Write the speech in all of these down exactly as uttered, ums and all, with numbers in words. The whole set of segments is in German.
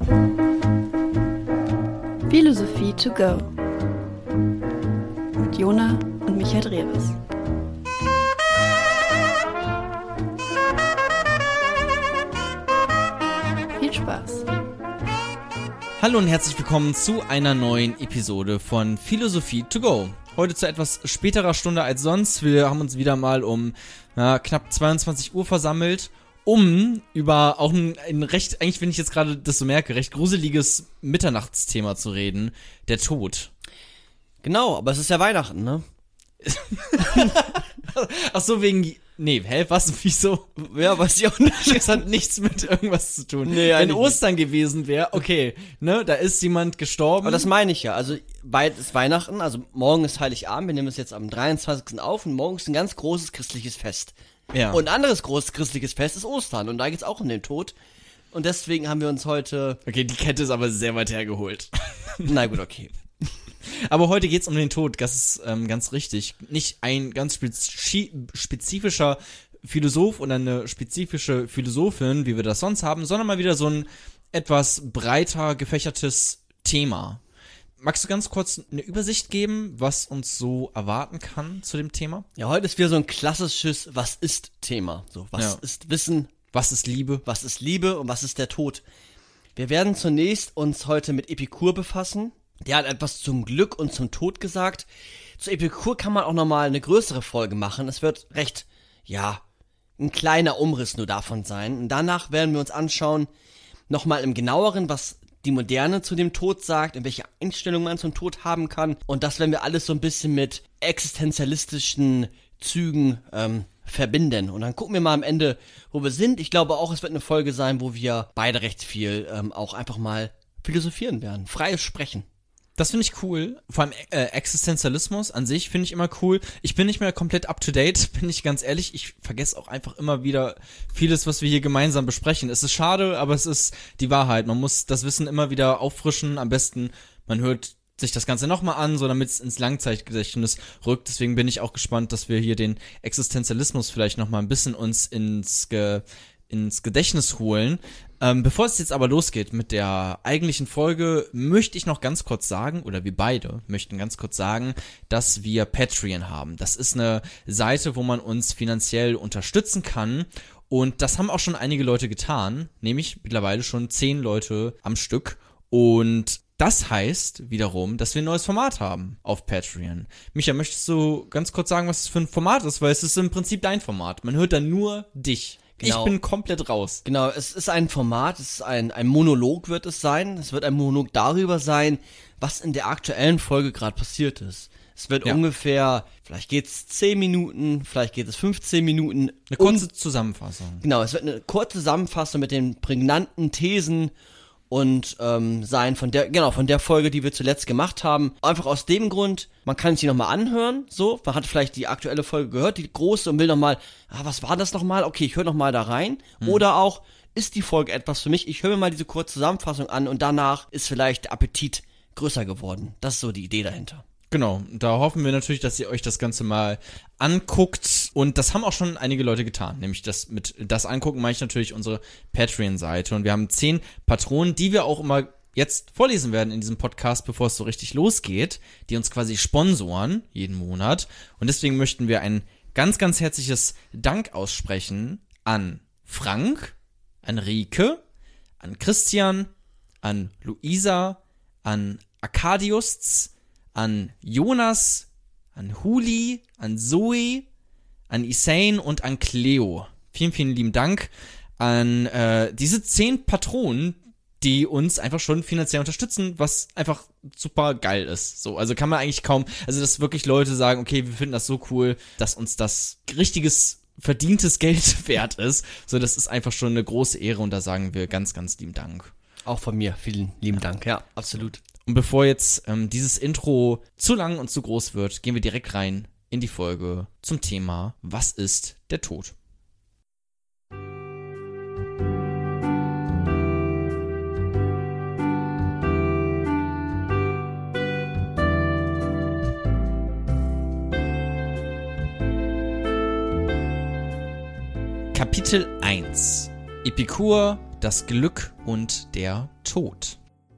Philosophie to go mit Jona und Michael Drewes. Viel Spaß! Hallo und herzlich willkommen zu einer neuen Episode von Philosophie to go. Heute zu etwas späterer Stunde als sonst. Wir haben uns wieder mal um na, knapp zweiundzwanzig Uhr versammelt, um über auch ein, ein recht, eigentlich wenn ich jetzt gerade das so merke, recht gruseliges Mitternachtsthema zu reden, der Tod. Genau, aber es ist ja Weihnachten, ne? Ach so, wegen, nee, hä, was, wieso? Ja, weiß ich auch nicht. Das hat nichts mit irgendwas zu tun. Nee, wenn Ostern nicht gewesen wäre, okay, ne, da ist jemand gestorben. Aber das meine ich ja, also bald ist Weihnachten, also morgen ist Heiligabend, wir nehmen es jetzt am dreiundzwanzigsten auf und morgen ist ein ganz großes christliches Fest. Ja. Und ein anderes großes christliches Fest ist Ostern und da geht's auch um den Tod. Und deswegen haben wir uns heute... Okay, die Kette ist aber sehr weit hergeholt. Na gut, okay. Aber heute geht's um den Tod, das ist ähm, ganz richtig. Nicht ein ganz spezi- spezifischer Philosoph oder eine spezifische Philosophin, wie wir das sonst haben, sondern mal wieder so ein etwas breiter gefächertes Thema. Magst du ganz kurz eine Übersicht geben, was uns so erwarten kann zu dem Thema? Ja, heute ist wieder so ein klassisches Was ist Thema. So, was Ja. ist Wissen, Was ist Liebe? was ist Liebe und was ist der Tod? Wir werden zunächst uns heute mit Epikur befassen. Der hat etwas zum Glück und zum Tod gesagt. Zu Epikur kann man auch nochmal eine größere Folge machen. Es wird recht, ja, ein kleiner Umriss nur davon sein. Und danach werden wir uns anschauen, nochmal im Genaueren, was die Moderne zu dem Tod sagt, in welche Einstellung man zum Tod haben kann. Und das werden wir alles so ein bisschen mit existenzialistischen Zügen ähm, verbinden. Und dann gucken wir mal am Ende, wo wir sind. Ich glaube auch, es wird eine Folge sein, wo wir beide recht viel ähm, auch einfach mal philosophieren werden. Freies Sprechen. Das finde ich cool. Vor allem äh, Existenzialismus an sich finde ich immer cool. Ich bin nicht mehr komplett up to date, bin ich ganz ehrlich. Ich vergesse auch einfach immer wieder vieles, was wir hier gemeinsam besprechen. Es ist schade, aber es ist die Wahrheit. Man muss das Wissen immer wieder auffrischen. Am besten, man hört sich das Ganze nochmal an, so damit es ins Langzeitgedächtnis rückt. Deswegen bin ich auch gespannt, dass wir hier den Existenzialismus vielleicht nochmal ein bisschen uns ins Ge- ins Gedächtnis holen. Ähm, bevor es jetzt aber losgeht mit der eigentlichen Folge, möchte ich noch ganz kurz sagen, oder wir beide möchten ganz kurz sagen, dass wir Patreon haben. Das ist eine Seite, wo man uns finanziell unterstützen kann. Und das haben auch schon einige Leute getan, nämlich mittlerweile schon zehn Leute am Stück. Und das heißt wiederum, dass wir ein neues Format haben auf Patreon. Micha, möchtest du ganz kurz sagen, was das für ein Format ist? Weil es ist im Prinzip dein Format. Man hört dann nur dich. Genau. Ich bin komplett raus. Genau, es ist ein Format, es ist ein, ein Monolog wird es sein. Es wird ein Monolog darüber sein, was in der aktuellen Folge gerade passiert ist. Es wird Ja. ungefähr, vielleicht geht's zehn Minuten, vielleicht geht es fünfzehn Minuten. Eine kurze Und, Zusammenfassung. genau, es wird eine kurze Zusammenfassung mit den prägnanten Thesen und ähm, sein von der, genau, von der Folge, die wir zuletzt gemacht haben. Einfach aus dem Grund, man kann sie nochmal anhören, so, man hat vielleicht die aktuelle Folge gehört, die große, und will nochmal, ah, was war das nochmal? Okay, ich höre nochmal da rein. Hm. Oder auch, ist die Folge etwas für mich? Ich höre mir mal diese kurze Zusammenfassung an und danach ist vielleicht der Appetit größer geworden. Das ist so die Idee dahinter. Genau, da hoffen wir natürlich, dass ihr euch das Ganze mal anguckt, und das haben auch schon einige Leute getan, nämlich das mit das angucken meine ich natürlich unsere Patreon-Seite, und wir haben zehn Patronen, die wir auch immer jetzt vorlesen werden in diesem Podcast, bevor es so richtig losgeht, die uns quasi sponsoren jeden Monat, und deswegen möchten wir ein ganz, ganz herzliches Dank aussprechen an Frank, an Rike, an Christian, an Luisa, an Arkadius, an Jonas, an Huli, an Zoe, an Isain und an Cleo. Vielen, vielen lieben Dank an äh, diese zehn Patronen, die uns einfach schon finanziell unterstützen, was einfach super geil ist. So, also kann man eigentlich kaum, also dass wirklich Leute sagen, okay, wir finden das so cool, dass uns das richtiges, verdientes Geld wert ist. So, das ist einfach schon eine große Ehre, und da sagen wir ganz, ganz lieben Dank. Auch von mir, vielen lieben Dank, ja, absolut. Und bevor jetzt ähm, dieses Intro zu lang und zu groß wird, gehen wir direkt rein in die Folge zum Thema: Was ist der Tod? Kapitel eins: Epikur, das Glück und der Tod.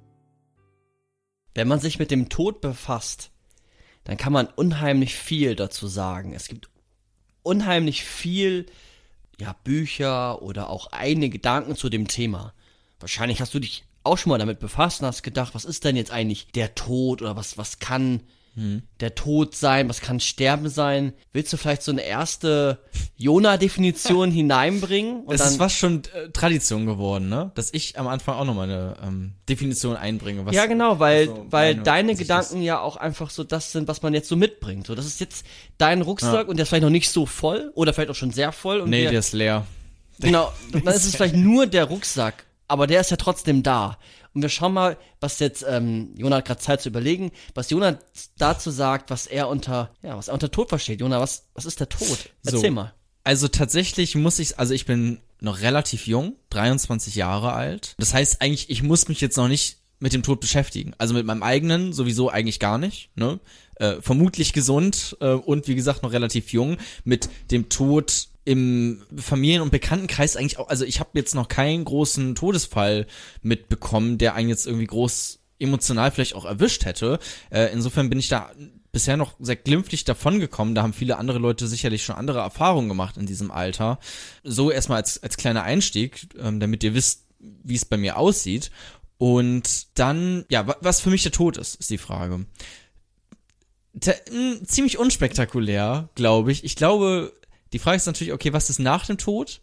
Wenn man sich mit dem Tod befasst, dann kann man unheimlich viel dazu sagen. Es gibt unheimlich viel, ja, Bücher oder auch eigene Gedanken zu dem Thema. Wahrscheinlich hast du dich auch schon mal damit befasst und hast gedacht, was ist denn jetzt eigentlich der Tod oder was, was kann hm. der Tod sein, was kann Sterben sein? Willst du vielleicht so eine erste Jonah-Definition hineinbringen? Und es dann ist fast schon äh, Tradition geworden, ne? Dass ich am Anfang auch nochmal eine ähm, Definition einbringe. Was, ja, genau, weil, also weil meine deine Ansicht Gedanken ist. ja auch einfach so das sind, was man jetzt so mitbringt. So, das ist jetzt dein Rucksack Ja. und der ist vielleicht noch nicht so voll oder vielleicht auch schon sehr voll. Und Nee, wir, der ist leer. Genau, dann ist es vielleicht nur der Rucksack, aber der ist ja trotzdem da. Und wir schauen mal, was jetzt, ähm, Jonah hat gerade Zeit zu überlegen, was Jonah dazu sagt, was er unter, ja, was er unter Tod versteht. Jonah, was, was ist der Tod? Erzähl So. mal. Also tatsächlich muss ich, also ich bin noch relativ jung, dreiundzwanzig Jahre alt. Das heißt eigentlich, ich muss mich jetzt noch nicht mit dem Tod beschäftigen. Also mit meinem eigenen sowieso eigentlich gar nicht, ne? Äh, vermutlich gesund äh, und wie gesagt noch relativ jung. Mit dem Tod im Familien- und Bekanntenkreis eigentlich auch, also ich habe jetzt noch keinen großen Todesfall mitbekommen, der einen jetzt irgendwie groß emotional vielleicht auch erwischt hätte. Äh, insofern bin ich da bisher noch sehr glimpflich davongekommen. Da haben viele andere Leute sicherlich schon andere Erfahrungen gemacht in diesem Alter. So erstmal als, als kleiner Einstieg, ähm, damit ihr wisst, wie es bei mir aussieht. Und dann, ja, wa- was für mich der Tod ist, ist die Frage. Te- mh, ziemlich unspektakulär, glaube ich. Ich glaube, die Frage ist natürlich, okay, was ist nach dem Tod?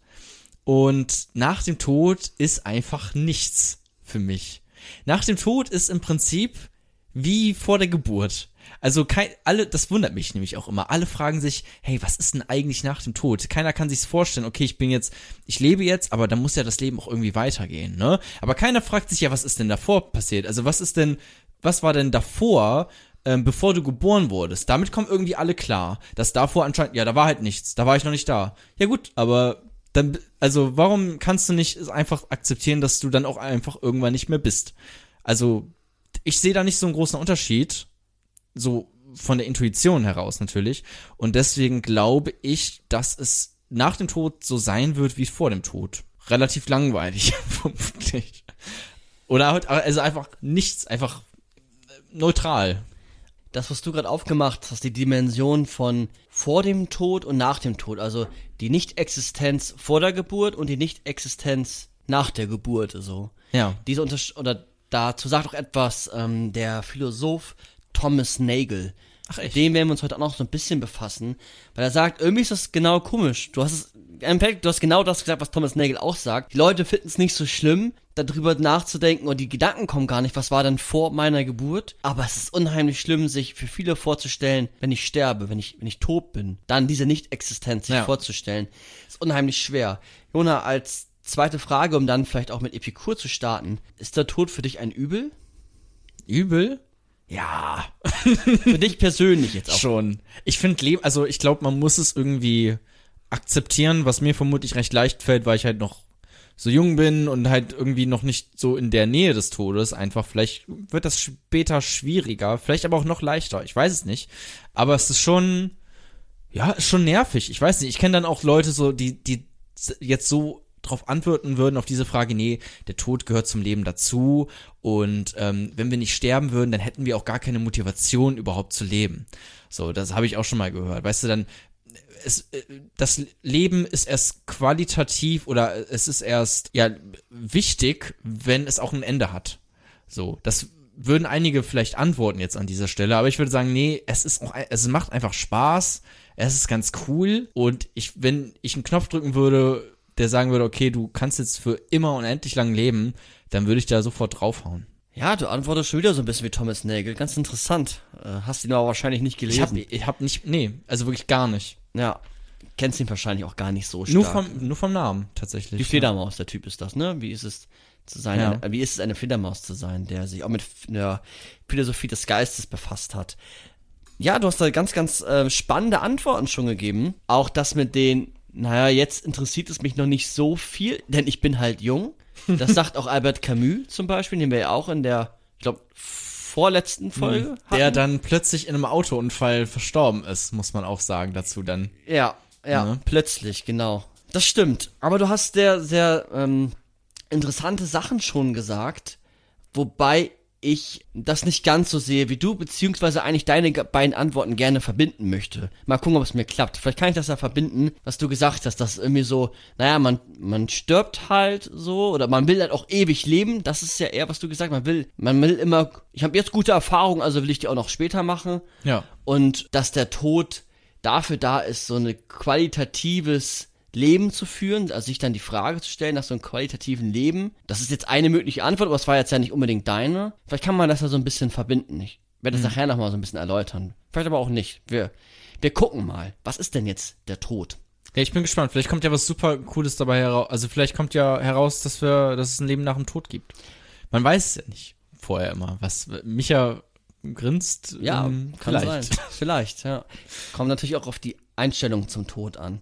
Und nach dem Tod ist einfach nichts für mich. Nach dem Tod ist im Prinzip wie vor der Geburt. Also kein, alle, das wundert mich nämlich auch immer. Alle fragen sich, hey, was ist denn eigentlich nach dem Tod? Keiner kann sich's vorstellen, okay, ich bin jetzt, ich lebe jetzt, aber dann muss ja das Leben auch irgendwie weitergehen, ne? Aber keiner fragt sich ja, was ist denn davor passiert? Also was ist denn, was war denn davor, ähm, bevor du geboren wurdest? Damit kommen irgendwie alle klar. Dass davor anscheinend, ja, da war halt nichts, da war ich noch nicht da. Ja gut, aber dann, also warum kannst du nicht einfach akzeptieren, dass du dann auch einfach irgendwann nicht mehr bist? Also, ich sehe da nicht so einen großen Unterschied, so von der Intuition heraus natürlich. Und deswegen glaube ich, dass es nach dem Tod so sein wird wie vor dem Tod. Relativ langweilig, vermutlich. Oder halt, also einfach nichts, einfach neutral. Das, was du gerade aufgemacht hast, die Dimension von vor dem Tod und nach dem Tod, also die Nicht-Existenz vor der Geburt und die Nicht-Existenz nach der Geburt, so. Ja. Diese Untersch- oder dazu sagt auch etwas ähm, der Philosoph Thomas Nagel. Ach echt? Mit dem werden wir uns heute auch noch so ein bisschen befassen, weil er sagt, irgendwie ist das genau komisch. Du hast es, im Endeffekt, du hast genau das gesagt, was Thomas Nagel auch sagt. Die Leute finden es nicht so schlimm, darüber nachzudenken und die Gedanken kommen gar nicht, was war denn vor meiner Geburt? Aber es ist unheimlich schlimm, sich für viele vorzustellen, wenn ich sterbe, wenn ich, wenn ich tot bin, dann diese Nicht-Existenz sich Ja. vorzustellen. Ist unheimlich schwer. Jona, als zweite Frage, um dann vielleicht auch mit Epikur zu starten, ist der Tod für dich ein Übel? Übel? Ja. Für dich persönlich jetzt auch. Schon. Ich finde Leben, also ich glaube, man muss es irgendwie akzeptieren, was mir vermutlich recht leicht fällt, weil ich halt noch so jung bin und halt irgendwie noch nicht so in der Nähe des Todes. Einfach, vielleicht wird das später schwieriger, vielleicht aber auch noch leichter. Ich weiß es nicht. Aber es ist schon, ja, ist schon nervig. Ich weiß nicht, ich kenne dann auch Leute so, die, die jetzt so drauf antworten würden auf diese Frage, nee, der Tod gehört zum Leben dazu und ähm, wenn wir nicht sterben würden, dann hätten wir auch gar keine Motivation überhaupt zu leben. So, das habe ich auch schon mal gehört. Weißt du, dann es, das Leben ist erst qualitativ oder es ist erst ja wichtig, wenn es auch ein Ende hat. So, das würden einige vielleicht antworten jetzt an dieser Stelle, aber ich würde sagen, nee, es ist auch, es macht einfach Spaß, es ist ganz cool und ich, wenn ich einen Knopf drücken würde, der sagen würde, okay, du kannst jetzt für immer unendlich lang leben, dann würde ich da sofort draufhauen. Ja, du antwortest schon wieder so ein bisschen wie Thomas Nagel. Ganz interessant. Äh, hast ihn aber wahrscheinlich nicht Ich hab, gelesen. ich hab nicht, nee, also wirklich gar nicht. Ja, kennst ihn wahrscheinlich auch gar nicht so stark. Nur vom, nur vom Namen, tatsächlich. Die Fledermaus, der Typ ist das, ne? Wie ist es zu sein, Ja. eine, wie ist es eine Fledermaus zu sein, der sich auch mit der Philosophie des Geistes befasst hat. Ja, du hast da ganz, ganz äh, spannende Antworten schon gegeben. Auch das mit den, naja, jetzt interessiert es mich noch nicht so viel, denn ich bin halt jung. Das sagt auch Albert Camus zum Beispiel, den wir ja auch in der, ich glaube, vorletzten Folge hatten. Der dann plötzlich in einem Autounfall verstorben ist, muss man auch sagen dazu dann. Ja, ja, Ne? plötzlich, genau. Das stimmt. Aber du hast sehr, sehr ähm, interessante Sachen schon gesagt, wobei ich das nicht ganz so sehe wie du, beziehungsweise eigentlich deine beiden Antworten gerne verbinden möchte. Mal gucken, ob es mir klappt. Vielleicht kann ich das ja verbinden, was du gesagt hast, dass irgendwie so, naja, man, man stirbt halt so, oder man will halt auch ewig leben. Das ist ja eher, was du gesagt hast. Man will, man will immer, ich habe jetzt gute Erfahrungen, also will ich die auch noch später machen. Ja. Und dass der Tod dafür da ist, so ein qualitatives Leben zu führen, also sich dann die Frage zu stellen nach so einem qualitativen Leben. Das ist jetzt eine mögliche Antwort, aber es war jetzt ja nicht unbedingt deine. Vielleicht kann man das ja so ein bisschen verbinden. Ich werde das mhm. nachher nochmal so ein bisschen erläutern. Vielleicht aber auch nicht. Wir, wir gucken mal. Was ist denn jetzt der Tod? Ja, ich bin gespannt. Vielleicht kommt ja was super Cooles dabei heraus. Also vielleicht kommt ja heraus, dass wir, dass es ein Leben nach dem Tod gibt. Man weiß es ja nicht vorher immer. Was Micha grinst. Ja, ähm, kann vielleicht. sein. Vielleicht, ja. Kommt natürlich auch auf die Einstellung zum Tod an.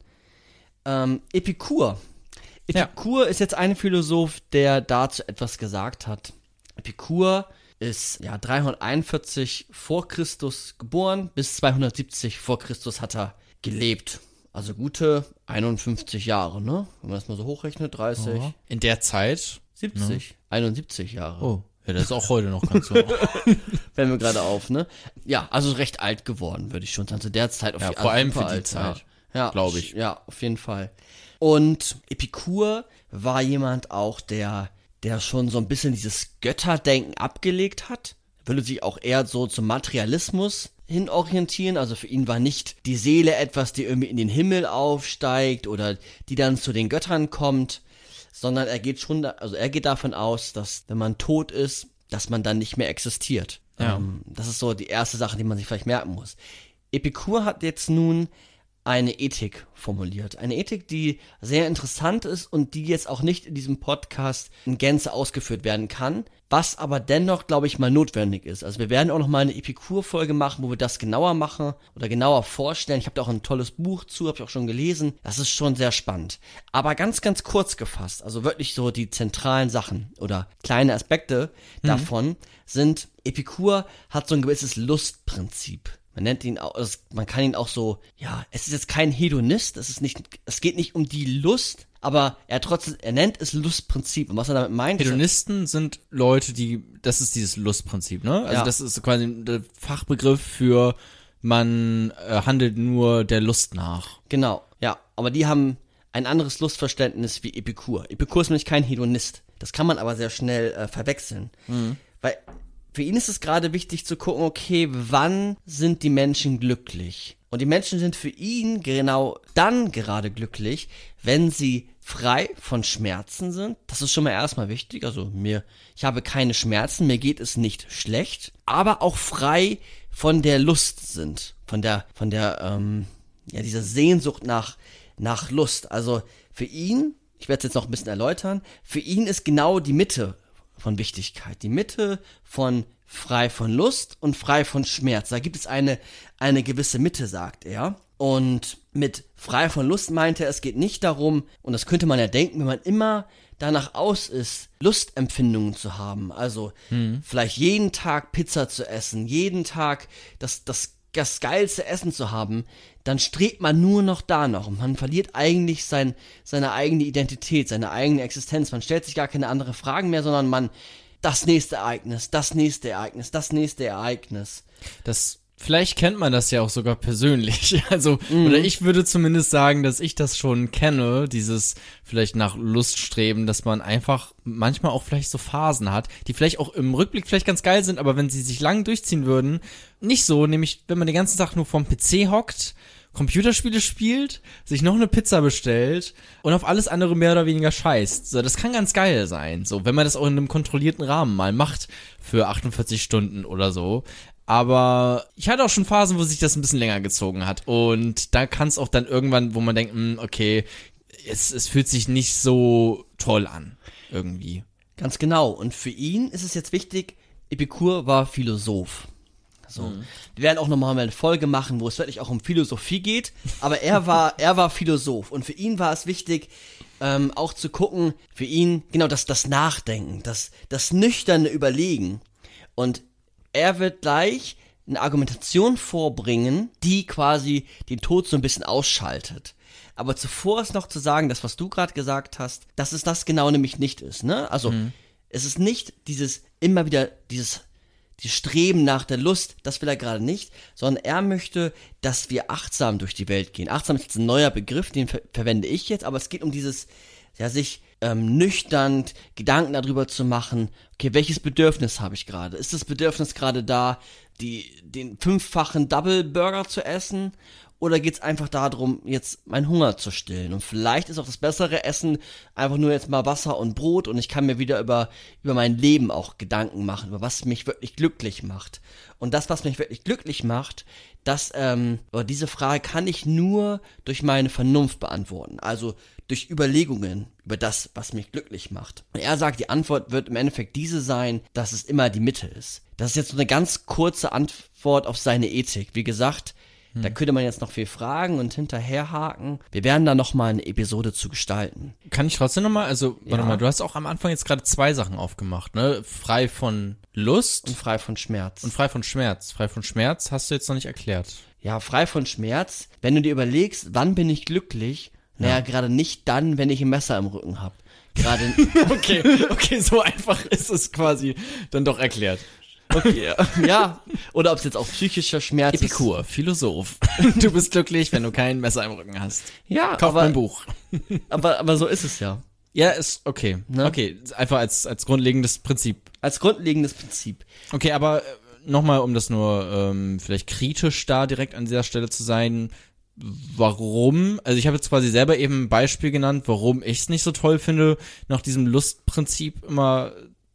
Ähm, Epikur. Epikur ja. ist jetzt ein Philosoph, der dazu etwas gesagt hat. Epikur ist ja dreihunderteinundvierzig vor Christus geboren, bis zweihundertsiebzig vor Christus hat er gelebt. Also gute einundfünfzig Jahre, ne? Wenn man das mal so hochrechnet, dreißig. Oh. In der Zeit? siebzig. Ne? einundsiebzig Jahre. Oh, ja, das ist auch heute noch ganz so. Fällt mir gerade auf, ne? Ja, also recht alt geworden, würde ich schon sagen. Zu der Zeit auf ja, jeden Fall. Vor allem für alt, die Zeit. Ja. Ja, glaube ich. Ja, auf jeden Fall. Und Epikur war jemand auch, der, der schon so ein bisschen dieses Götterdenken abgelegt hat. Würde sich auch eher so zum Materialismus hin orientieren. Also für ihn war nicht die Seele etwas, die irgendwie in den Himmel aufsteigt oder die dann zu den Göttern kommt, sondern er geht schon, da, also er geht davon aus, dass wenn man tot ist, dass man dann nicht mehr existiert. Ja. Ähm, das ist so die erste Sache, die man sich vielleicht merken muss. Epikur hat jetzt nun eine Ethik formuliert. Eine Ethik, die sehr interessant ist und die jetzt auch nicht in diesem Podcast in Gänze ausgeführt werden kann, was aber dennoch, glaube ich, mal notwendig ist. Also wir werden auch noch mal eine Epikur-Folge machen, wo wir das genauer machen oder genauer vorstellen. Ich habe da auch ein tolles Buch zu, habe ich auch schon gelesen. Das ist schon sehr spannend. Aber ganz, ganz kurz gefasst, also wirklich so die zentralen Sachen oder kleine Aspekte mhm. davon sind, Epikur hat so ein gewisses Lustprinzip. Man nennt ihn auch, man kann ihn auch so, ja, es ist jetzt kein Hedonist, es ist nicht, es geht nicht um die Lust, aber er trotzdem, er nennt es Lustprinzip. Und was er damit meint, Hedonisten ist, sind Leute, die, das ist dieses Lustprinzip, ne? Also ja. das ist quasi der Fachbegriff für, man äh, handelt nur der Lust nach. Genau, ja, aber die haben ein anderes Lustverständnis wie Epikur. Epikur ist nämlich kein Hedonist. Das kann man aber sehr schnell äh, verwechseln. Mhm. Weil für ihn ist es gerade wichtig zu gucken, okay, wann sind die Menschen glücklich? Und die Menschen sind für ihn genau dann gerade glücklich, wenn sie frei von Schmerzen sind. Das ist schon mal erstmal wichtig. Also mir, ich habe keine Schmerzen, mir geht es nicht schlecht, aber auch frei von der Lust sind, von der, von der, ähm, ja, dieser Sehnsucht nach, nach Lust. Also für ihn, ich werde es jetzt noch ein bisschen erläutern, für ihn ist genau die Mitte von Wichtigkeit. Die Mitte von frei von Lust und frei von Schmerz. Da gibt es eine, eine gewisse Mitte, sagt er. Und mit frei von Lust meint er, es geht nicht darum, und das könnte man ja denken, wenn man immer danach aus ist, Lustempfindungen zu haben. Also mhm. vielleicht jeden Tag Pizza zu essen, jeden Tag das, das, das geilste Essen zu haben, dann strebt man nur noch danach und man verliert eigentlich sein, seine eigene Identität, seine eigene Existenz. Man stellt sich gar keine anderen Fragen mehr, sondern man, das nächste Ereignis, das nächste Ereignis, das nächste Ereignis. Das, vielleicht kennt man das ja auch sogar persönlich. Also, Mhm. oder ich würde zumindest sagen, dass ich das schon kenne, dieses vielleicht nach Lust streben, dass man einfach manchmal auch vielleicht so Phasen hat, die vielleicht auch im Rückblick vielleicht ganz geil sind, aber wenn sie sich lang durchziehen würden, nicht so, nämlich wenn man den ganzen Tag nur vorm P C hockt, Computerspiele spielt, sich noch eine Pizza bestellt und auf alles andere mehr oder weniger scheißt. So, das kann ganz geil sein, so, wenn man das auch in einem kontrollierten Rahmen mal macht für achtundvierzig Stunden oder so. Aber ich hatte auch schon Phasen, wo sich das ein bisschen länger gezogen hat. Und da kann es auch dann irgendwann, wo man denkt, mh, okay, es, es fühlt sich nicht so toll an, irgendwie. Ganz genau. Und für ihn ist es jetzt wichtig, Epikur war Philosoph. So. Mhm. Wir werden auch nochmal eine Folge machen, wo es wirklich auch um Philosophie geht. Aber er war, er war Philosoph. Und für ihn war es wichtig, ähm, auch zu gucken, für ihn, genau, das, das Nachdenken, das, das nüchterne Überlegen. Und er wird gleich eine Argumentation vorbringen, die quasi den Tod so ein bisschen ausschaltet. Aber zuvor ist noch zu sagen, das, was du gerade gesagt hast, dass es das genau nämlich nicht ist, ne? Also, Mhm. es ist nicht dieses, immer wieder dieses, dieses Streben nach der Lust, das will er gerade nicht, sondern er möchte, dass wir achtsam durch die Welt gehen. Achtsam ist jetzt ein neuer Begriff, den ver- verwende ich jetzt, aber es geht um dieses, ja, sich ähm, nüchtern Gedanken darüber zu machen, okay, welches Bedürfnis habe ich gerade? Ist das Bedürfnis gerade da, die, den fünffachen Double Burger zu essen? Oder geht es einfach darum, jetzt meinen Hunger zu stillen? Und vielleicht ist auch das bessere Essen einfach nur jetzt mal Wasser und Brot und ich kann mir wieder über, über mein Leben auch Gedanken machen, über was mich wirklich glücklich macht. Und das, was mich wirklich glücklich macht, das, ähm, oder diese Frage kann ich nur durch meine Vernunft beantworten. Also durch Überlegungen über das, was mich glücklich macht. Und er sagt, die Antwort wird im Endeffekt diese sein, dass es immer die Mitte ist. Das ist jetzt so eine ganz kurze Antwort auf seine Ethik. Wie gesagt, da könnte man jetzt noch viel fragen und hinterherhaken. Wir werden da nochmal eine Episode zu gestalten. Kann ich trotzdem nochmal, also, warte Ja. mal, du hast auch am Anfang jetzt gerade zwei Sachen aufgemacht, ne? Frei von Lust Und frei von Schmerz. und frei von Schmerz. Frei von Schmerz hast du jetzt noch nicht erklärt. Ja, frei von Schmerz. Wenn du dir überlegst, wann bin ich glücklich? Naja, gerade nicht dann, wenn ich ein Messer im Rücken habe. Gerade, Okay, okay, so einfach ist es quasi dann doch erklärt. okay, ja. Oder ob es jetzt auch psychischer Schmerz Epikur, Philosoph. Du bist glücklich, wenn du kein Messer im Rücken hast. ist. Ja, Kauf aber, mein Buch. aber, aber so ist es ja. Ja, ist okay. Ne? Okay, einfach als, als grundlegendes Prinzip. Als grundlegendes Prinzip. Okay, aber nochmal, um das nur ähm, vielleicht kritisch da direkt an dieser Stelle zu sein, warum, also ich habe jetzt quasi selber eben ein Beispiel genannt, warum ich es nicht so toll finde, nach diesem Lustprinzip immer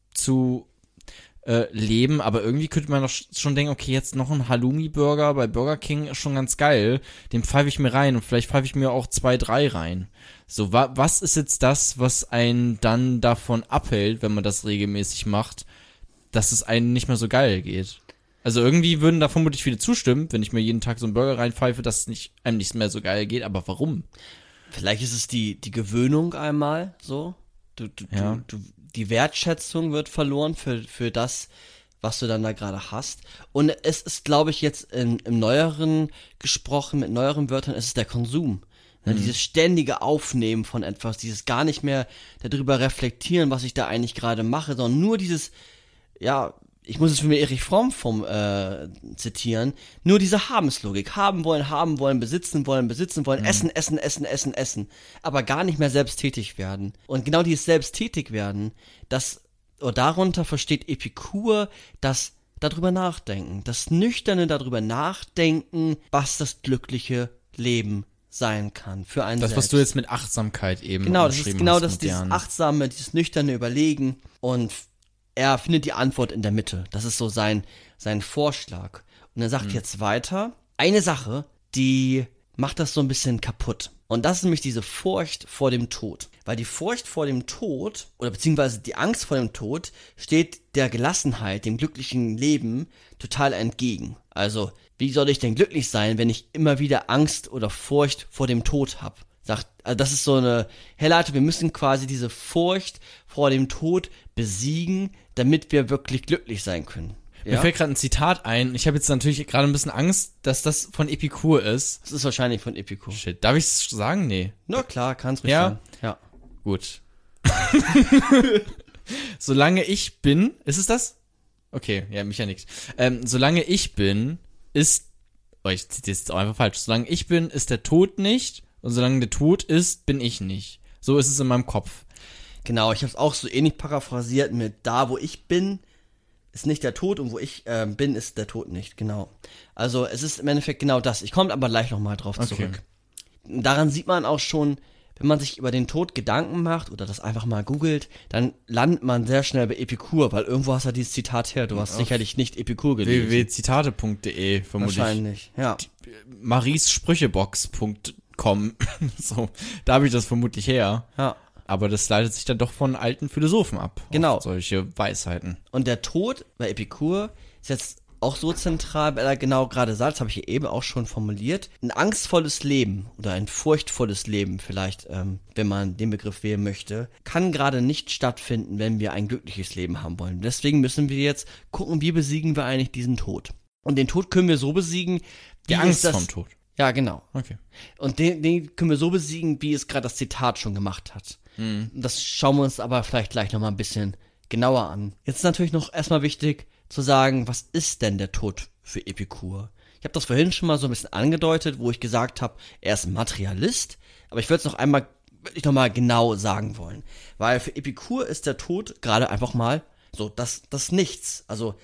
zu äh, leben, aber irgendwie könnte man doch schon denken, okay, jetzt noch ein Halloumi-Burger bei Burger King ist schon ganz geil, den pfeife ich mir rein und vielleicht pfeife ich mir auch zwei, drei rein. So, wa- was ist jetzt das, was einen dann davon abhält, wenn man das regelmäßig macht, dass es einem nicht mehr so geil geht? Also irgendwie würden da vermutlich viele zustimmen, wenn ich mir jeden Tag so einen Burger reinpfeife, dass es nicht, einem nicht mehr so geil geht, aber warum? Vielleicht ist es die, die Gewöhnung einmal so. Du, du, Ja. du, du, die Wertschätzung wird verloren für, für das, was du dann da gerade hast. Und es ist, glaube ich, jetzt in, im Neueren gesprochen, mit neueren Wörtern, es ist der Konsum. Ne, Mhm. Dieses ständige Aufnehmen von etwas, dieses gar nicht mehr darüber reflektieren, was ich da eigentlich gerade mache, sondern nur dieses, ja, ich muss es für mich Erich Fromm vom äh, zitieren, nur diese Habenslogik. Haben wollen, haben wollen, besitzen wollen, besitzen wollen, essen, essen, essen, essen, essen. Aber gar nicht mehr selbst tätig werden. Und genau dieses selbst tätig werden, das, oder darunter versteht Epikur das darüber nachdenken. Das nüchterne darüber nachdenken, was das glückliche Leben sein kann für einen Das, selbst. was du jetzt mit Achtsamkeit eben Genau, das ist umschrieben genau hast, das, dieses modern. achtsame, dieses nüchterne Überlegen und er findet die Antwort in der Mitte. Das ist so sein, sein Vorschlag. Und er sagt jetzt weiter, eine Sache, die macht das so ein bisschen kaputt. Und das ist nämlich diese Furcht vor dem Tod. Weil die Furcht vor dem Tod, oder beziehungsweise die Angst vor dem Tod, steht der Gelassenheit, dem glücklichen Leben total entgegen. Also, wie soll ich denn glücklich sein, wenn ich immer wieder Angst oder Furcht vor dem Tod habe? Sagt, also das ist so eine Herleitung, wir müssen quasi diese Furcht vor dem Tod besiegen, damit wir wirklich glücklich sein können. Mir Ja? fällt gerade ein Zitat ein. Ich habe jetzt natürlich gerade ein bisschen Angst, dass das von Epikur ist. Das ist wahrscheinlich von Epikur. Shit, darf ich es sagen? Nee. Na klar, kann's ruhig Ja? sein. Ja. Gut. Solange ich bin, ist es das? Okay, ja, mich ja nix. Ähm, solange ich bin, ist, oh, ich zitiere jetzt auch einfach falsch. Solange ich bin, ist der Tod nicht. Und solange der Tod ist, bin ich nicht. So ist es in meinem Kopf. Genau, ich habe es auch so ähnlich paraphrasiert mit da, wo ich bin, ist nicht der Tod und wo ich ähm, bin, ist der Tod nicht. Genau. Also es ist im Endeffekt genau das. Ich komme aber gleich nochmal drauf Okay. zurück. Daran sieht man auch schon, wenn man sich über den Tod Gedanken macht oder das einfach mal googelt, dann landet man sehr schnell bei Epikur, weil irgendwo hast du dieses Zitat her. Du hast sicherlich nicht Epikur w w gelesen. w punkt zitate punkt de vermutlich. Wahrscheinlich, ja. mariessprüchebox punkt com. So, da habe ich das vermutlich her. Ja. Aber das leitet sich dann doch von alten Philosophen ab. Genau. Oft solche Weisheiten. Und der Tod bei Epikur ist jetzt auch so zentral, weil er genau gerade sagt, das habe ich hier eben auch schon formuliert, ein angstvolles Leben oder ein furchtvolles Leben vielleicht, ähm, wenn man den Begriff wählen möchte, kann gerade nicht stattfinden, wenn wir ein glückliches Leben haben wollen. Deswegen müssen wir jetzt gucken, wie besiegen wir eigentlich diesen Tod. Und den Tod können wir so besiegen, wie Die es Angst das, vom Tod. Ja, genau. Okay. Und den, den können wir so besiegen, wie es gerade das Zitat schon gemacht hat. Mhm. Das schauen wir uns aber vielleicht gleich nochmal ein bisschen genauer an. Jetzt ist natürlich noch erstmal wichtig zu sagen, was ist denn der Tod für Epikur? Ich habe das vorhin schon mal so ein bisschen angedeutet, wo ich gesagt habe, er ist Materialist, aber ich würde es noch einmal wirklich nochmal genau sagen wollen. Weil für Epikur ist der Tod gerade einfach mal so das, das Nichts. Also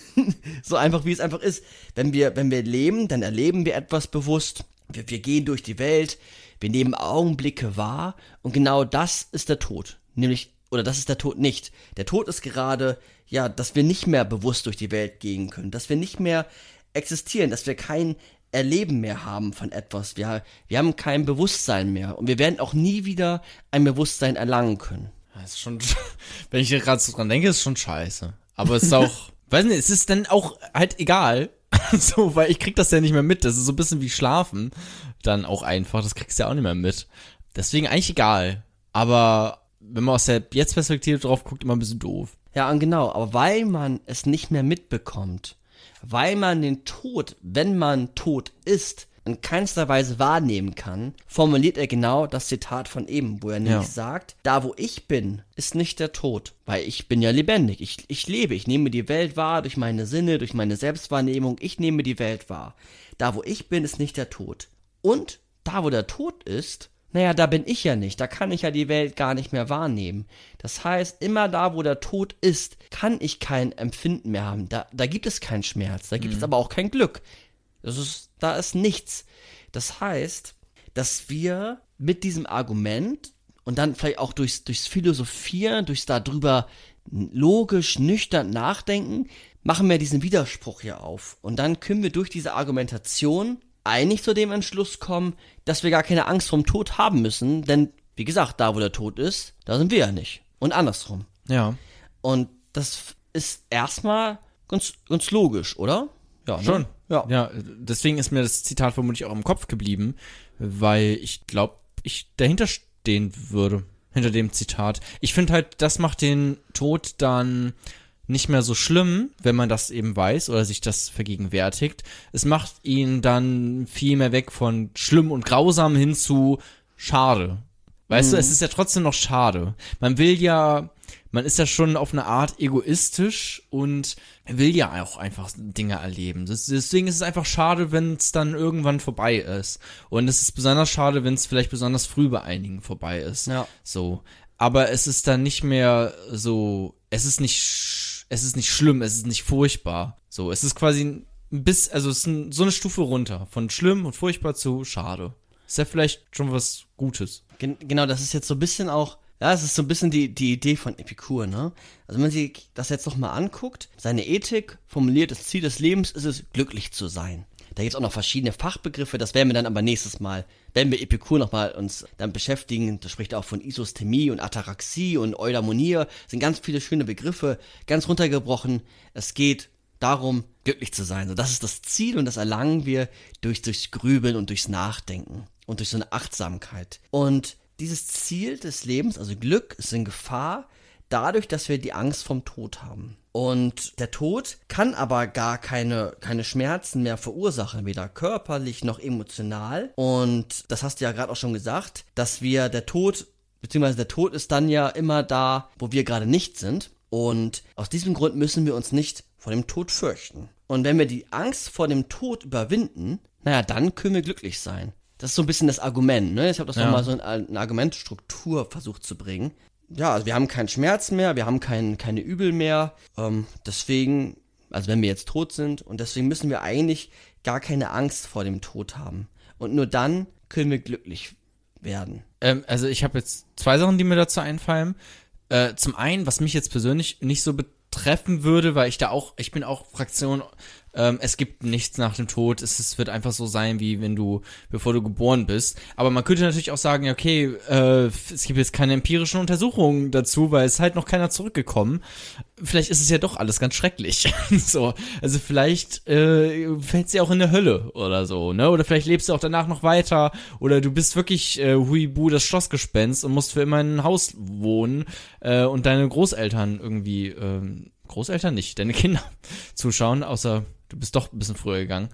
so einfach, wie es einfach ist. Wenn wir, wenn wir leben, dann erleben wir etwas bewusst. Wir, wir gehen durch die Welt, wir nehmen Augenblicke wahr und genau das ist der Tod. Nämlich, oder das ist der Tod nicht. Der Tod ist gerade, ja, dass wir nicht mehr bewusst durch die Welt gehen können, dass wir nicht mehr existieren, dass wir kein Erleben mehr haben von etwas. Wir, wir haben kein Bewusstsein mehr und wir werden auch nie wieder ein Bewusstsein erlangen können. Das ist schon, wenn ich gerade so dran denke, ist schon scheiße. Aber es ist auch, weiß nicht, es ist dann auch halt egal. So, weil ich krieg das ja nicht mehr mit. Das ist so ein bisschen wie Schlafen. Dann auch einfach, das kriegst du ja auch nicht mehr mit. Deswegen eigentlich egal. Aber wenn man aus der Jetzt-Perspektive drauf guckt, immer ein bisschen doof. Ja, und genau, aber weil man es nicht mehr mitbekommt, weil man den Tod, wenn man tot ist, in keinster Weise wahrnehmen kann, formuliert er genau das Zitat von eben, wo er nämlich Ja. sagt, da wo ich bin, ist nicht der Tod, weil ich bin ja lebendig, ich, ich lebe, ich nehme die Welt wahr durch meine Sinne, durch meine Selbstwahrnehmung, ich nehme die Welt wahr. Da wo ich bin, ist nicht der Tod. Und da wo der Tod ist, naja, da bin ich ja nicht, da kann ich ja die Welt gar nicht mehr wahrnehmen. Das heißt, immer da, wo der Tod ist, kann ich kein Empfinden mehr haben. Da, da gibt es keinen Schmerz, da gibt Mhm. es aber auch kein Glück. Das ist, da ist nichts. Das heißt, dass wir mit diesem Argument und dann vielleicht auch durchs, durchs Philosophieren, durchs darüber logisch, nüchtern nachdenken, machen wir diesen Widerspruch hier auf. Und dann können wir durch diese Argumentation einig zu dem Entschluss kommen, dass wir gar keine Angst vorm Tod haben müssen, denn, wie gesagt, da wo der Tod ist, da sind wir ja nicht. Und andersrum. Ja. Und das ist erstmal ganz, ganz logisch, oder? Ja, ne? Schon. Ja. Ja, deswegen ist mir das Zitat vermutlich auch im Kopf geblieben, weil ich glaube, ich dahinter stehen würde, hinter dem Zitat. Ich finde halt, das macht den Tod dann nicht mehr so schlimm, wenn man das eben weiß oder sich das vergegenwärtigt. Es macht ihn dann viel mehr weg von schlimm und grausam hin zu schade. Weißt Mhm. du, es ist ja trotzdem noch schade. Man will ja, man ist ja schon auf eine Art egoistisch und will ja auch einfach Dinge erleben. Das, deswegen ist es einfach schade, wenn es dann irgendwann vorbei ist. Und es ist besonders schade, wenn es vielleicht besonders früh bei einigen vorbei ist. Ja. So. Aber es ist dann nicht mehr so, es ist nicht, sch- es ist nicht schlimm, es ist nicht furchtbar. So, es ist quasi ein bis, also es ist ein, so eine Stufe runter. Von schlimm und furchtbar zu schade. Ist ja vielleicht schon was Gutes. Gen- genau, das ist jetzt so ein bisschen auch, ja, es ist so ein bisschen die, die Idee von Epikur, ne? Also wenn man sich das jetzt nochmal anguckt, seine Ethik formuliert, das Ziel des Lebens ist es, glücklich zu sein. Da gibt es auch noch verschiedene Fachbegriffe, das werden wir dann aber nächstes Mal, wenn wir Epikur nochmal uns dann beschäftigen, das spricht auch von Isostemie und Ataraxie und Eudaimonie, das sind ganz viele schöne Begriffe, ganz runtergebrochen. Es geht darum, glücklich zu sein. So, das ist das Ziel und das erlangen wir durch, durchs Grübeln und durchs Nachdenken und durch so eine Achtsamkeit. Und dieses Ziel des Lebens, also Glück, ist in Gefahr dadurch, dass wir die Angst vom Tod haben. Und der Tod kann aber gar keine, keine Schmerzen mehr verursachen, weder körperlich noch emotional. Und das hast du ja gerade auch schon gesagt, dass wir der Tod, beziehungsweise der Tod ist dann ja immer da, wo wir gerade nicht sind. Und aus diesem Grund müssen wir uns nicht vor dem Tod fürchten. Und wenn wir die Angst vor dem Tod überwinden, naja, dann können wir glücklich sein. Das ist so ein bisschen das Argument, ne? Ich habe das Ja. nochmal so in eine Argumentstruktur versucht zu bringen. Ja, also wir haben keinen Schmerz mehr, wir haben kein, keine Übel mehr. Ähm, deswegen, also wenn wir jetzt tot sind, und deswegen müssen wir eigentlich gar keine Angst vor dem Tod haben. Und nur dann können wir glücklich werden. Ähm, also ich habe jetzt zwei Sachen, die mir dazu einfallen. Äh, zum einen, was mich jetzt persönlich nicht so betreffen würde, weil ich da auch, ich bin auch Fraktion, ähm, es gibt nichts nach dem Tod, es, es wird einfach so sein, wie wenn du, bevor du geboren bist. Aber man könnte natürlich auch sagen, ja, okay, äh, es gibt jetzt keine empirischen Untersuchungen dazu, weil es halt noch keiner zurückgekommen. Vielleicht ist es ja doch alles ganz schrecklich. So, also vielleicht äh, fällst du auch in der Hölle oder so, ne? Oder vielleicht lebst du auch danach noch weiter oder du bist wirklich äh, Huibu, das Schlossgespenst und musst für immer in einem Haus wohnen äh, und deine Großeltern irgendwie, ähm, Großeltern nicht, deine Kinder zuschauen, außer du bist doch ein bisschen früher gegangen.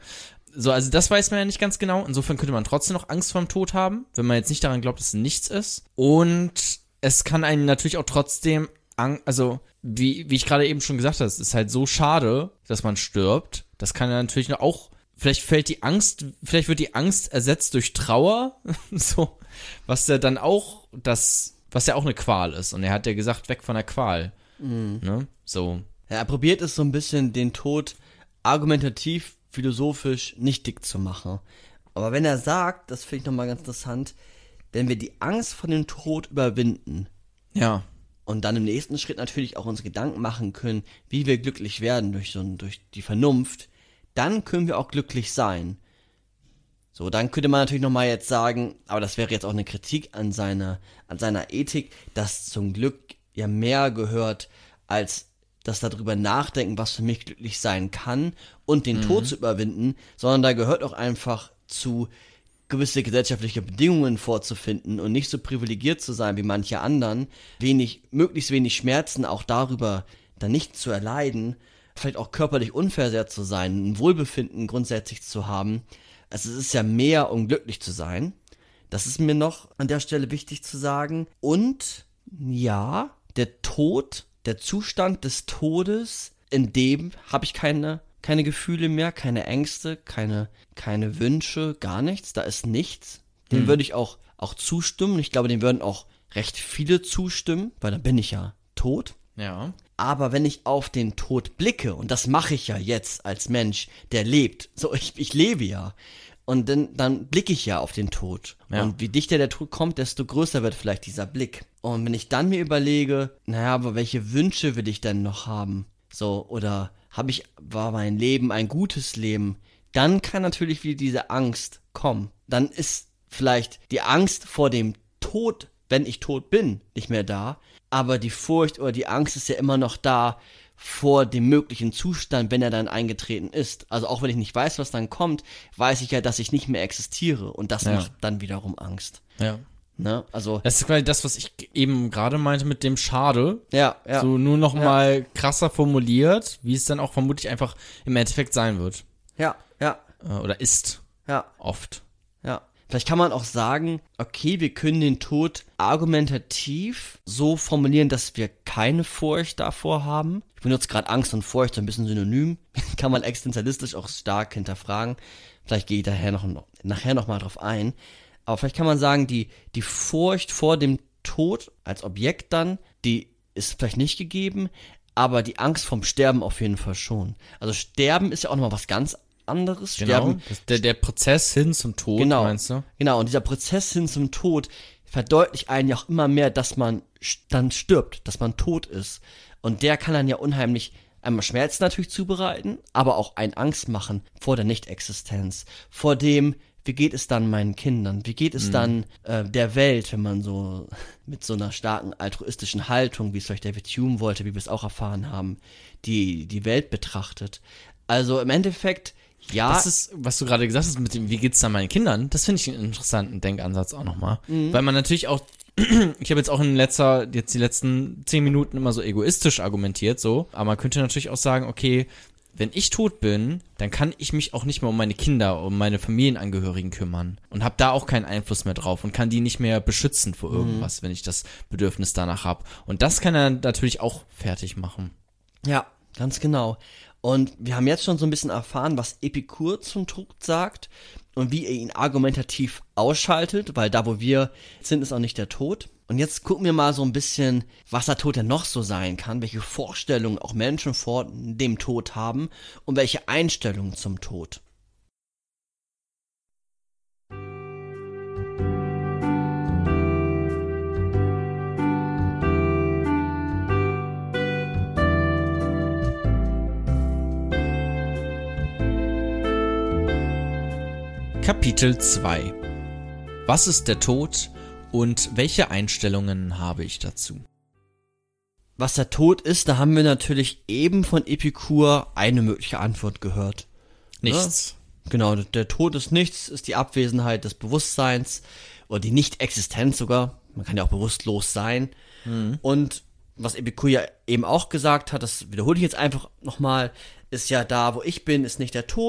So, also das weiß man ja nicht ganz genau. Insofern könnte man trotzdem noch Angst vor dem Tod haben, wenn man jetzt nicht daran glaubt, dass es nichts ist. Und es kann einen natürlich auch trotzdem, ang- also wie, wie ich gerade eben schon gesagt habe, es ist halt so schade, dass man stirbt. Das kann ja natürlich auch, vielleicht fällt die Angst, vielleicht wird die Angst ersetzt durch Trauer, so, was ja dann auch das, was ja auch eine Qual ist. Und er hat ja gesagt, weg von der Qual. Mhm. Ne? So. Ja, er probiert es so ein bisschen, den Tod argumentativ, philosophisch nichtig zu machen. Aber wenn er sagt, das finde ich nochmal ganz interessant, wenn wir die Angst vor dem Tod überwinden, ja, und dann im nächsten Schritt natürlich auch uns Gedanken machen können, wie wir glücklich werden durch so durch die Vernunft, dann können wir auch glücklich sein. So, dann könnte man natürlich nochmal jetzt sagen, aber das wäre jetzt auch eine Kritik an seiner, an seiner Ethik, dass zum Glück ja mehr gehört, als das darüber nachdenken, was für mich glücklich sein kann und den mhm. Tod zu überwinden, sondern da gehört auch einfach zu, gewisse gesellschaftliche Bedingungen vorzufinden und nicht so privilegiert zu sein wie manche anderen, wenig, möglichst wenig Schmerzen auch darüber dann nicht zu erleiden, vielleicht auch körperlich unversehrt zu sein, ein Wohlbefinden grundsätzlich zu haben. Also es ist ja mehr, um glücklich zu sein. Das ist mir noch an der Stelle wichtig zu sagen. Und ja, der Tod, der Zustand des Todes, in dem habe ich keine keine Gefühle mehr, keine Ängste, keine, keine Wünsche, gar nichts, da ist nichts. Dem hm. würde ich auch, auch zustimmen. Ich glaube, dem würden auch recht viele zustimmen, weil dann bin ich ja tot. Ja. Aber wenn ich auf den Tod blicke, und das mache ich ja jetzt als Mensch, der lebt, so ich, ich lebe ja, und dann, dann blicke ich ja auf den Tod. Ja. Und wie dichter der Tod kommt, desto größer wird vielleicht dieser Blick. Und wenn ich dann mir überlege, naja, aber welche Wünsche will ich denn noch haben? So, oder habe ich, war mein Leben ein gutes Leben, dann kann natürlich wieder diese Angst kommen. Dann ist vielleicht die Angst vor dem Tod, wenn ich tot bin, nicht mehr da, aber die Furcht oder die Angst ist ja immer noch da vor dem möglichen Zustand, wenn er dann eingetreten ist. Also auch wenn ich nicht weiß, was dann kommt, weiß ich ja, dass ich nicht mehr existiere und das ja. macht dann wiederum Angst. Ja. Ne? Also das ist quasi das, was ich eben gerade meinte mit dem Schade. Ja, ja. So nur noch ja. mal krasser formuliert, wie es dann auch vermutlich einfach im Endeffekt sein wird. Ja, ja. Oder ist. Ja. Oft. Ja. Vielleicht kann man auch sagen, okay, wir können den Tod argumentativ so formulieren, dass wir keine Furcht davor haben. Ich benutze gerade Angst und Furcht so ein bisschen synonym. Kann man existenzialistisch auch stark hinterfragen. Vielleicht gehe ich daher noch, nachher noch mal drauf ein. Aber vielleicht kann man sagen, die, die Furcht vor dem Tod als Objekt dann, die ist vielleicht nicht gegeben, aber die Angst vorm Sterben auf jeden Fall schon. Also Sterben ist ja auch nochmal was ganz anderes. Genau, Sterben, das, der, der Prozess hin zum Tod, genau, meinst du? Genau, und dieser Prozess hin zum Tod verdeutlicht einen ja auch immer mehr, dass man dann stirbt, dass man tot ist. Und der kann dann ja unheimlich einmal Schmerzen natürlich zubereiten, aber auch einen Angst machen vor der Nicht-Existenz, vor dem, wie geht es dann meinen Kindern? Wie geht es mhm. dann äh, der Welt, wenn man so mit so einer starken altruistischen Haltung, wie es vielleicht David Hume wollte, wie wir es auch erfahren haben, die, die Welt betrachtet? Also im Endeffekt, ja. Das ist, was du gerade gesagt hast, mit dem, wie geht es dann meinen Kindern? Das finde ich einen interessanten Denkansatz auch nochmal. Mhm. Weil man natürlich auch, ich habe jetzt auch in letzter, jetzt die letzten zehn Minuten immer so egoistisch argumentiert, so. Aber man könnte natürlich auch sagen, okay, wenn ich tot bin, dann kann ich mich auch nicht mehr um meine Kinder, um meine Familienangehörigen kümmern und habe da auch keinen Einfluss mehr drauf und kann die nicht mehr beschützen vor irgendwas, mhm. wenn ich das Bedürfnis danach habe. Und das kann er natürlich auch fertig machen. Ja, ganz genau. Und wir haben jetzt schon so ein bisschen erfahren, was Epikur zum Tod sagt und wie er ihn argumentativ ausschaltet, weil da, wo wir sind, ist auch nicht der Tod. Und jetzt gucken wir mal so ein bisschen, was der Tod denn noch so sein kann, welche Vorstellungen auch Menschen vor dem Tod haben und welche Einstellungen zum Tod. Kapitel zwei. Was ist der Tod und welche Einstellungen habe ich dazu? Was der Tod ist, da haben wir natürlich eben von Epikur eine mögliche Antwort gehört. Nichts. Ja? Genau, der Tod ist nichts, ist die Abwesenheit des Bewusstseins oder die Nicht-Existenz sogar. Man kann ja auch bewusstlos sein. Mhm. Und was Epikur ja eben auch gesagt hat, das wiederhole ich jetzt einfach nochmal, ist ja da, wo ich bin, ist nicht der Tod.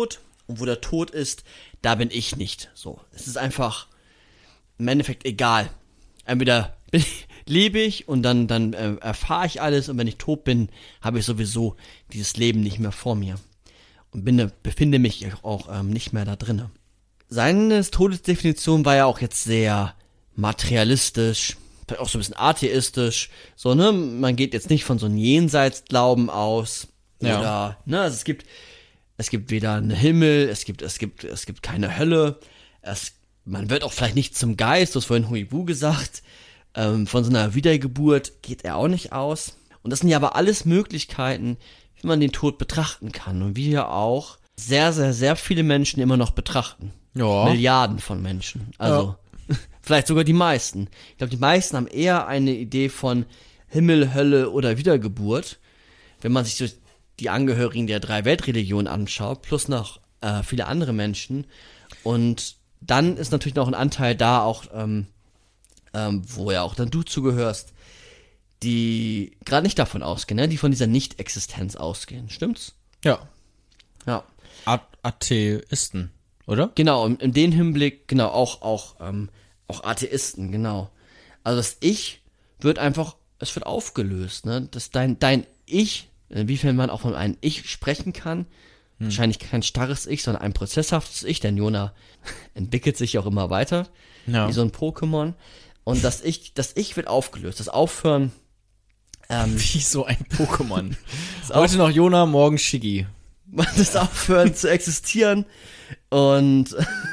Und wo der Tod ist, da bin ich nicht. So, es ist einfach im Endeffekt egal. Entweder bin ich, lebe ich und dann, dann äh, erfahre ich alles und wenn ich tot bin, habe ich sowieso dieses Leben nicht mehr vor mir. Und bin, befinde mich auch ähm, nicht mehr da drinne. Seine Todesdefinition war ja auch jetzt sehr materialistisch, vielleicht auch so ein bisschen atheistisch. So, ne, man geht jetzt nicht von so einem Jenseitsglauben aus. Ja. Oder, ne, also es gibt, es gibt weder einen Himmel, es gibt, es gibt, es gibt keine Hölle. Es, man wird auch vielleicht nicht zum Geist, du hast vorhin Huibu gesagt. Ähm, von so einer Wiedergeburt geht er auch nicht aus. Und das sind ja aber alles Möglichkeiten, wie man den Tod betrachten kann. Und wie ja auch sehr, sehr, sehr viele Menschen immer noch betrachten. Ja. Milliarden von Menschen. Also, ja. Vielleicht sogar die meisten. Ich glaube, die meisten haben eher eine Idee von Himmel, Hölle oder Wiedergeburt. Wenn man sich so die Angehörigen der drei Weltreligionen anschaut, plus noch äh, viele andere Menschen. Und dann ist natürlich noch ein Anteil da, auch, ähm, ähm, wo ja auch dann du zugehörst, die gerade nicht davon ausgehen, ne? Die von dieser Nicht-Existenz ausgehen. Stimmt's? Ja. Ja. A- Atheisten, oder? Genau, in, in dem Hinblick, genau, auch, auch, ähm, auch Atheisten, genau. Also das Ich wird einfach, es wird aufgelöst, ne? Das dein, dein Ich, inwiefern man auch von einem Ich sprechen kann, hm. wahrscheinlich kein starres Ich, sondern ein prozesshaftes Ich, denn Jona entwickelt sich auch immer weiter, Ja. wie so ein Pokémon. Und das Ich, das Ich wird aufgelöst, das Aufhören, ähm, Wie so ein Pokémon. Heute noch Jona, morgen Shiggy. das Aufhören zu existieren. Und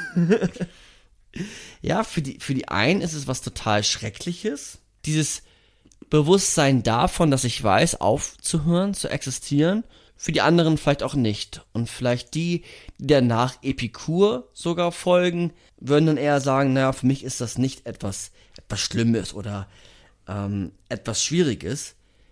ja, für die, für die einen ist es was total Schreckliches. Dieses Bewusstsein davon, dass ich weiß, aufzuhören, zu existieren. Für die anderen vielleicht auch nicht. Und vielleicht die, die danach Epikur sogar folgen, würden dann eher sagen, naja, für mich ist das nicht etwas, etwas Schlimmes oder ähm, etwas Schwieriges.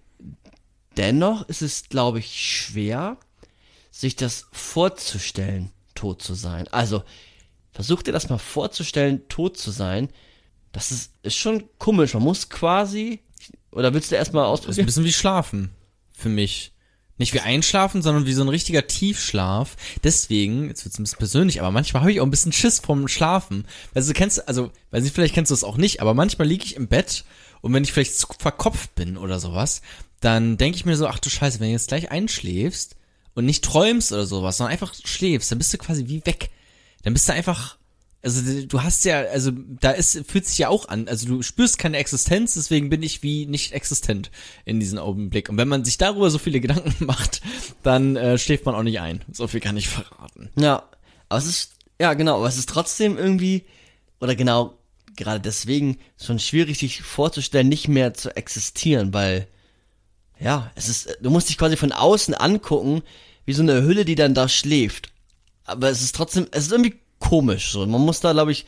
Dennoch ist es, glaube ich, schwer, sich das vorzustellen, tot zu sein. Also, versuch dir das mal vorzustellen, tot zu sein. Das ist, ist schon komisch. Man muss quasi, oder willst du erstmal Das ist ein ausprobieren? bisschen wie Schlafen. Für mich. Nicht wie Einschlafen, sondern wie so ein richtiger Tiefschlaf. Deswegen, jetzt wird's ein bisschen persönlich, aber manchmal habe ich auch ein bisschen Schiss vom Schlafen. Also du kennst, also, weiß nicht, vielleicht kennst du es auch nicht, aber manchmal liege ich im Bett und wenn ich vielleicht zu verkopft bin oder sowas, dann denke ich mir so, ach du Scheiße, wenn du jetzt gleich einschläfst und nicht träumst oder sowas, sondern einfach schläfst, dann bist du quasi wie weg. Dann bist du einfach, also du hast ja, also da ist, fühlt sich ja auch an, also du spürst keine Existenz, deswegen bin ich wie nicht existent in diesem Augenblick. Und wenn man sich darüber so viele Gedanken macht, dann äh, schläft man auch nicht ein. So viel kann ich verraten. Ja, aber es ist, ja genau, aber es ist trotzdem irgendwie, oder genau, gerade deswegen schon schwierig, sich vorzustellen, nicht mehr zu existieren, weil, ja, es ist, du musst dich quasi von außen angucken, wie so eine Hülle, die dann da schläft. Aber es ist trotzdem, es ist irgendwie komisch, so. Man muss da, glaube ich,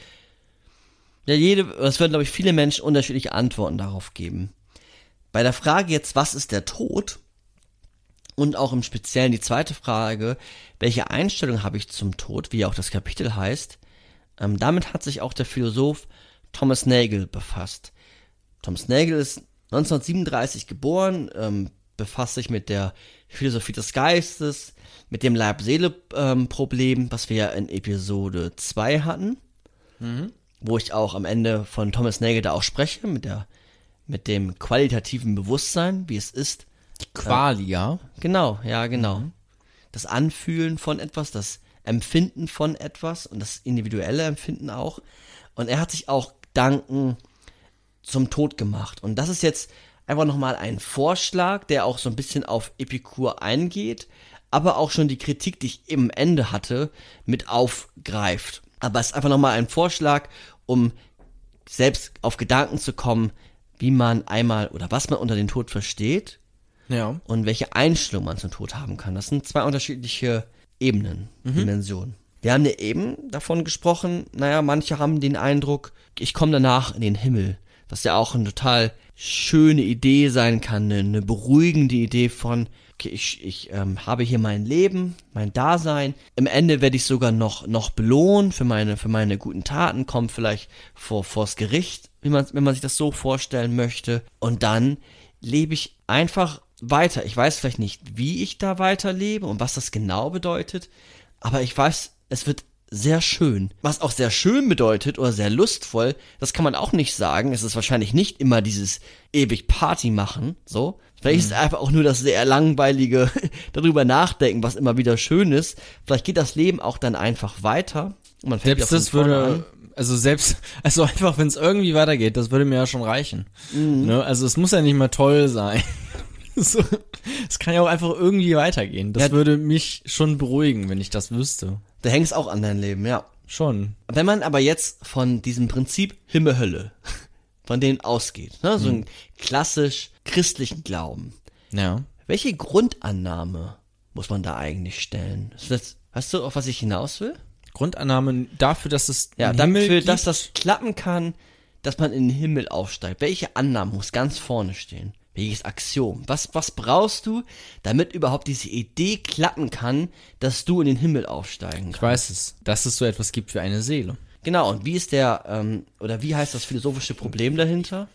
ja, jede, es werden, glaube ich, viele Menschen unterschiedliche Antworten darauf geben. Bei der Frage jetzt, was ist der Tod? Und auch im Speziellen die zweite Frage, welche Einstellung habe ich zum Tod, wie auch das Kapitel heißt, ähm, damit hat sich auch der Philosoph Thomas Nagel befasst. Thomas Nagel ist neunzehnhundertsiebenunddreißig geboren, ähm, befasst sich mit der Philosophie des Geistes, mit dem Leib-Seele-Problem, ähm, was wir ja in Episode zwei hatten, Mhm. wo ich auch am Ende von Thomas Nagel da auch spreche, mit der, mit dem qualitativen Bewusstsein, wie es ist. Qualia. Genau, ja, genau. Mhm. Das Anfühlen von etwas, das Empfinden von etwas und das individuelle Empfinden auch. Und er hat sich auch Gedanken zum Tod gemacht. Und das ist jetzt einfach nochmal ein Vorschlag, der auch so ein bisschen auf Epikur eingeht, aber auch schon die Kritik, die ich im Ende hatte, mit aufgreift. Aber es ist einfach nochmal ein Vorschlag, um selbst auf Gedanken zu kommen, wie man einmal oder was man unter den Tod versteht Ja. und welche Einstellung man zum Tod haben kann. Das sind zwei unterschiedliche Ebenen, Dimensionen. Wir haben ja eben davon gesprochen, naja, manche haben den Eindruck, ich komme danach in den Himmel. Was ja auch eine total schöne Idee sein kann, eine, eine beruhigende Idee von, okay, ich, ich ähm, habe hier mein Leben, mein Dasein. Im Ende werde ich sogar noch, noch belohnt für meine, für meine guten Taten, komme vielleicht vor, vors Gericht, wie man, wenn man sich das so vorstellen möchte. Und dann lebe ich einfach weiter. Ich weiß vielleicht nicht, wie ich da weiterlebe und was das genau bedeutet, aber ich weiß es wird sehr schön. Was auch sehr schön bedeutet oder sehr lustvoll, das kann man auch nicht sagen. Es ist wahrscheinlich nicht immer dieses ewig Party machen, so. Vielleicht ist es einfach auch nur das sehr langweilige darüber nachdenken, was immer wieder schön ist. Vielleicht geht das Leben auch dann einfach weiter. Und man fängt Selbst wieder das von vorne würde, an. also selbst, also einfach, wenn es irgendwie weitergeht, das würde mir ja schon reichen. Mhm. Ne? Also es muss ja nicht mal toll sein. so, es kann ja auch einfach irgendwie weitergehen. Das Ja. würde mich schon beruhigen, wenn ich das wüsste. Da hängt es auch an dein Leben, ja. Schon. Wenn man aber jetzt von diesem Prinzip Himmel-Hölle, von denen ausgeht, ne, so einen klassisch christlichen Glauben, Ja. welche Grundannahme muss man da eigentlich stellen? Ist das, weißt du, auf was ich hinaus will? Grundannahmen dafür, dass es Ja, einen Himmel dafür, gibt. dass das klappen kann, dass man in den Himmel aufsteigt. Welche Annahme muss ganz vorne stehen? Welches Axiom? Was, was brauchst du, damit überhaupt diese Idee klappen kann, dass du in den Himmel aufsteigen Ich kannst? weiß es, dass es so etwas gibt wie eine Seele. Genau, und wie ist der, ähm, oder wie heißt das philosophische Problem dahinter?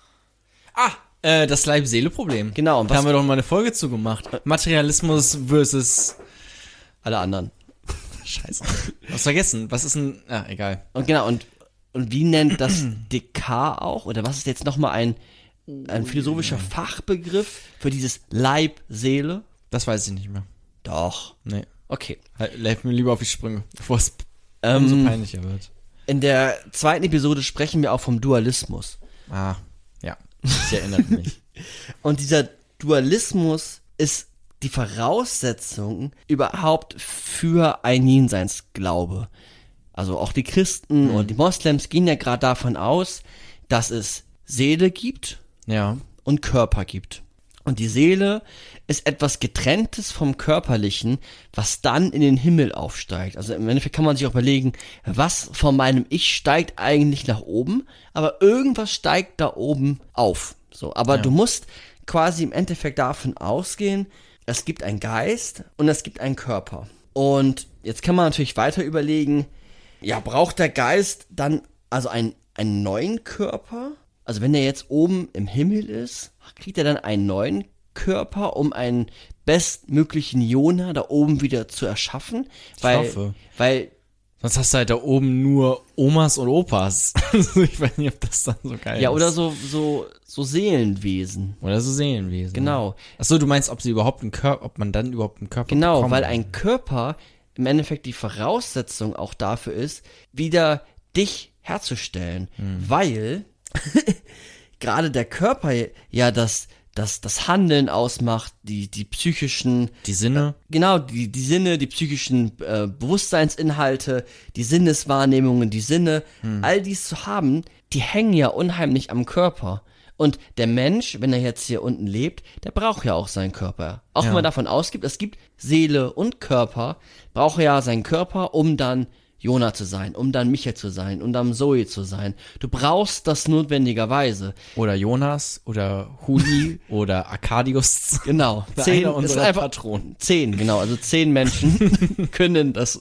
Ah, äh, das Leib-Seele-Problem. Genau, und Da was- haben wir doch mal eine Folge zu gemacht. Materialismus versus... Alle anderen. Scheiße. Was vergessen? Was ist ein... Ah, egal. Und genau, und, und wie nennt das Descartes auch, oder was ist jetzt nochmal ein, ein philosophischer Fachbegriff für dieses Leib-Seele? Das weiß ich nicht mehr. Doch. Nee. Okay. Halt, Leif mir lieber auf die Sprünge, bevor es Ähm, umso peinlicher wird. In der zweiten Episode sprechen wir auch vom Dualismus. Ah, ja. Ich erinnere mich. Und dieser Dualismus ist die Voraussetzung überhaupt für ein Jenseitsglaube. Also auch die Christen und die Moslems gehen ja gerade davon aus, dass es Seele gibt Ja. und Körper gibt. Und die Seele ist etwas Getrenntes vom Körperlichen, was dann in den Himmel aufsteigt. Also im Endeffekt kann man sich auch überlegen, was von meinem Ich steigt eigentlich nach oben, aber irgendwas steigt da oben auf. So, aber Ja. du musst quasi im Endeffekt davon ausgehen, es gibt einen Geist und es gibt einen Körper. Und jetzt kann man natürlich weiter überlegen, ja, braucht der Geist dann also einen, einen neuen Körper? Also wenn er jetzt oben im Himmel ist, kriegt er dann einen neuen Körper, um einen bestmöglichen Jona da oben wieder zu erschaffen? Weil, hoffe. weil, Sonst hast du halt da oben nur Omas und Opas. Also ich weiß nicht, ob das dann so geil ja, ist. oder so, so, so Seelenwesen. Oder so Seelenwesen. Genau. Achso, du meinst, ob sie überhaupt einen Körper, ob man dann überhaupt einen Körper Genau, bekommt. weil ein Körper im Endeffekt die Voraussetzung auch dafür ist, wieder dich herzustellen. Weil gerade der Körper ja das, das, das Handeln ausmacht, die, die psychischen, Die Sinne. genau, die, die Sinne, die psychischen äh, Bewusstseinsinhalte, die Sinneswahrnehmungen, die Sinne, all dies zu haben, die hängen ja unheimlich am Körper. Und der Mensch, wenn er jetzt hier unten lebt, der braucht ja auch seinen Körper. Auch Ja. wenn man davon ausgibt, es gibt Seele und Körper, braucht er ja seinen Körper, um dann Jona zu sein, um dann Michael zu sein, um dann Zoe zu sein. Du brauchst das notwendigerweise. Oder Jonas. Oder Huli. oder Arkadius. Genau. Einer Zehn, es unserer sind einfach Patronen. Zehn, genau. Also zehn Menschen können das.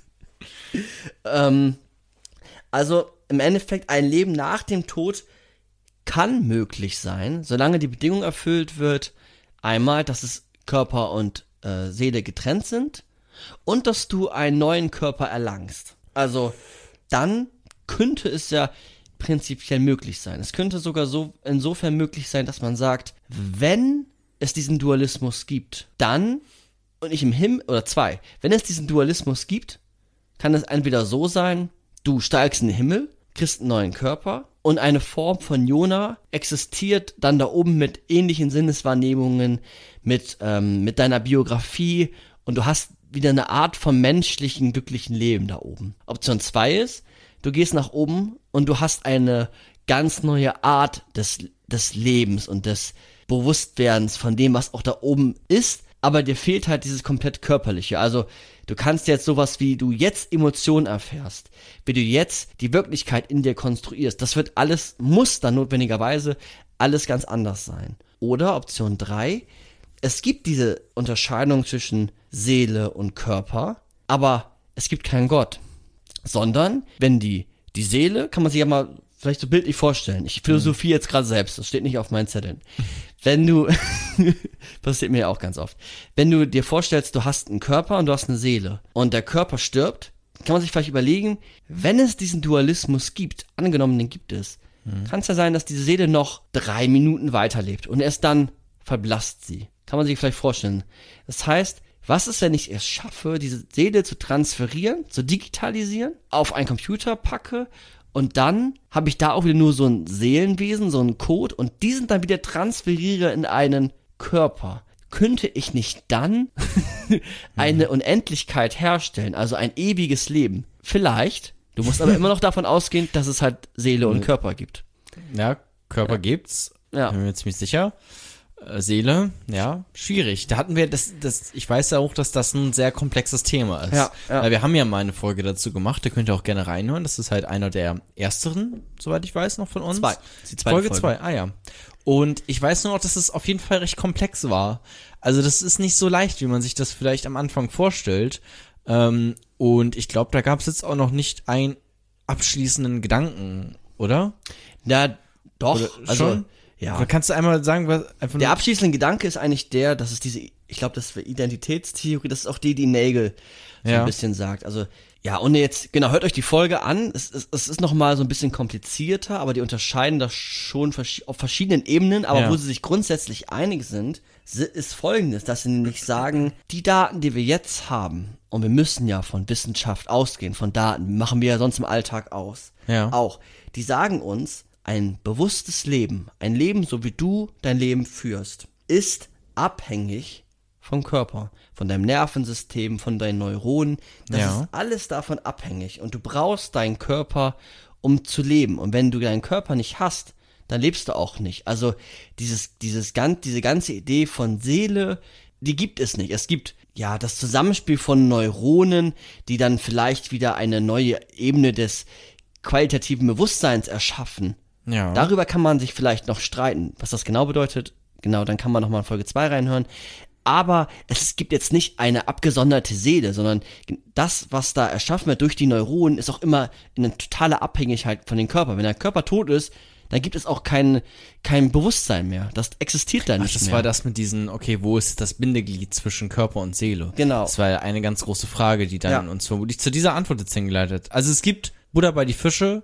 ähm, also im Endeffekt ein Leben nach dem Tod kann möglich sein, solange die Bedingung erfüllt wird, einmal, dass es Körper und äh, Seele getrennt sind und dass du einen neuen Körper erlangst. Also dann könnte es ja prinzipiell möglich sein. Es könnte sogar so insofern möglich sein, dass man sagt, wenn es diesen Dualismus gibt, dann und nicht im Himmel, oder zwei, wenn es diesen Dualismus gibt, kann es entweder so sein, du steigst in den Himmel, kriegst einen neuen Körper und eine Form von Jona existiert dann da oben mit ähnlichen Sinneswahrnehmungen, mit, ähm, mit deiner Biografie und du hast wieder eine Art von menschlichen, glücklichen Leben da oben. Option zwei ist, du gehst nach oben und du hast eine ganz neue Art des, des Lebens und des Bewusstwerdens von dem, was auch da oben ist, aber dir fehlt halt dieses komplett Körperliche. Also du kannst jetzt sowas wie du jetzt Emotionen erfährst, wie du jetzt die Wirklichkeit in dir konstruierst, das wird alles, muss dann notwendigerweise alles ganz anders sein. Oder Option drei, es gibt diese Unterscheidung zwischen Seele und Körper, aber es gibt keinen Gott. Sondern, wenn die, die Seele, kann man sich ja mal vielleicht so bildlich vorstellen. Ich philosophiere jetzt gerade selbst, das steht nicht auf meinen Zetteln. Wenn du, passiert mir ja auch ganz oft, wenn du dir vorstellst, du hast einen Körper und du hast eine Seele und der Körper stirbt, kann man sich vielleicht überlegen, wenn es diesen Dualismus gibt, angenommen, den gibt es, mhm. kann es ja sein, dass diese Seele noch drei Minuten weiterlebt und erst dann verblasst sie. Kann man sich vielleicht vorstellen. Das heißt, was ist, wenn ich es schaffe, diese Seele zu transferieren, zu digitalisieren, auf einen Computer packe und dann habe ich da auch wieder nur so ein Seelenwesen, so einen Code und diesen dann wieder transferiere in einen Körper. Könnte ich nicht dann eine Unendlichkeit herstellen, also ein ewiges Leben? Vielleicht. Du musst aber immer noch davon ausgehen, dass es halt Seele und Körper gibt. Ja, Körper ja. gibt's. Ja. Bin mir ziemlich sicher. Seele, ja, schwierig. Da hatten wir das, das, ich weiß ja auch, dass das ein sehr komplexes Thema ist. Ja, ja. Weil wir haben ja mal eine Folge dazu gemacht, da könnt ihr auch gerne reinhören. Das ist halt einer der ersteren, soweit ich weiß, noch von uns. Zwei. Die zweite Folge zwei, ah ja. Und ich weiß nur noch, dass es auf jeden Fall recht komplex war. Also das ist nicht so leicht, wie man sich das vielleicht am Anfang vorstellt. Ähm, und ich glaube, da gab es jetzt auch noch nicht einen abschließenden Gedanken, oder? Na, doch. Oder also, schon? Ja. Oder kannst du einmal sagen, was einfach Der abschließende Gedanke ist eigentlich der, dass es diese, ich glaube, das ist Identitätstheorie, das ist auch die, die Nagel so Ja. ein bisschen sagt. Also, ja, und jetzt, genau, hört euch die Folge an. Es, es, es ist nochmal so ein bisschen komplizierter, aber die unterscheiden das schon verschi- auf verschiedenen Ebenen, aber Ja. wo sie sich grundsätzlich einig sind, si- ist Folgendes, dass sie nämlich sagen, die Daten, die wir jetzt haben, und wir müssen ja von Wissenschaft ausgehen, von Daten, machen wir ja sonst im Alltag aus, Ja. auch, die sagen uns, ein bewusstes Leben, ein Leben, so wie du dein Leben führst, ist abhängig vom Körper, von deinem Nervensystem, von deinen Neuronen. Das Ja. ist alles davon abhängig. Und du brauchst deinen Körper, um zu leben. Und wenn du deinen Körper nicht hast, dann lebst du auch nicht. Also dieses, dieses, gan- diese ganze Idee von Seele, die gibt es nicht. Es gibt ja das Zusammenspiel von Neuronen, die dann vielleicht wieder eine neue Ebene des qualitativen Bewusstseins erschaffen. Ja. Darüber kann man sich vielleicht noch streiten, was das genau bedeutet. Genau, dann kann man nochmal in Folge zwei reinhören. Aber es gibt jetzt nicht eine abgesonderte Seele, sondern das, was da erschaffen wird durch die Neuronen, ist auch immer eine totale Abhängigkeit von dem Körper. Wenn der Körper tot ist, dann gibt es auch kein, kein Bewusstsein mehr. Das existiert da Ach, nicht das mehr. war das mit diesen, okay, wo ist das Bindeglied zwischen Körper und Seele? Genau. Das war ja eine ganz große Frage, die dann Ja. uns vermutlich zu dieser Antwort jetzt hingeleitet. Also es gibt, Buddha bei die Fische,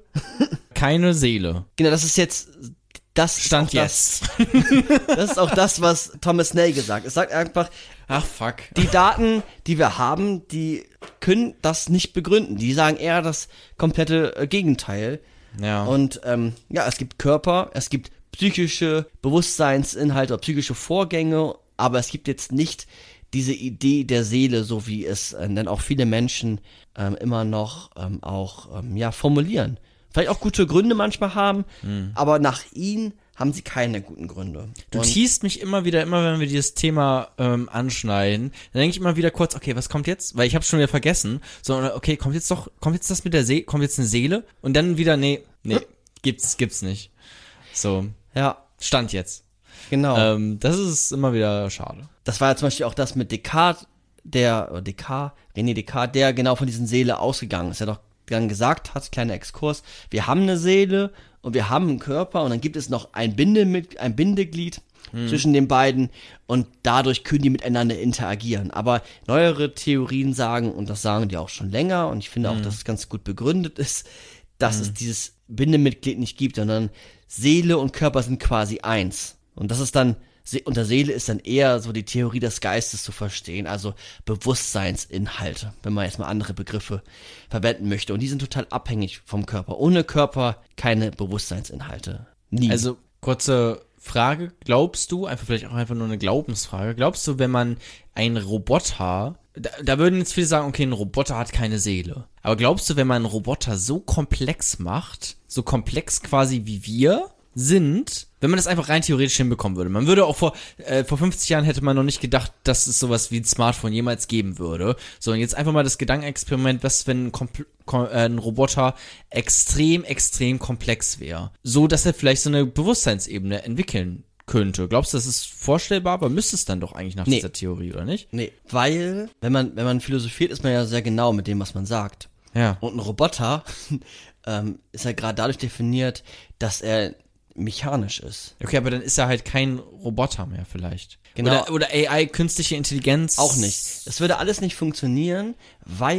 keine Seele. Genau, das ist jetzt das ist Stand auch das, jetzt. das ist auch das, was Thomas Nagel sagt. Es sagt einfach, Ach, fuck. die Daten, die wir haben, die können das nicht begründen. Die sagen eher das komplette äh, Gegenteil. Ja. Und ähm, ja, es gibt Körper, es gibt psychische Bewusstseinsinhalte oder psychische Vorgänge, aber es gibt jetzt nicht diese Idee der Seele, so wie es äh, dann auch viele Menschen ähm, immer noch ähm, auch ähm, ja formulieren. Vielleicht auch gute Gründe manchmal haben, Hm. aber nach ihnen haben sie keine guten Gründe. Du Und- teast mich immer wieder, immer wenn wir dieses Thema ähm, anschneiden, dann denke ich immer wieder kurz, okay, was kommt jetzt? Weil ich habe schon wieder vergessen. So, okay, kommt jetzt doch, kommt jetzt das mit der Seele, kommt jetzt eine Seele? Und dann wieder, nee, nee, gibt's, gibt's nicht. So, Ja, Stand jetzt. genau. Ähm, das ist immer wieder schade. Das war ja zum Beispiel auch das mit Descartes, der, oder Descartes, René Descartes, der genau von diesen Seele ausgegangen ist. Er doch dann gesagt hat, kleiner Exkurs, wir haben eine Seele und wir haben einen Körper und dann gibt es noch ein, Binde mit, ein Bindeglied hm. zwischen den beiden und dadurch können die miteinander interagieren. Aber neuere Theorien sagen, und das sagen die auch schon länger und ich finde hm. auch, dass es ganz gut begründet ist, dass hm. es dieses Bindemitglied nicht gibt, sondern Seele und Körper sind quasi eins. Und das ist dann, unter Seele ist dann eher so die Theorie des Geistes zu verstehen, also Bewusstseinsinhalte, wenn man jetzt mal andere Begriffe verwenden möchte. Und die sind total abhängig vom Körper. Ohne Körper keine Bewusstseinsinhalte. Nie. Also, kurze Frage, glaubst du, einfach vielleicht auch einfach nur eine Glaubensfrage, glaubst du, wenn man einen Roboter, da, da würden jetzt viele sagen, okay, ein Roboter hat keine Seele. Aber glaubst du, wenn man einen Roboter so komplex macht, so komplex quasi wie wir sind, wenn man das einfach rein theoretisch hinbekommen würde. Man würde auch vor äh, vor fünfzig Jahren hätte man noch nicht gedacht, dass es sowas wie ein Smartphone jemals geben würde. So, und jetzt einfach mal das Gedankenexperiment, was, wenn ein, Kompl- kom- äh, ein Roboter extrem, extrem komplex wäre. So, dass er vielleicht so eine Bewusstseinsebene entwickeln könnte. Glaubst du, das ist vorstellbar? Aber müsste es dann doch eigentlich nach Nee. dieser Theorie, oder nicht? nee, weil, wenn man, wenn man philosophiert, ist man ja sehr genau mit dem, was man sagt. Ja. Und ein Roboter ähm, ist ja gerade dadurch definiert, dass er mechanisch ist. Okay, aber dann ist er halt kein Roboter mehr vielleicht. Genau. Oder, oder A I, künstliche Intelligenz. Auch nicht. Das würde alles nicht funktionieren, weil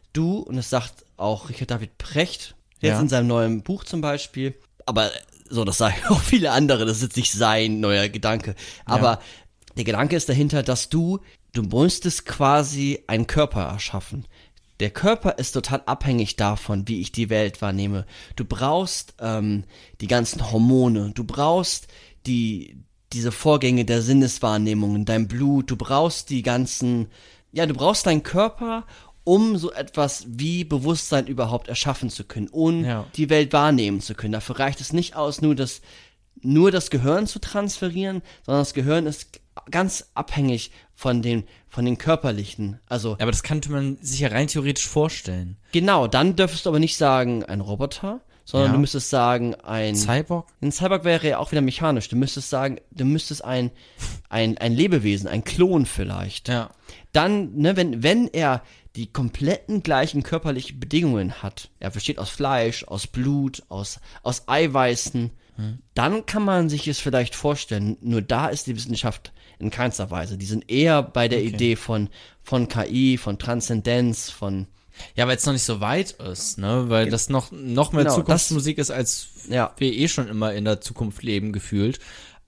du, und das sagt auch Richard David Precht, jetzt Ja. in seinem neuen Buch zum Beispiel, aber so, das sagen auch viele andere, das ist jetzt nicht sein neuer Gedanke, aber Ja. der Gedanke ist dahinter, dass du, du müsstest quasi einen Körper erschaffen. Der Körper ist total abhängig davon, wie ich die Welt wahrnehme. Du brauchst ähm, die ganzen Hormone, du brauchst die diese Vorgänge der Sinneswahrnehmungen, dein Blut, du brauchst die ganzen, ja, du brauchst deinen Körper, um so etwas wie Bewusstsein überhaupt erschaffen zu können und Ja. die Welt wahrnehmen zu können. Dafür reicht es nicht aus, nur das, nur das Gehirn zu transferieren, sondern das Gehirn ist ganz abhängig von den, von den körperlichen, also Aber das könnte man sich ja rein theoretisch vorstellen. genau, dann dürftest du aber nicht sagen ein Roboter, sondern Ja. du müsstest sagen ein Cyborg? ein Cyborg wäre ja auch wieder mechanisch. Du müsstest sagen, du müsstest ein ein ein Lebewesen, ein Klon vielleicht. Ja. Dann, ne, wenn wenn er die kompletten gleichen körperlichen Bedingungen hat, er besteht aus Fleisch, aus Blut, aus aus Eiweißen, Hm. dann kann man sich es vielleicht vorstellen. Nur da ist die Wissenschaft in keinster Weise. Die sind eher bei der Okay. Idee von von K I, von Transzendenz, von Ja, weil es noch nicht so weit ist, ne? Weil das noch, noch mehr Genau, Zukunftsmusik ist, als ja. wir eh schon immer in der Zukunft leben, gefühlt.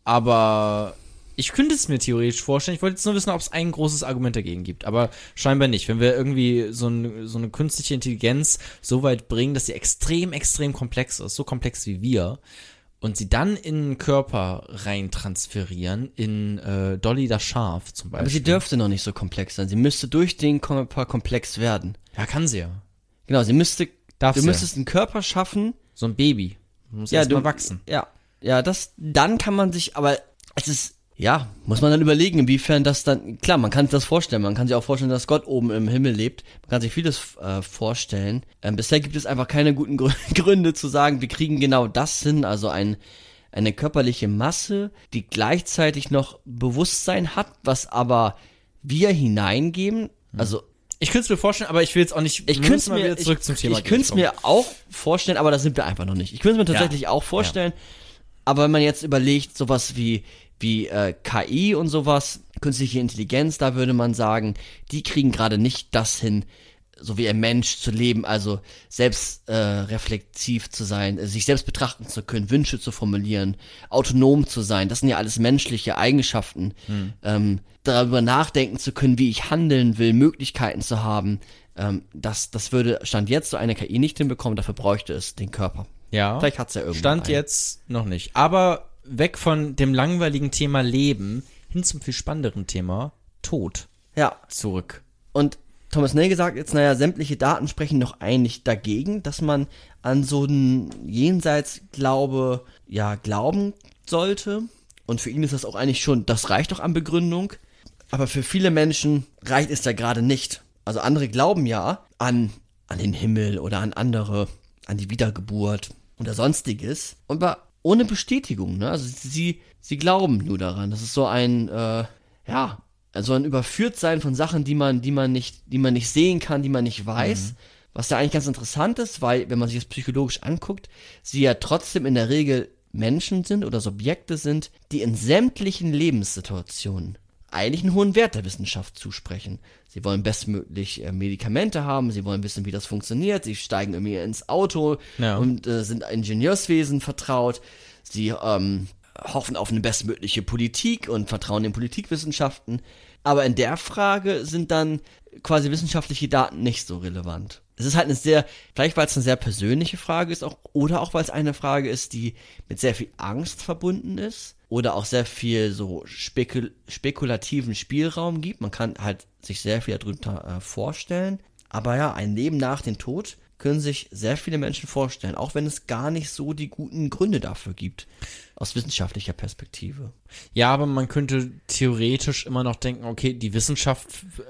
Aber ich könnte es mir theoretisch vorstellen. Ich wollte jetzt nur wissen, ob es ein großes Argument dagegen gibt. Aber scheinbar nicht. Wenn wir irgendwie so, ein, so eine künstliche Intelligenz so weit bringen, dass sie extrem, extrem komplex ist, so komplex wie wir, und sie dann in den Körper rein transferieren, in äh, Dolly das Schaf zum Beispiel. Aber sie dürfte noch nicht so komplex sein. Sie müsste durch den Körper komplex werden. Ja, kann sie ja. Genau, sie müsste, Darf du sie ja. müsstest einen Körper schaffen. So ein Baby. Muss Ja, erst du mal wachsen. Ja, ja, das, dann kann man sich, aber es ist, ja, muss man dann überlegen, inwiefern das dann, klar, man kann sich das vorstellen, man kann sich auch vorstellen, dass Gott oben im Himmel lebt, man kann sich vieles äh, vorstellen. Ähm, bisher gibt es einfach keine guten Grü- Gründe zu sagen, wir kriegen genau das hin, also ein, eine körperliche Masse, die gleichzeitig noch Bewusstsein hat, was aber wir hineingeben, also Ich könnte es mir vorstellen, aber ich will jetzt auch nicht. ich wir könnte müssen mal mir, wieder zurück ich, zum Thema ich könnte es kommen. mir auch vorstellen, aber da sind wir einfach noch nicht. Ich könnte es mir tatsächlich auch vorstellen, aber wenn man jetzt überlegt, sowas wie wie äh, K I und sowas, künstliche Intelligenz, da würde man sagen, die kriegen gerade nicht das hin, so wie ein Mensch zu leben, also selbst äh, reflexiv zu sein, äh, sich selbst betrachten zu können, Wünsche zu formulieren, autonom zu sein. Das sind ja alles menschliche Eigenschaften. Hm. Ähm, darüber nachdenken zu können, wie ich handeln will, Möglichkeiten zu haben. Ähm, das, das würde Stand jetzt so eine K I nicht hinbekommen, dafür bräuchte es den Körper. Ja. Vielleicht hat's ja irgendwann Stand einen. jetzt noch nicht. Aber weg von dem langweiligen Thema Leben hin zum viel spannenderen Thema Tod Ja, zurück. und Thomas Nagel sagt jetzt, naja, sämtliche Daten sprechen doch eigentlich dagegen, dass man an so einen Jenseitsglaube, ja, glauben sollte. Und für ihn ist das auch eigentlich schon, das reicht doch an Begründung. Aber für viele Menschen reicht es ja gerade nicht. Also andere glauben ja an, an den Himmel oder an andere, an die Wiedergeburt oder sonstiges. Aber ohne Bestätigung, ne? Also sie, sie glauben nur daran. Das ist so ein, äh, ja, also ein Überführtsein von Sachen, die man, die man nicht, die man nicht sehen kann, die man nicht weiß. Was ja eigentlich ganz interessant ist, weil, wenn man sich das psychologisch anguckt, sie ja trotzdem in der Regel Menschen sind oder Subjekte sind, die in sämtlichen Lebenssituationen eigentlich einen hohen Wert der Wissenschaft zusprechen. Sie wollen bestmöglich äh, Medikamente haben, sie wollen wissen, wie das funktioniert, sie steigen irgendwie ins Auto Ja. und äh, sind Ingenieurswesen vertraut, sie ähm, hoffen auf eine bestmögliche Politik und vertrauen den Politikwissenschaften. Aber in der Frage sind dann quasi wissenschaftliche Daten nicht so relevant. Es ist halt eine sehr, vielleicht weil es eine sehr persönliche Frage ist, auch, oder auch weil es eine Frage ist, die mit sehr viel Angst verbunden ist oder auch sehr viel so spekul spekulativen Spielraum gibt. Man kann halt sich sehr viel darunter äh, vorstellen. Aber ja, ein Leben nach dem Tod können sich sehr viele Menschen vorstellen, auch wenn es gar nicht so die guten Gründe dafür gibt, aus wissenschaftlicher Perspektive. Ja, aber man könnte theoretisch immer noch denken, okay, die Wissenschaft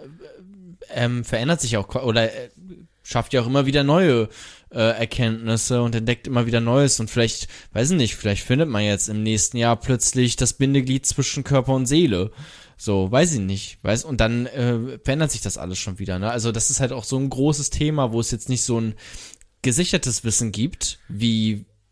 äh, ähm, verändert sich auch oder äh, schafft ja auch immer wieder neue äh, Erkenntnisse und entdeckt immer wieder Neues und vielleicht, weiß ich nicht, vielleicht findet man jetzt im nächsten Jahr plötzlich das Bindeglied zwischen Körper und Seele. So, weiß ich nicht, weiß, und dann äh, verändert sich das alles schon wieder, ne? Also das ist halt auch so ein großes Thema, wo es jetzt nicht so ein gesichertes Wissen gibt, wie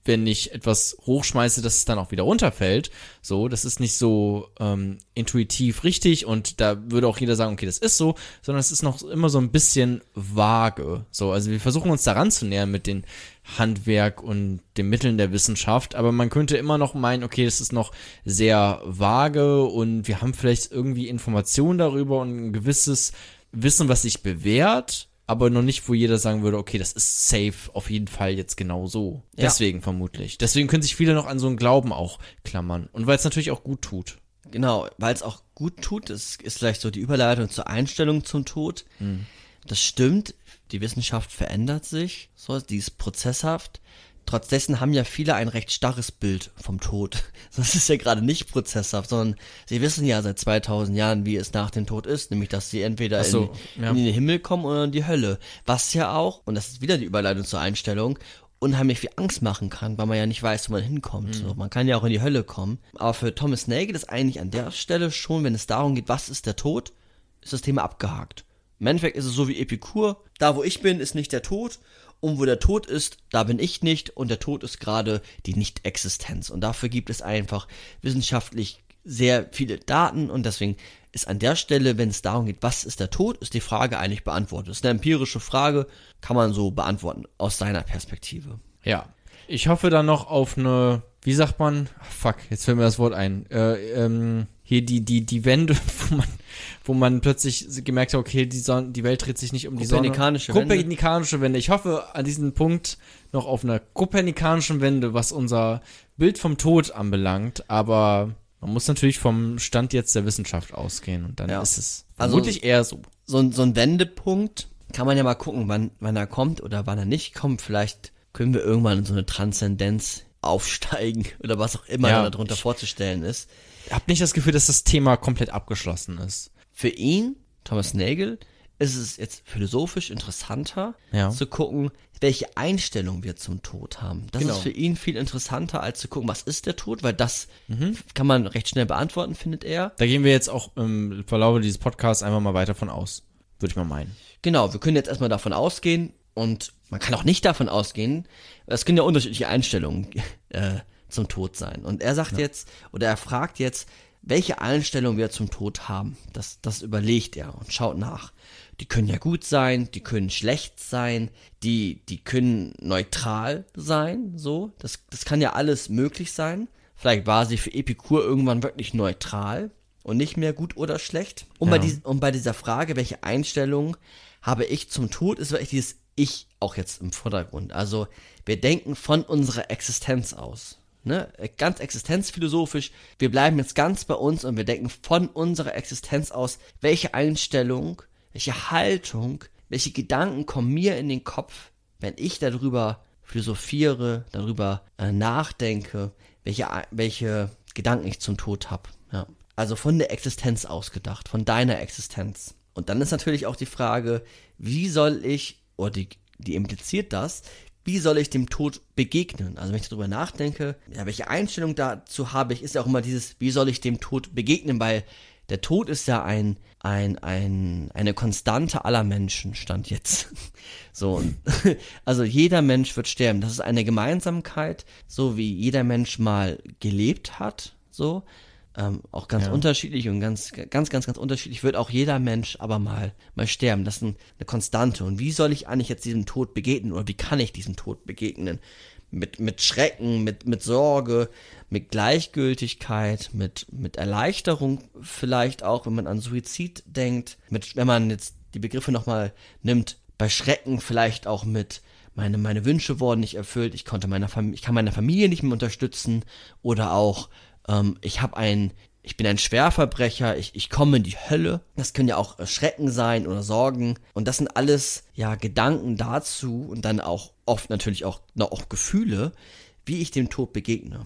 wenn ich etwas hochschmeiße, dass es dann auch wieder runterfällt. So, das ist nicht so ähm, intuitiv richtig und da würde auch jeder sagen, okay, das ist so, sondern es ist noch immer so ein bisschen vage. So, also wir versuchen uns daran zu nähern mit den Handwerk und den Mitteln der Wissenschaft, aber man könnte immer noch meinen, okay, das ist noch sehr vage und wir haben vielleicht irgendwie Informationen darüber und ein gewisses Wissen, was sich bewährt, aber noch nicht, wo jeder sagen würde, okay, das ist safe, auf jeden Fall jetzt genau so. Ja. Deswegen vermutlich. Deswegen können sich viele noch an so einen Glauben auch klammern. Und weil es natürlich auch gut tut. Genau, weil es auch gut tut, das ist vielleicht so die Überleitung zur Einstellung zum Tod. Mhm. Das stimmt, die Wissenschaft verändert sich, so, die ist prozesshaft. Trotz dessen haben ja viele ein recht starres Bild vom Tod. Das ist ja gerade nicht prozesshaft, sondern sie wissen ja seit zweitausend Jahren, wie es nach dem Tod ist, nämlich dass sie entweder Ach so, in, ja. in den Himmel kommen oder in die Hölle. Was ja auch, und das ist wieder die Überleitung zur Einstellung, unheimlich viel Angst machen kann, weil man ja nicht weiß, wo man hinkommt. So, man kann ja auch in die Hölle kommen. Aber für Thomas Nagel ist eigentlich an der Stelle schon, wenn es darum geht, was ist der Tod, ist das Thema abgehakt. Im Endeffekt ist es so wie Epikur, da wo ich bin, ist nicht der Tod und wo der Tod ist, da bin ich nicht und der Tod ist gerade die Nicht-Existenz. Und dafür gibt es einfach wissenschaftlich sehr viele Daten und deswegen ist an der Stelle, wenn es darum geht, was ist der Tod, ist die Frage eigentlich beantwortet. Das ist eine empirische Frage, kann man so beantworten aus seiner Perspektive. Ja. Ich hoffe dann noch auf eine, wie sagt man, fuck, jetzt fällt mir das Wort ein, äh, ähm, hier die, die, die Wende, wo man, wo man plötzlich gemerkt hat, okay, die, Sonne, die Welt dreht sich nicht um die Sonne. Kopernikanische Wende. Kopernikanische Wende. Ich hoffe an diesem Punkt noch auf einer kopernikanischen Wende, was unser Bild vom Tod anbelangt, aber man muss natürlich vom Stand jetzt der Wissenschaft ausgehen und dann Ja. ist es Also- vermutlich eher so. So, ein- so ein Wendepunkt kann man ja mal gucken, wann, wann er kommt oder wann er nicht kommt. Vielleicht können wir irgendwann in so eine Transzendenz aufsteigen oder was auch immer Ja, da darunter ich- vorzustellen ist. Ich habe nicht das Gefühl, dass das Thema komplett abgeschlossen ist. Für ihn, Thomas Nagel, ist es jetzt philosophisch interessanter Ja. zu gucken, welche Einstellung wir zum Tod haben. Das Genau. ist für ihn viel interessanter, als zu gucken, was ist der Tod, weil das Mhm. kann man recht schnell beantworten, findet er. Da gehen wir jetzt auch im Verlauf dieses Podcasts einfach mal weiter von aus. Würde ich mal meinen. Genau, wir können jetzt erstmal davon ausgehen und man kann auch nicht davon ausgehen, es können ja unterschiedliche Einstellungen äh, zum Tod sein. Und er sagt jetzt, oder er fragt jetzt, welche Einstellung wir zum Tod haben. Das, das überlegt er und schaut nach. Die können ja gut sein, die können schlecht sein, die, die können neutral sein, so. Das, das kann ja alles möglich sein. Vielleicht war sie für Epikur irgendwann wirklich neutral und nicht mehr gut oder schlecht. Und, Ja. bei, dies, und bei dieser Frage, welche Einstellung habe ich zum Tod, ist wirklich dieses Ich auch jetzt im Vordergrund. Also wir denken von unserer Existenz aus. Ne? Ganz existenzphilosophisch. Wir bleiben jetzt ganz bei uns und wir denken von unserer Existenz aus, welche Einstellung, welche Haltung, welche Gedanken kommen mir in den Kopf, wenn ich darüber philosophiere, darüber äh, nachdenke, welche, welche Gedanken ich zum Tod habe. Ja. Also von der Existenz ausgedacht, von deiner Existenz. Und dann ist natürlich auch die Frage, wie soll ich, oder die, die impliziert das, wie soll ich dem Tod begegnen? Also wenn ich darüber nachdenke, ja, welche Einstellung dazu habe ich, ist ja auch immer dieses, wie soll ich dem Tod begegnen? Weil der Tod ist ja ein, ein, ein, eine Konstante aller Menschen, stand jetzt. So, und also jeder Mensch wird sterben. Das ist eine Gemeinsamkeit, so wie jeder Mensch mal gelebt hat, so. Ähm, auch ganz Ja. unterschiedlich und ganz, ganz, ganz, ganz unterschiedlich wird auch jeder Mensch aber mal, mal sterben. Das ist ein, eine Konstante. Und wie soll ich eigentlich jetzt diesem Tod begegnen oder wie kann ich diesem Tod begegnen? Mit, mit Schrecken, mit, mit Sorge, mit Gleichgültigkeit, mit, mit Erleichterung vielleicht auch, wenn man an Suizid denkt. Mit, wenn man jetzt die Begriffe nochmal nimmt, bei Schrecken vielleicht auch mit meine, meine Wünsche wurden nicht erfüllt, ich konnte meiner Familie, ich kann meine Familie nicht mehr unterstützen oder auch ähm, ich habe ein, ich bin ein Schwerverbrecher, ich, ich komme in die Hölle. Das können ja auch äh, Schrecken sein oder Sorgen. Und das sind alles ja Gedanken dazu und dann auch oft natürlich auch noch auch Gefühle, wie ich dem Tod begegne.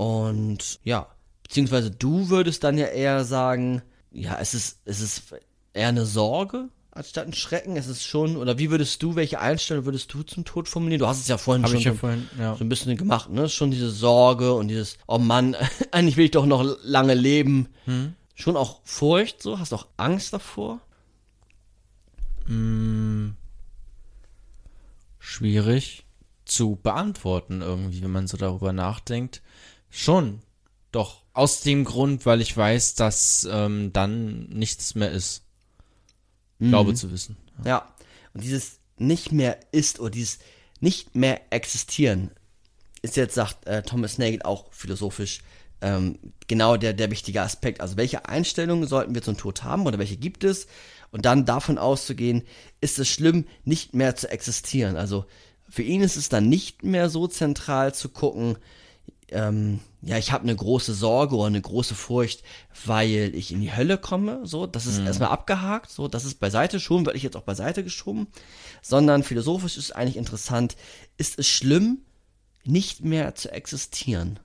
Und ja, beziehungsweise du würdest dann ja eher sagen, ja, es ist, es ist eher eine Sorge anstatt ein Schrecken. Es ist schon, oder wie würdest du, welche Einstellung würdest du zum Tod formulieren? Du hast es ja vorhin Habe schon ich ja so, vorhin, ja. so ein bisschen gemacht, ne? Schon diese Sorge und dieses, oh Mann, eigentlich will ich doch noch lange leben. Hm? Schon auch Furcht, so? Hast du auch Angst davor? Mm, schwierig. zu beantworten irgendwie, wenn man so darüber nachdenkt. Schon, doch. Aus dem Grund, weil ich weiß, dass ähm, dann nichts mehr ist. Mhm. Glaube zu wissen. Ja, und dieses nicht mehr ist oder dieses nicht mehr existieren ist jetzt, sagt äh, Thomas Nagel auch philosophisch, ähm, genau der, der wichtige Aspekt. Also welche Einstellungen sollten wir zum Tod haben oder welche gibt es? Und dann davon auszugehen, ist es schlimm, nicht mehr zu existieren. Also für ihn ist es dann nicht mehr so zentral zu gucken, ähm, ja, ich habe eine große Sorge oder eine große Furcht, weil ich in die Hölle komme, so, das ist mhm. erstmal abgehakt, so, das ist beiseite, schon werde ich jetzt auch beiseite geschoben, sondern philosophisch ist eigentlich interessant, ist es schlimm, nicht mehr zu existieren?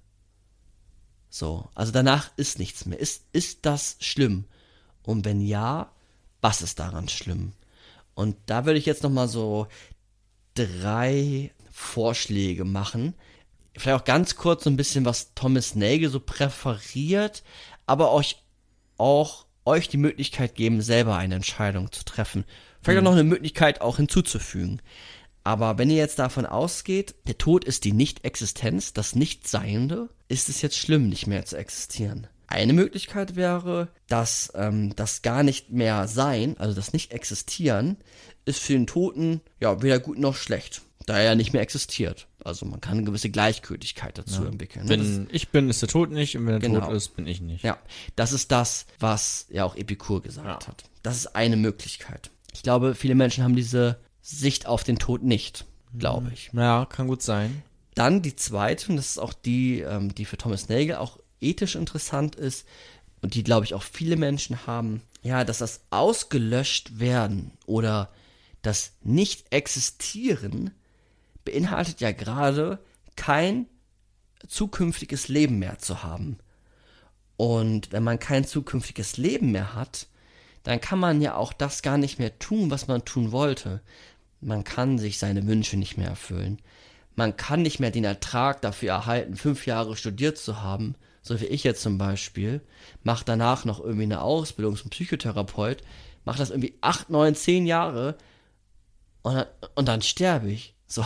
So, also danach ist nichts mehr. Ist, ist das schlimm? Und wenn ja, was ist daran schlimm? Und da würde ich jetzt nochmal so drei Vorschläge machen, vielleicht auch ganz kurz so ein bisschen, was Thomas Nagel so präferiert, aber euch auch euch die Möglichkeit geben, selber eine Entscheidung zu treffen. Vielleicht mhm. auch noch eine Möglichkeit auch hinzuzufügen. Aber wenn ihr jetzt davon ausgeht, der Tod ist die Nicht-Existenz, das Nichtseiende, ist es jetzt schlimm, nicht mehr zu existieren. Eine Möglichkeit wäre, dass ähm, das gar nicht mehr Sein, also das Nicht-Existieren, ist für den Toten ja weder gut noch schlecht, da er ja nicht mehr existiert. Also man kann eine gewisse Gleichgültigkeit dazu ja. entwickeln. Wenn das, ich bin, ist der Tod nicht, und wenn er genau. tot ist, bin ich nicht. Ja, das ist das, was ja auch Epikur gesagt ja. hat. Das ist eine Möglichkeit. Ich glaube, viele Menschen haben diese Sicht auf den Tod nicht, glaube ich. Ja, kann gut sein. Dann die zweite, und das ist auch die, ähm, die für Thomas Nagel auch ethisch interessant ist und die, glaube ich, auch viele Menschen haben, ja, dass das ausgelöscht werden oder das Nicht-Existieren beinhaltet ja gerade kein zukünftiges Leben mehr zu haben. Und wenn man kein zukünftiges Leben mehr hat, dann kann man ja auch das gar nicht mehr tun, was man tun wollte. Man kann sich seine Wünsche nicht mehr erfüllen. Man kann nicht mehr den Ertrag dafür erhalten, fünf Jahre studiert zu haben, so wie ich jetzt zum Beispiel, mache danach noch irgendwie eine Ausbildung zum Psychotherapeut, mache das irgendwie acht, neun, zehn Jahre und dann, und dann sterbe ich. So,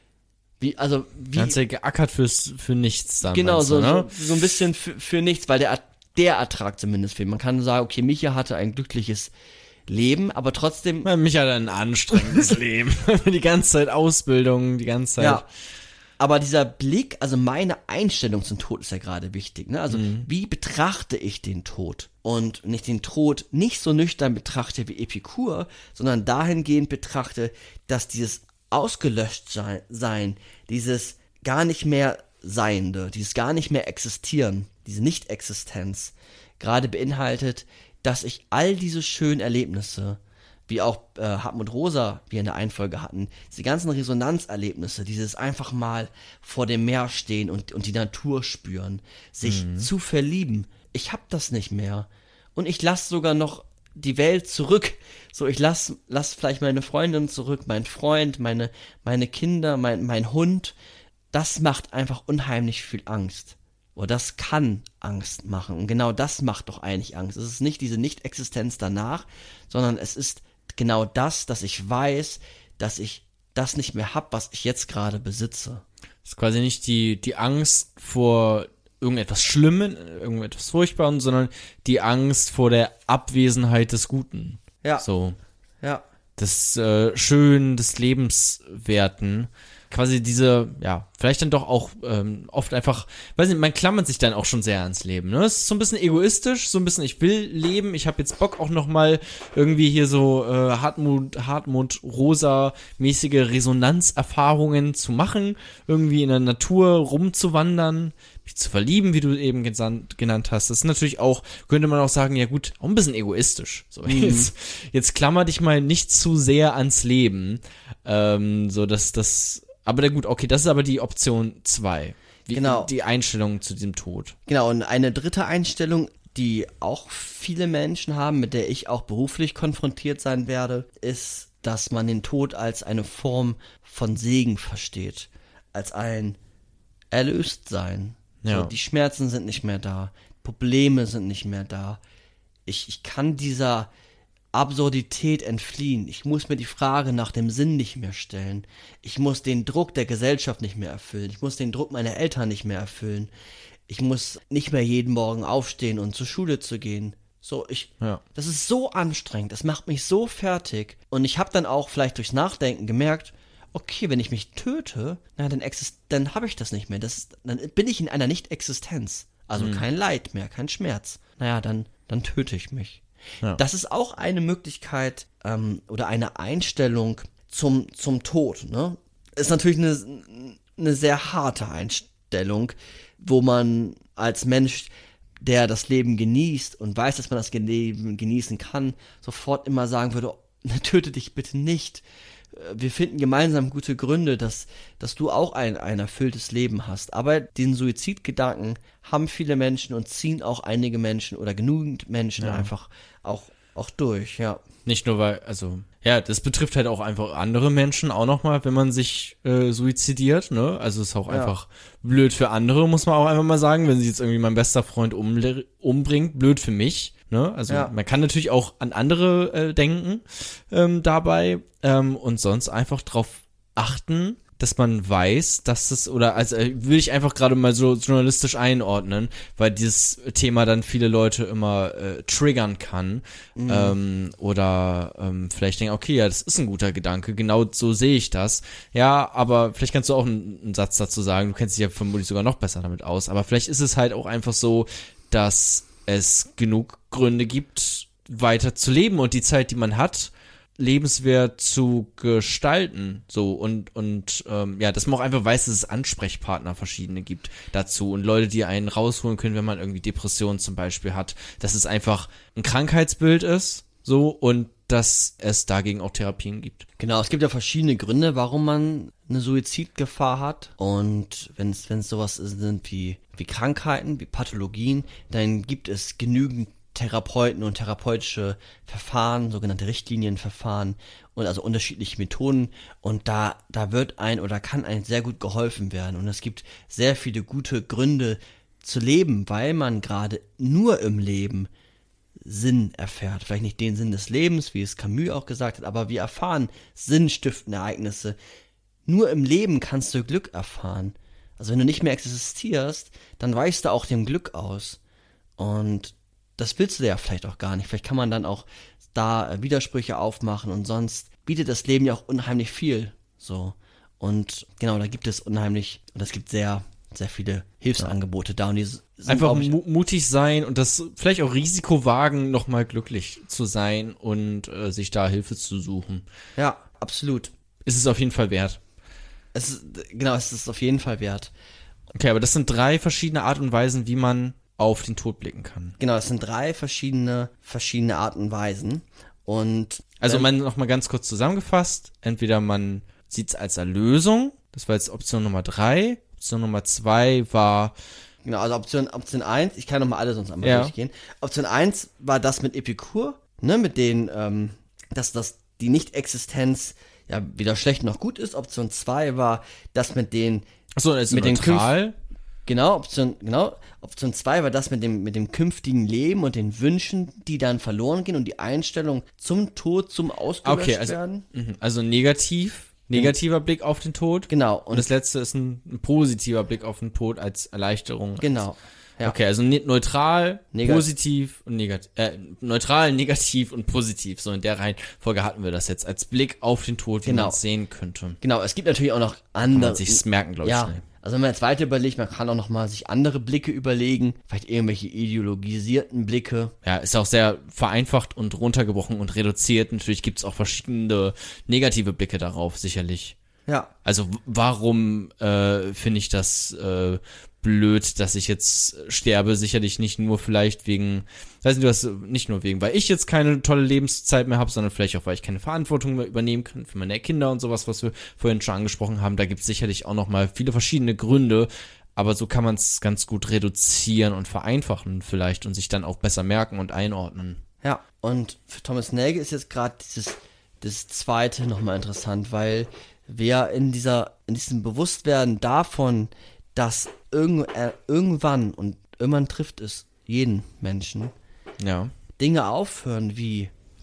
wie, also, wie. Ganz ja geackert fürs, für nichts dann. Genau, so, du, ne? so, so ein bisschen für, für nichts, weil der, der Ertrag zumindest fehlt. Man kann sagen, okay, Micha hatte ein glückliches Leben, aber trotzdem. Ja, Micha hat ein anstrengendes Leben. Die ganze Zeit Ausbildung, die ganze Zeit. Ja. Aber dieser Blick, also meine Einstellung zum Tod ist ja gerade wichtig, ne? Also, mhm. wie betrachte ich den Tod? Und wenn ich den Tod nicht so nüchtern betrachte wie Epikur, sondern dahingehend betrachte, dass dieses ausgelöscht sein, dieses gar nicht mehr Seiende, dieses gar nicht mehr Existieren, diese Nicht-Existenz, gerade beinhaltet, dass ich all diese schönen Erlebnisse, wie auch äh, Hartmut Rosa, wir in der Einfolge hatten, diese ganzen Resonanzerlebnisse, dieses einfach mal vor dem Meer stehen und, und die Natur spüren, sich mhm. zu verlieben, ich hab das nicht mehr. Und ich lasse sogar noch die Welt zurück. So, ich lass, lass vielleicht meine Freundin zurück, mein Freund, meine, meine Kinder, mein, mein Hund. Das macht einfach unheimlich viel Angst. Oder das kann Angst machen. Und genau das macht doch eigentlich Angst. Es ist nicht diese Nicht-Existenz danach, sondern es ist genau das, dass ich weiß, dass ich das nicht mehr hab, was ich jetzt gerade besitze. Das ist quasi nicht die, die Angst vor irgendetwas Schlimmen, irgendetwas Furchtbaren, sondern die Angst vor der Abwesenheit des Guten. Ja. So. Ja. Des äh, Schönen, des Lebenswerten. Quasi diese, ja, vielleicht dann doch auch ähm, oft einfach, weiß nicht, man klammert sich dann auch schon sehr ans Leben, ne? Es ist so ein bisschen egoistisch, so ein bisschen, ich will leben, ich habe jetzt Bock auch nochmal irgendwie hier so äh, Hartmut, Hartmut Rosa-mäßige Resonanzerfahrungen zu machen, irgendwie in der Natur rumzuwandern, mich zu verlieben, wie du eben gesandt, genannt hast. Das ist natürlich auch, könnte man auch sagen, ja gut, auch ein bisschen egoistisch. So, mhm. jetzt, jetzt klammer dich mal nicht zu sehr ans Leben, ähm, so dass das. Aber gut, okay, das ist aber die Option zwei. Genau. Die Einstellung zu dem Tod. Genau, und eine dritte Einstellung, die auch viele Menschen haben, mit der ich auch beruflich konfrontiert sein werde, ist, dass man den Tod als eine Form von Segen versteht. Als ein Erlöstsein. Ja. So, die Schmerzen sind nicht mehr da. Probleme sind nicht mehr da. Ich, ich kann dieser Absurdität entfliehen. Ich muss mir die Frage nach dem Sinn nicht mehr stellen. Ich muss den Druck der Gesellschaft nicht mehr erfüllen. Ich muss den Druck meiner Eltern nicht mehr erfüllen. Ich muss nicht mehr jeden Morgen aufstehen und zur Schule zu gehen. So, ich, Ja. das ist so anstrengend. Das macht mich so fertig. Und ich habe dann auch vielleicht durchs Nachdenken gemerkt, okay, wenn ich mich töte, na, dann, exist- dann habe ich das nicht mehr. Das ist, dann bin ich in einer Nicht-Existenz. Also Mhm. kein Leid mehr, kein Schmerz. Naja, dann, dann töte ich mich. Ja. Das ist auch eine Möglichkeit ähm, oder eine Einstellung zum, zum Tod. Ne? Ist natürlich eine, eine sehr harte Einstellung, wo man als Mensch, der das Leben genießt und weiß, dass man das Leben genießen kann, sofort immer sagen würde, oh, töte dich bitte nicht. Wir finden gemeinsam gute Gründe, dass, dass du auch ein, ein erfülltes Leben hast. Aber den Suizidgedanken haben viele Menschen und ziehen auch einige Menschen oder genügend Menschen Ja. einfach auch, auch durch, ja. Nicht nur weil, also, ja, das betrifft halt auch einfach andere Menschen auch nochmal, wenn man sich äh, suizidiert, ne? Also ist auch Ja. einfach blöd für andere, muss man auch einfach mal sagen, wenn sich jetzt irgendwie mein bester Freund umle- umbringt, blöd für mich, ne? Also Ja. man kann natürlich auch an andere äh, denken ähm, dabei ähm, und sonst einfach drauf achten, dass man weiß, dass das, oder also äh, will ich einfach gerade mal so journalistisch einordnen, weil dieses Thema dann viele Leute immer äh, triggern kann Mhm. ähm, oder ähm, vielleicht denken, okay, ja, das ist ein guter Gedanke, genau so sehe ich das. Ja, aber vielleicht kannst du auch einen, einen Satz dazu sagen, du kennst dich ja vermutlich sogar noch besser damit aus, aber vielleicht ist es halt auch einfach so, dass es genug Gründe gibt, weiter zu leben und die Zeit, die man hat, lebenswert zu gestalten, so und und ähm, ja, dass man auch einfach weiß, dass es Ansprechpartner verschiedene gibt dazu und Leute, die einen rausholen können, wenn man irgendwie Depressionen zum Beispiel hat, dass es einfach ein Krankheitsbild ist, so und dass es dagegen auch Therapien gibt. Genau, es gibt ja verschiedene Gründe, warum man eine Suizidgefahr hat. Und wenn es wenn es sowas sind wie, wie Krankheiten, wie Pathologien, dann gibt es genügend Therapeuten und therapeutische Verfahren, sogenannte Richtlinienverfahren und also unterschiedliche Methoden und da, da wird ein oder kann ein sehr gut geholfen werden und es gibt sehr viele gute Gründe zu leben, weil man gerade nur im Leben Sinn erfährt. Vielleicht nicht den Sinn des Lebens, wie es Camus auch gesagt hat, aber wir erfahren sinnstiftende Ereignisse. Nur im Leben kannst du Glück erfahren. Also wenn du nicht mehr existierst, dann weichst du auch dem Glück aus und das willst du ja vielleicht auch gar nicht. Vielleicht kann man dann auch da äh, Widersprüche aufmachen und sonst bietet das Leben ja auch unheimlich viel. So. Und genau, da gibt es unheimlich, und es gibt sehr, sehr viele Hilfsangebote da und die sind, Einfach glaub ich, mu- mutig sein und das vielleicht auch Risiko wagen, nochmal glücklich zu sein und äh, sich da Hilfe zu suchen. ja, absolut. Ist es auf jeden Fall wert. Es ist, genau, es ist auf jeden Fall wert. Okay, aber das sind drei verschiedene Art und Weisen, wie man auf den Tod blicken kann. Genau, es sind drei verschiedene, verschiedene Arten und Weisen. Und Also ähm, man noch mal ganz kurz zusammengefasst, entweder man sieht es als Erlösung, das war jetzt Option Nummer drei, Option Nummer zwei war, genau, also Option, Option eins, ich kann nochmal alle sonst einmal Ja. durchgehen. Option eins war das mit Epikur, ne, mit den, ähm, dass das die Nicht-Existenz ja weder schlecht noch gut ist. Option zwei war das mit den, achso, also Mit den neutral, genau, Option, genau, Option zwei war das mit dem, mit dem künftigen Leben und den Wünschen, die dann verloren gehen und die Einstellung zum Tod, zum Ausgelöscht okay, also, werden. mhm, also negativ, negativer Blick auf den Tod. Genau, Und und das letzte ist ein, ein positiver Blick auf den Tod als Erleichterung. genau. Ja. Okay, also ne neutral, Negat- positiv und negativ, äh, neutral, negativ und positiv. So in der Reihenfolge hatten wir das jetzt als Blick auf den Tod, wie Genau. man es sehen könnte. Genau, es gibt natürlich auch noch Kann andere. man sich's merken, glaube ich, ja, schnell. also wenn man jetzt weiter überlegt, man kann auch noch mal sich andere Blicke überlegen, vielleicht irgendwelche ideologisierten Blicke. Ja, ist auch sehr vereinfacht und runtergebrochen und reduziert. Natürlich gibt's auch verschiedene negative Blicke darauf, sicherlich. Ja, Also w- warum äh, finde ich das äh, blöd, dass ich jetzt sterbe? Sicherlich nicht nur vielleicht wegen, weiß nicht, du hast nicht nur wegen, weil ich jetzt keine tolle Lebenszeit mehr habe, sondern vielleicht auch, weil ich keine Verantwortung mehr übernehmen kann für meine Kinder und sowas, was wir vorhin schon angesprochen haben. Da gibt's sicherlich auch noch mal viele verschiedene Gründe, aber so kann man es ganz gut reduzieren und vereinfachen vielleicht und sich dann auch besser merken und einordnen. ja. Und für Thomas Nagel ist jetzt gerade dieses das zweite nochmal interessant, weil wir in dieser, in diesem Bewusstwerden davon, dass irgend, äh, irgendwann, und irgendwann trifft es jeden Menschen, Ja. Dinge aufhören wie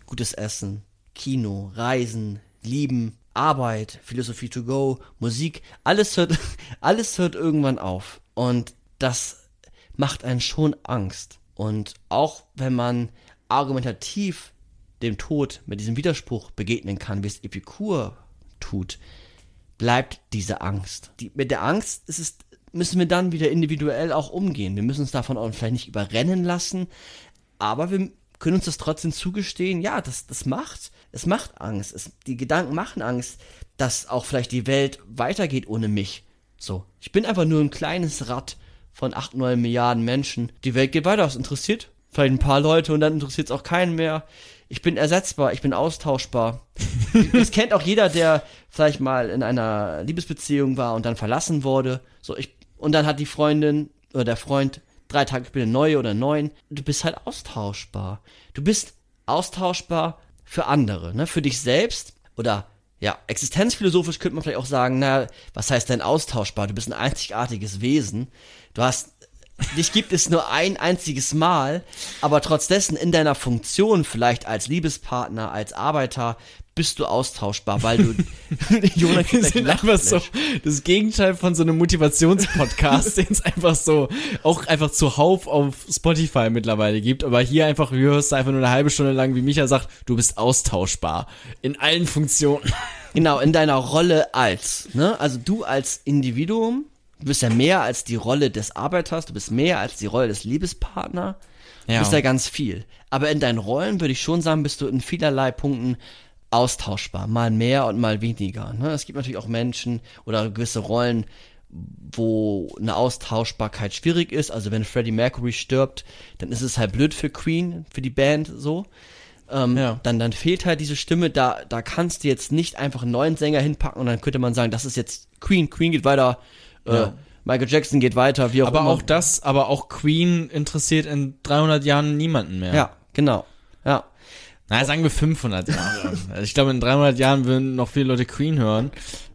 gutes Essen, Kino, Reisen, Lieben, Arbeit, Philosophie to go, Musik, alles hört, alles hört irgendwann auf. Und das macht einen schon Angst. Und auch wenn man argumentativ dem Tod mit diesem Widerspruch begegnen kann, wie es Epikur tut, bleibt diese Angst. Die, mit der Angst ist es, müssen wir dann wieder individuell auch umgehen. Wir müssen uns davon auch vielleicht nicht überrennen lassen, aber wir können uns das trotzdem zugestehen, ja, das, das macht, es macht Angst. Es, die Gedanken machen Angst, dass auch vielleicht die Welt weitergeht ohne mich. So, ich bin einfach nur ein kleines Rad von acht, neun Milliarden Menschen. Die Welt geht weiter, es interessiert vielleicht ein paar Leute und dann interessiert es auch keinen mehr. Ich bin ersetzbar, ich bin austauschbar. Das kennt auch jeder, der vielleicht mal in einer Liebesbeziehung war und dann verlassen wurde. So, ich, und dann hat die Freundin oder der Freund drei Tage später eine neue oder einen neuen. Du bist halt austauschbar. Du bist austauschbar für andere, ne? Für dich selbst. Oder, ja, existenzphilosophisch könnte man vielleicht auch sagen, na, was heißt denn austauschbar? Du bist ein einzigartiges Wesen. Du hast, dich gibt es nur ein einziges Mal, aber trotz dessen in deiner Funktion, vielleicht als Liebespartner, als Arbeiter, bist du austauschbar, weil du Jonas sind einfach so das Gegenteil von so einem Motivationspodcast, den es einfach so auch einfach zuhauf auf Spotify mittlerweile gibt, aber hier einfach hörst du einfach nur eine halbe Stunde lang, wie Micha sagt, du bist austauschbar in allen Funktionen. Genau, in deiner Rolle als, ne? Also du als Individuum, du bist ja mehr als die Rolle des Arbeiters, du bist mehr als die Rolle des Liebespartners, du Ja. bist ja ganz viel. Aber in deinen Rollen würde ich schon sagen, bist du in vielerlei Punkten austauschbar, mal mehr und mal weniger. Ne? Es gibt natürlich auch Menschen oder gewisse Rollen, wo eine Austauschbarkeit schwierig ist. Also wenn Freddie Mercury stirbt, dann ist es halt blöd für Queen, für die Band so. Ähm, Ja. dann, dann fehlt halt diese Stimme, da, da kannst du jetzt nicht einfach einen neuen Sänger hinpacken und dann könnte man sagen, das ist jetzt Queen, Queen geht weiter, äh, Ja. Michael Jackson geht weiter, wie auch Aber immer. auch das, aber auch Queen interessiert in dreihundert Jahren niemanden mehr. Ja, genau. Ja. Na, sagen wir fünfhundert Jahre. Also ich glaube, in dreihundert Jahren würden noch viele Leute Queen hören,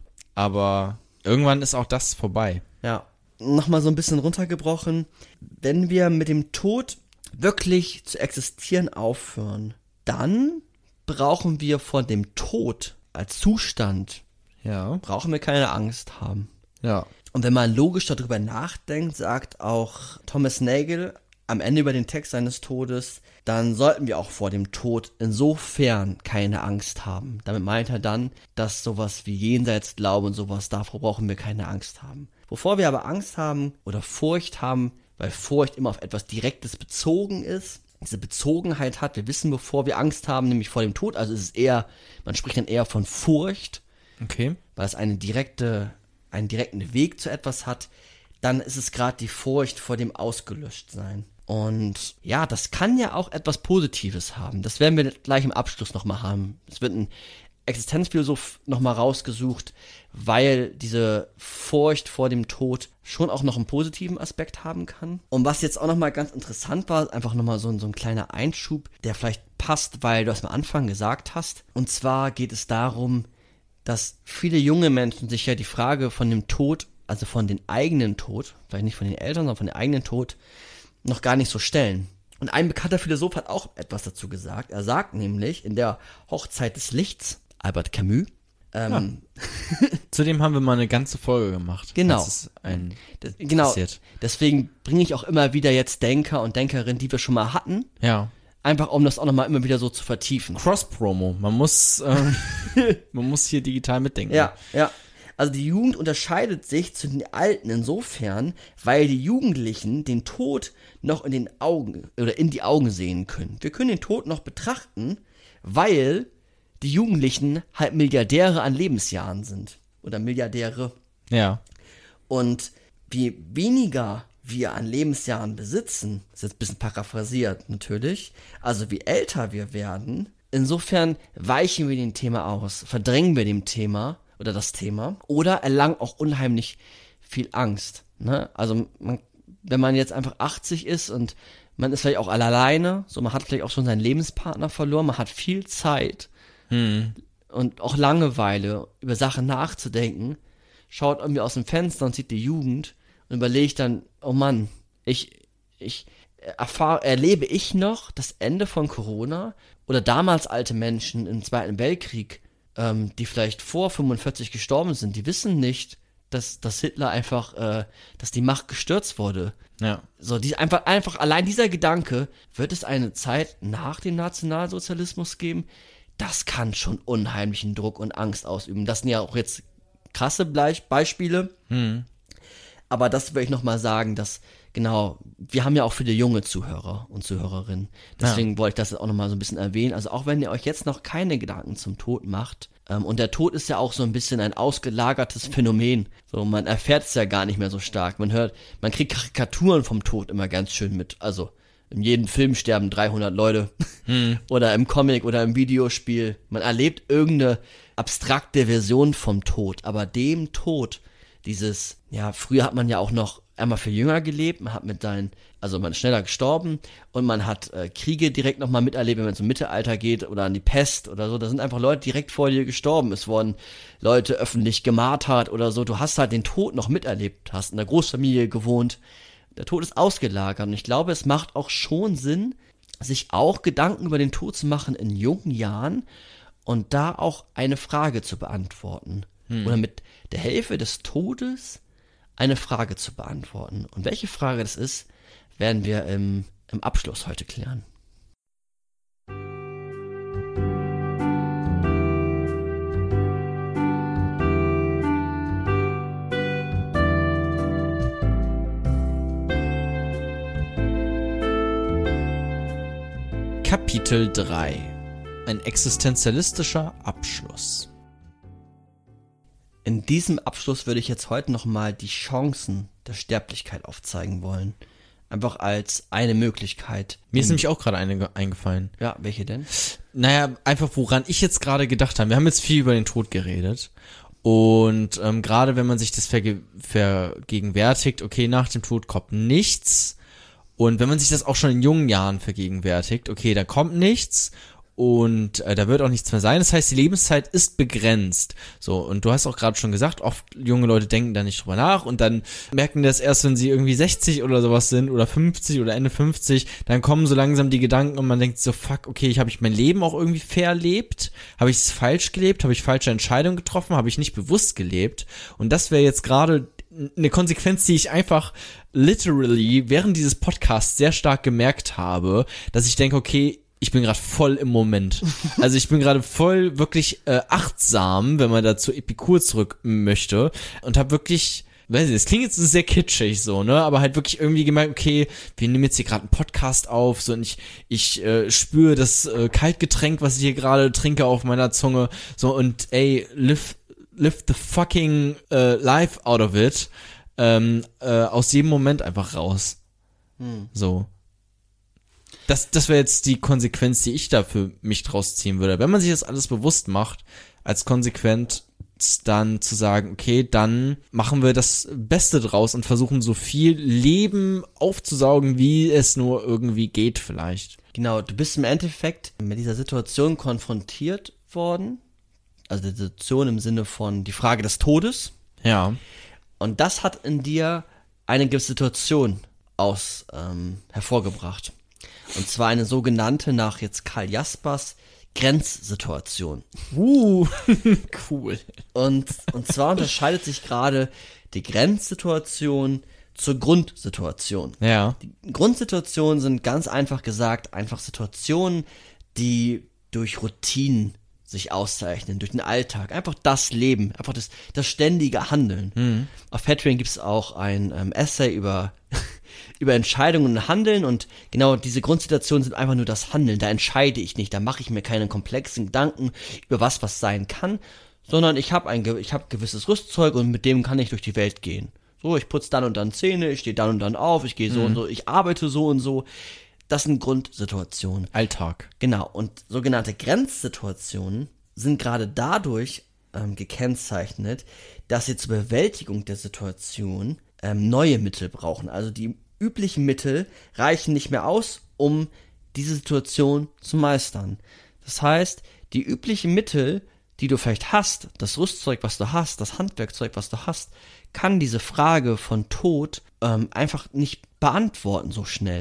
aber irgendwann ist auch das vorbei. Ja, nochmal so ein bisschen runtergebrochen. Wenn wir mit dem Tod wirklich zu existieren aufhören, dann brauchen wir vor dem Tod als Zustand, Ja. brauchen wir keine Angst haben. Ja. Und wenn man logisch darüber nachdenkt, sagt auch Thomas Nagel am Ende über den Text seines Todes, dann sollten wir auch vor dem Tod insofern keine Angst haben. Damit meint er dann, dass sowas wie Jenseitsglaube und sowas, davor brauchen wir keine Angst haben. Wovor wir aber Angst haben oder Furcht haben, weil Furcht immer auf etwas Direktes bezogen ist, diese Bezogenheit hat, wir wissen, bevor wir Angst haben, nämlich vor dem Tod, also es ist eher, man spricht dann eher von Furcht, Okay. weil es eine direkte, einen direkten Weg zu etwas hat, dann ist es gerade die Furcht vor dem Ausgelöschtsein. Und ja, das kann ja auch etwas Positives haben. Das werden wir gleich im Abschluss nochmal haben. Es wird ein Existenzphilosoph nochmal rausgesucht, weil diese Furcht vor dem Tod schon auch noch einen positiven Aspekt haben kann. Und was jetzt auch nochmal ganz interessant war, einfach nochmal so, so ein kleiner Einschub, der vielleicht passt, weil du es am Anfang gesagt hast. Und zwar geht es darum, dass viele junge Menschen sich ja die Frage von dem Tod, also von den eigenen Tod, vielleicht nicht von den Eltern, sondern von dem eigenen Tod, noch gar nicht so stellen. Und ein bekannter Philosoph hat auch etwas dazu gesagt. Er sagt nämlich in der Hochzeit des Lichts, Albert Camus, ähm, Zudem haben wir mal eine ganze Folge gemacht. Genau. falls es einen das, genau, interessiert. deswegen bringe ich auch immer wieder jetzt Denker und Denkerinnen, die wir schon mal hatten, Ja. einfach um das auch nochmal immer wieder so zu vertiefen. Cross-Promo. Man muss, ähm, man muss hier digital mitdenken. Ja, ja. Also die Jugend unterscheidet sich zu den Alten insofern, weil die Jugendlichen den Tod noch in den Augen oder in die Augen sehen können. Wir können den Tod noch betrachten, weil die Jugendlichen halt Milliardäre an Lebensjahren sind. Oder Milliardäre. Ja. Und wie weniger wir an Lebensjahren besitzen, ist jetzt ein bisschen paraphrasiert natürlich, also wie älter wir werden, insofern weichen wir dem Thema aus, verdrängen wir dem Thema oder das Thema oder erlangen auch unheimlich viel Angst. Ne? Also man, wenn man jetzt einfach achtzig ist und man ist vielleicht auch alleine, so man hat vielleicht auch schon seinen Lebenspartner verloren, man hat viel Zeit Hm. und auch Langeweile, über Sachen nachzudenken, schaut irgendwie aus dem Fenster und sieht die Jugend und überlegt dann, oh Mann, ich, ich erfahre, erlebe ich noch das Ende von Corona oder damals alte Menschen im Zweiten Weltkrieg, ähm, die vielleicht vor fünfundvierzig gestorben sind, die wissen nicht, dass, dass Hitler einfach, äh, dass die Macht gestürzt wurde. Ja. So, die einfach, einfach allein dieser Gedanke, wird es eine Zeit nach dem Nationalsozialismus geben? Das kann schon unheimlichen Druck und Angst ausüben. Das sind ja auch jetzt krasse Ble- Beispiele. Hm. Aber das will ich nochmal sagen, dass, genau, wir haben ja auch viele junge Zuhörer und Zuhörerinnen. Deswegen ja. wollte ich das auch nochmal so ein bisschen erwähnen. Also auch wenn ihr euch jetzt noch keine Gedanken zum Tod macht, ähm, und der Tod ist ja auch so ein bisschen ein ausgelagertes Phänomen. So, man erfährt es ja gar nicht mehr so stark. Man hört, man kriegt Karikaturen vom Tod immer ganz schön mit. Also, in jedem Film sterben dreihundert Leute. Hm. Oder im Comic oder im Videospiel. Man erlebt irgendeine abstrakte Version vom Tod. Aber dem Tod, dieses, ja, früher hat man ja auch noch einmal viel jünger gelebt, man hat mit seinen, also man ist schneller gestorben und man hat äh, Kriege direkt nochmal miterlebt, wenn man zum Mittelalter geht oder an die Pest oder so, da sind einfach Leute direkt vor dir gestorben, es wurden Leute öffentlich gemartert oder so, du hast halt den Tod noch miterlebt, hast in der Großfamilie gewohnt, der Tod ist ausgelagert und ich glaube, es macht auch schon Sinn, sich auch Gedanken über den Tod zu machen in jungen Jahren und da auch eine Frage zu beantworten. Hm. Oder mit der Hilfe des Todes eine Frage zu beantworten. Und welche Frage das ist, werden wir im, im Abschluss heute klären. Kapitel drei. Ein existenzialistischer Abschluss. In diesem Abschluss würde ich jetzt heute nochmal die Chancen der Sterblichkeit aufzeigen wollen. Einfach als eine Möglichkeit. Mir ist nämlich auch gerade eine eingefallen. Ja, welche denn? Naja, einfach woran ich jetzt gerade gedacht habe. Wir haben jetzt viel über den Tod geredet. Und ähm, gerade wenn man sich das verge- vergegenwärtigt, okay, nach dem Tod kommt nichts. Und wenn man sich das auch schon in jungen Jahren vergegenwärtigt, okay, da kommt nichts. Und äh, da wird auch nichts mehr sein. Das heißt, die Lebenszeit ist begrenzt. So, und du hast auch gerade schon gesagt, oft junge Leute denken da nicht drüber nach und dann merken das erst, wenn sie irgendwie sechzig oder sowas sind oder fünfzig oder Ende fünfzig, dann kommen so langsam die Gedanken und man denkt so, fuck, okay, ich habe ich mein Leben auch irgendwie verlebt? Habe ich es falsch gelebt? Habe ich falsche Entscheidungen getroffen? Habe ich nicht bewusst gelebt? Und das wäre jetzt gerade eine Konsequenz, die ich einfach literally während dieses Podcasts sehr stark gemerkt habe, dass ich denke, okay, ich bin gerade voll im Moment. Also ich bin gerade voll wirklich äh, achtsam, wenn man da zu Epikur zurück möchte und habe wirklich, weiß ich, das klingt jetzt sehr kitschig so, ne, aber halt wirklich irgendwie gemerkt, okay, wir nehmen jetzt hier gerade einen Podcast auf, so, und ich ich äh, spüre das äh, Kaltgetränk, was ich hier gerade trinke, auf meiner Zunge, so, und ey, live live the fucking äh, life out of it, ähm, äh, aus jedem Moment einfach raus. Hm. So. Das, das wäre jetzt die Konsequenz, die ich da für mich draus ziehen würde. Wenn man sich das alles bewusst macht, als Konsequenz dann zu sagen, okay, dann machen wir das Beste draus und versuchen so viel Leben aufzusaugen, wie es nur irgendwie geht vielleicht. Genau, du bist im Endeffekt mit dieser Situation konfrontiert worden. Also die Situation im Sinne von die Frage des Todes. Ja. Und das hat in dir eine gewisse Situation aus ähm, hervorgebracht. Und zwar eine sogenannte, nach jetzt Karl Jaspers, Grenzsituation. Uh, cool. Und, und zwar unterscheidet sich gerade die Grenzsituation zur Grundsituation. Ja. Die Grundsituationen sind ganz einfach gesagt einfach Situationen, die durch Routinen sich auszeichnen, durch den Alltag, einfach das Leben, einfach das, das ständige Handeln. Mhm. Auf Patreon gibt es auch ein ähm, Essay über über Entscheidungen und Handeln und genau diese Grundsituationen sind einfach nur das Handeln, da entscheide ich nicht, da mache ich mir keine komplexen Gedanken über was, was sein kann, sondern ich habe ein ich habe gewisses Rüstzeug und mit dem kann ich durch die Welt gehen. So, ich putze dann und dann Zähne, ich stehe dann und dann auf, ich gehe so mhm. und so, ich arbeite so und so. Das sind Grundsituationen. Alltag. Genau, und sogenannte Grenzsituationen sind gerade dadurch ähm, gekennzeichnet, dass sie zur Bewältigung der Situation ähm, neue Mittel brauchen. Also die üblichen Mittel reichen nicht mehr aus, um diese Situation zu meistern. Das heißt, die üblichen Mittel, die du vielleicht hast, das Rüstzeug, was du hast, das Handwerkzeug, was du hast, kann diese Frage von Tod ähm, einfach nicht beantworten so schnell.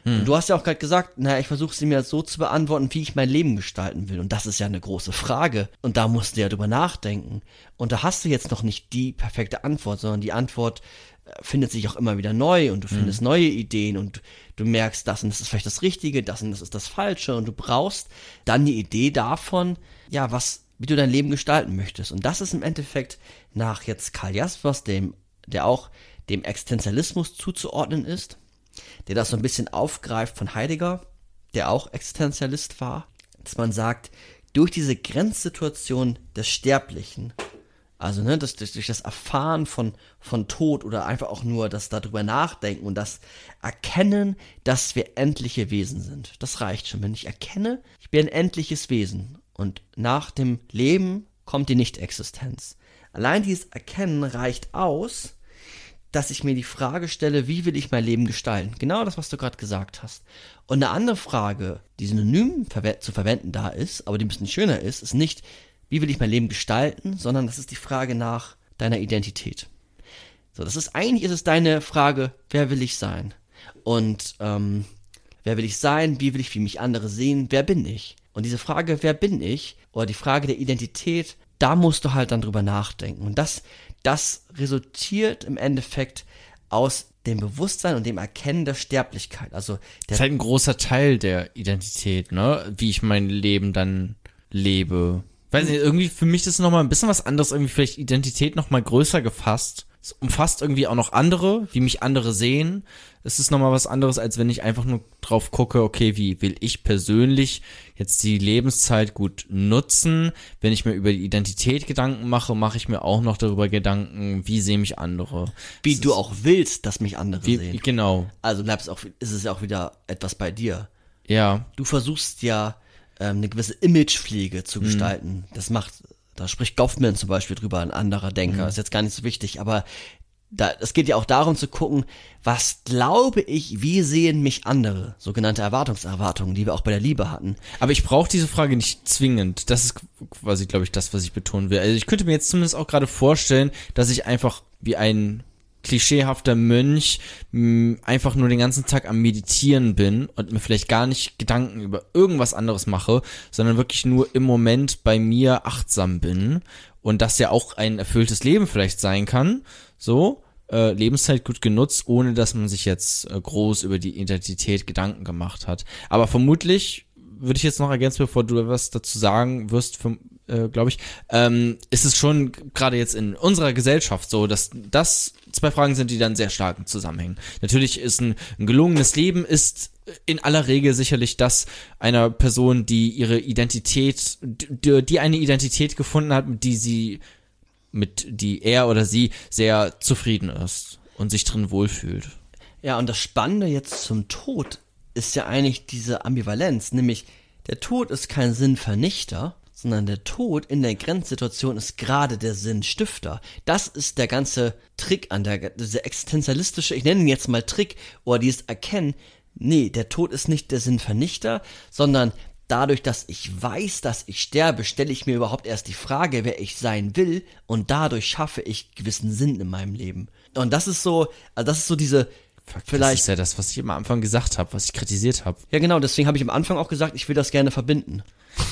Und du hast ja auch gerade gesagt, naja, ich versuche sie mir so zu beantworten, wie ich mein Leben gestalten will. Und das ist ja eine große Frage. Und da musst du ja drüber nachdenken. Und da hast du jetzt noch nicht die perfekte Antwort, sondern die Antwort äh, findet sich auch immer wieder neu und du findest mhm. neue Ideen und du merkst, das und das ist vielleicht das Richtige, das und das ist das Falsche und du brauchst dann die Idee davon, ja, was, wie du dein Leben gestalten möchtest. Und das ist im Endeffekt nach jetzt Karl Jaspers, dem, der auch dem Existenzialismus zuzuordnen ist, der das so ein bisschen aufgreift von Heidegger, der auch Existenzialist war, dass man sagt, durch diese Grenzsituation des Sterblichen, also ne, das, durch, durch das Erfahren von, von Tod oder einfach auch nur das darüber nachdenken und das Erkennen, dass wir endliche Wesen sind, das reicht schon. Wenn ich erkenne, ich bin ein endliches Wesen und nach dem Leben kommt die Nicht-Existenz. Allein dieses Erkennen reicht aus, dass ich mir die Frage stelle, wie will ich mein Leben gestalten? Genau das, was du gerade gesagt hast. Und eine andere Frage, die synonym verwe- zu verwenden da ist, aber die ein bisschen schöner ist, ist nicht, wie will ich mein Leben gestalten, sondern das ist die Frage nach deiner Identität. So, das ist eigentlich ist es deine Frage, wer will ich sein? Und ähm, wer will ich sein? Wie will ich, wie mich andere sehen? Wer bin ich? Und diese Frage, wer bin ich? Oder die Frage der Identität, da musst du halt dann drüber nachdenken. Und das Das resultiert im Endeffekt aus dem Bewusstsein und dem Erkennen der Sterblichkeit. Also der das ist halt ein großer Teil der Identität, ne? Wie ich mein Leben dann lebe. Weiß nicht, irgendwie für mich ist es nochmal ein bisschen was anderes, irgendwie vielleicht Identität nochmal größer gefasst. Es umfasst irgendwie auch noch andere, wie mich andere sehen. Es ist nochmal was anderes, als wenn ich einfach nur drauf gucke, okay, wie will ich persönlich jetzt die Lebenszeit gut nutzen? Wenn ich mir über die Identität Gedanken mache, mache ich mir auch noch darüber Gedanken, wie sehen mich andere. Wie es du ist, auch willst, dass mich andere wie, sehen. Genau. Also bleibst auch, ist es ja auch wieder etwas bei dir. Ja. Du versuchst ja ähm, eine gewisse Imagepflege zu gestalten. Mhm. Das macht, da spricht Goffman zum Beispiel drüber, ein anderer Denker. Mhm. Ist jetzt gar nicht so wichtig, aber da, es geht ja auch darum zu gucken, was glaube ich, wie sehen mich andere? Sogenannte Erwartungserwartungen, die wir auch bei der Liebe hatten. Aber ich brauche diese Frage nicht zwingend. Das ist quasi, glaube ich, das, was ich betonen will. Also ich könnte mir jetzt zumindest auch gerade vorstellen, dass ich einfach wie ein klischeehafter Mönch mh, einfach nur den ganzen Tag am Meditieren bin und mir vielleicht gar nicht Gedanken über irgendwas anderes mache, sondern wirklich nur im Moment bei mir achtsam bin und das ja auch ein erfülltes Leben vielleicht sein kann, so, äh, Lebenszeit gut genutzt, ohne dass man sich jetzt äh, groß über die Identität Gedanken gemacht hat. Aber vermutlich, würde ich jetzt noch ergänzen, bevor du was dazu sagen wirst, äh, glaube ich, ähm, ist es schon gerade jetzt in unserer Gesellschaft so, dass das zwei Fragen sind, die dann sehr stark zusammenhängen. Natürlich ist ein, ein gelungenes Leben ist in aller Regel sicherlich das einer Person, die ihre Identität, die, die eine Identität gefunden hat, mit die sie, mit die er oder sie sehr zufrieden ist und sich drin wohlfühlt. Ja, und das Spannende jetzt zum Tod ist ja eigentlich diese Ambivalenz, nämlich der Tod ist kein Sinnvernichter, sondern der Tod in der Grenzsituation ist gerade der Sinnstifter. Das ist der ganze Trick an der, dieser existenzialistische, ich nenne ihn jetzt mal Trick, oder dieses Erkennen, nee, der Tod ist nicht der Sinnvernichter, sondern dadurch, dass ich weiß, dass ich sterbe, stelle ich mir überhaupt erst die Frage, wer ich sein will, und dadurch schaffe ich gewissen Sinn in meinem Leben. Und das ist so, also das ist so diese, Fuck, vielleicht. Das ist ja das, was ich am Anfang gesagt habe, was ich kritisiert habe. Ja genau, deswegen habe ich am Anfang auch gesagt, ich will das gerne verbinden.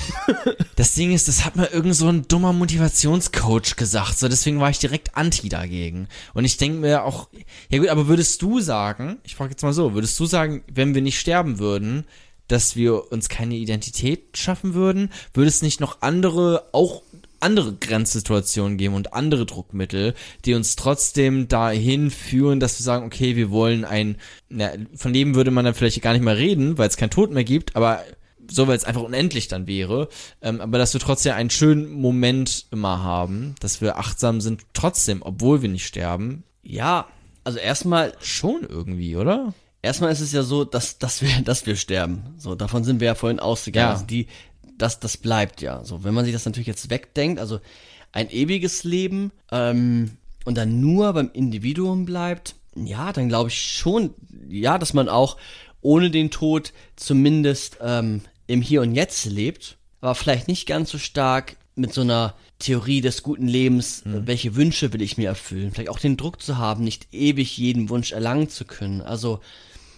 Das Ding ist, das hat mir irgend so ein dummer Motivationscoach gesagt, so deswegen war ich direkt anti dagegen. Und ich denke mir auch, ja gut, aber würdest du sagen, ich frage jetzt mal so, würdest du sagen, wenn wir nicht sterben würden, dass wir uns keine Identität schaffen würden? Würde es nicht noch andere, auch andere Grenzsituationen geben und andere Druckmittel, die uns trotzdem dahin führen, dass wir sagen, okay, wir wollen ein, na, von dem würde man dann vielleicht gar nicht mehr reden, weil es keinen Tod mehr gibt, aber so, weil es einfach unendlich dann wäre, ähm, aber dass wir trotzdem einen schönen Moment immer haben, dass wir achtsam sind trotzdem, obwohl wir nicht sterben. Ja, also erstmal schon irgendwie, oder? Erstmal ist es ja so, dass, dass wir, dass wir sterben. So, davon sind wir ja vorhin ausgegangen. Ja. Also die, das, das bleibt ja. So, wenn man sich das natürlich jetzt wegdenkt, also ein ewiges Leben, ähm, und dann nur beim Individuum bleibt, ja, dann glaube ich schon, ja, dass man auch ohne den Tod zumindest, ähm, im Hier und Jetzt lebt, aber vielleicht nicht ganz so stark mit so einer Theorie des guten Lebens, mhm. welche Wünsche will ich mir erfüllen, vielleicht auch den Druck zu haben, nicht ewig jeden Wunsch erlangen zu können. Also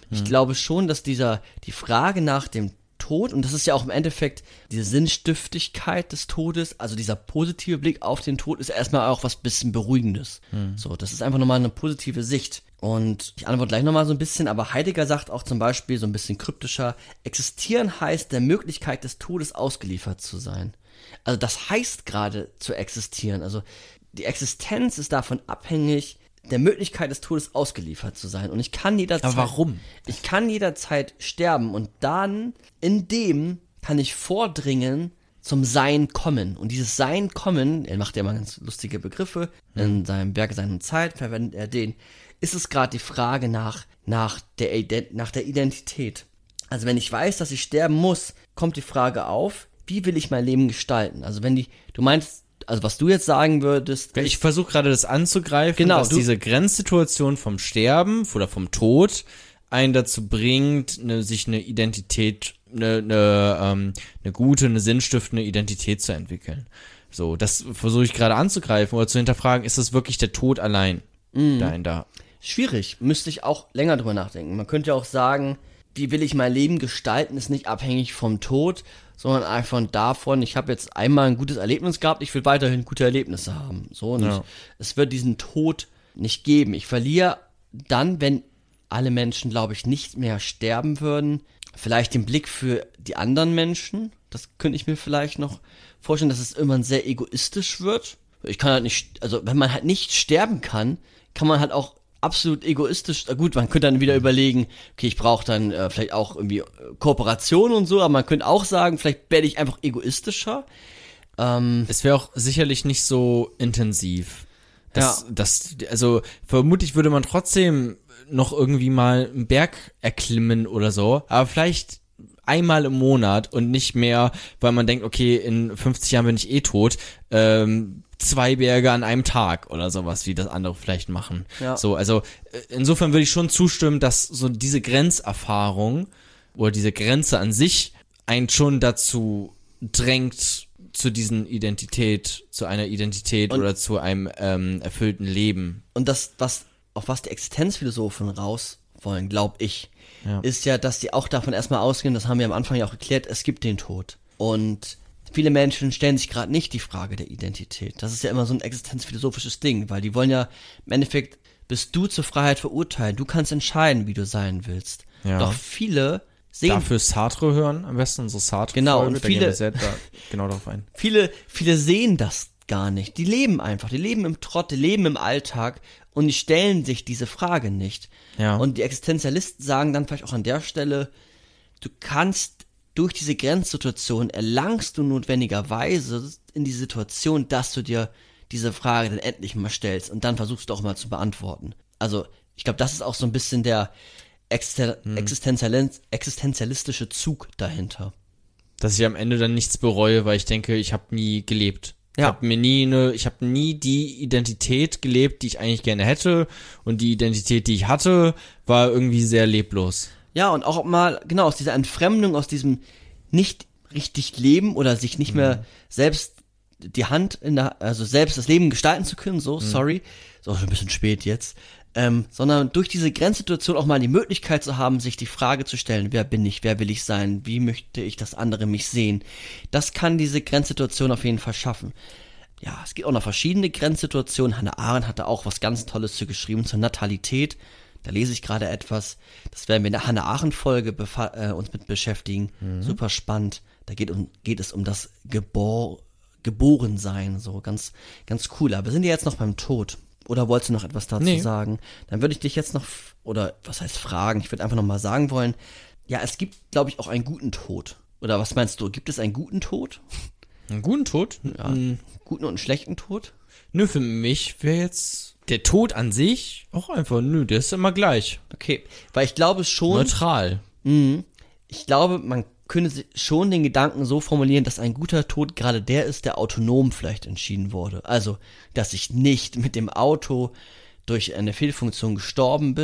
Ich glaube schon, dass dieser, die Frage nach dem Tod, und das ist ja auch im Endeffekt diese Sinnstiftigkeit des Todes, also dieser positive Blick auf den Tod, ist erstmal auch was bisschen Beruhigendes. Hm. So, das ist einfach nochmal eine positive Sicht. Und ich antworte gleich nochmal so ein bisschen, aber Heidegger sagt auch zum Beispiel so ein bisschen kryptischer, existieren heißt, der Möglichkeit des Todes ausgeliefert zu sein. Also das heißt gerade zu existieren. Also die Existenz ist davon abhängig, der Möglichkeit des Todes ausgeliefert zu sein. Und ich kann jederzeit... Aber warum? Ich kann jederzeit sterben und dann, in dem, kann ich vordringen zum Sein kommen. Und dieses Sein kommen, er macht ja mal ganz lustige Begriffe, mhm. in seinem Werk Sein und Zeit verwendet er den, ist es gerade die Frage nach, nach, der Ident- nach der Identität. Also wenn ich weiß, dass ich sterben muss, kommt die Frage auf, wie will ich mein Leben gestalten? Also wenn die, du meinst, also was du jetzt sagen würdest... Ich versuche gerade das anzugreifen, genau, dass du, diese Grenzsituation vom Sterben oder vom Tod einen dazu bringt, eine, sich eine Identität, eine, eine, ähm, eine gute, eine sinnstiftende Identität zu entwickeln. So, das versuche ich gerade anzugreifen oder zu hinterfragen, ist das wirklich der Tod allein mm, dahinter? Schwierig, müsste ich auch länger drüber nachdenken. Man könnte ja auch sagen, wie will ich mein Leben gestalten, ist nicht abhängig vom Tod, sondern einfach davon, ich habe jetzt einmal ein gutes Erlebnis gehabt, ich will weiterhin gute Erlebnisse haben. So, und ja. ich, es wird diesen Tod nicht geben. Ich verliere dann, wenn alle Menschen, glaube ich, nicht mehr sterben würden, vielleicht den Blick für die anderen Menschen. Das könnte ich mir vielleicht noch vorstellen, dass es irgendwann sehr egoistisch wird. Ich kann halt nicht, also wenn man halt nicht sterben kann, kann man halt auch absolut egoistisch, gut, man könnte dann wieder überlegen, okay, ich brauche dann äh, vielleicht auch irgendwie äh, Kooperation und so, aber man könnte auch sagen, vielleicht werde ich einfach egoistischer. Ähm, es wäre auch sicherlich nicht so intensiv. Das, ja. das, also vermutlich würde man trotzdem noch irgendwie mal einen Berg erklimmen oder so, aber vielleicht einmal im Monat und nicht mehr, weil man denkt, okay, in fünfzig Jahren bin ich eh tot, ähm, zwei Berge an einem Tag oder sowas, wie das andere vielleicht machen. Ja. So, also insofern würde ich schon zustimmen, dass so diese Grenzerfahrung oder diese Grenze an sich einen schon dazu drängt, zu diesen Identität, zu einer Identität und, oder zu einem ähm, erfüllten Leben. Und das, was, auf was die Existenzphilosophen raus wollen, glaube ich, ja. ist ja, dass die auch davon erstmal ausgehen, das haben wir am Anfang ja auch erklärt, es gibt den Tod. Und viele Menschen stellen sich gerade nicht die Frage der Identität. Das ist ja immer so ein existenzphilosophisches Ding, weil die wollen ja, im Endeffekt bist du zur Freiheit verurteilt. Du kannst entscheiden, wie du sein willst. Ja. Doch viele sehen... Dafür Sartre hören, am besten unsere Sartre-Folge. Genau, und viele, da gehen wir sehr da genau darauf ein. Viele, viele sehen das gar nicht. Die leben einfach, die leben im Trott, die leben im Alltag und die stellen sich diese Frage nicht. Ja. Und die Existenzialisten sagen dann vielleicht auch an der Stelle, du kannst durch diese Grenzsituation erlangst du notwendigerweise in die Situation, dass du dir diese Frage dann endlich mal stellst und dann versuchst du auch mal zu beantworten. Also ich glaube, das ist auch so ein bisschen der Existen- hm. Existenzialis- existenzialistische Zug dahinter. Dass ich am Ende dann nichts bereue, weil ich denke, ich habe nie gelebt. Ja. Ich habe mir nie eine, ich habe nie die Identität gelebt, die ich eigentlich gerne hätte, und die Identität, die ich hatte, war irgendwie sehr leblos. Ja, und auch mal, genau, aus dieser Entfremdung, aus diesem nicht richtig leben oder sich nicht mhm. mehr selbst die Hand in der, also selbst das Leben gestalten zu können, so, mhm. sorry, ist auch schon ein bisschen spät jetzt, ähm, sondern durch diese Grenzsituation auch mal die Möglichkeit zu haben, sich die Frage zu stellen, wer bin ich, wer will ich sein, wie möchte ich, dass andere mich sehen. Das kann diese Grenzsituation auf jeden Fall schaffen. Ja, es gibt auch noch verschiedene Grenzsituationen. Hannah Arendt hatte auch was ganz Tolles zu geschrieben zur Natalität. Da lese ich gerade etwas, das werden wir in der Hannah Arendt-Folge befa- äh, uns mit beschäftigen. Mhm. Super spannend. Da geht, um, geht es um das Gebor- Geborensein, so ganz, ganz cool. Aber wir sind ja jetzt noch beim Tod. Oder wolltest du noch etwas dazu nee. sagen? Dann würde ich dich jetzt noch, oder was heißt fragen? Ich würde einfach noch mal sagen wollen, ja, es gibt, glaube ich, auch einen guten Tod. Oder was meinst du? Gibt es einen guten Tod? Einen guten Tod? Ja, einen guten und einen schlechten Tod? Nö, für mich wäre jetzt der Tod an sich auch einfach, nö, der ist immer gleich. Okay, weil ich glaube schon... Neutral. Mh, ich glaube, man könnte schon den Gedanken so formulieren, dass ein guter Tod gerade der ist, der autonom vielleicht entschieden wurde. Also, dass ich nicht mit dem Auto durch eine Fehlfunktion gestorben bin,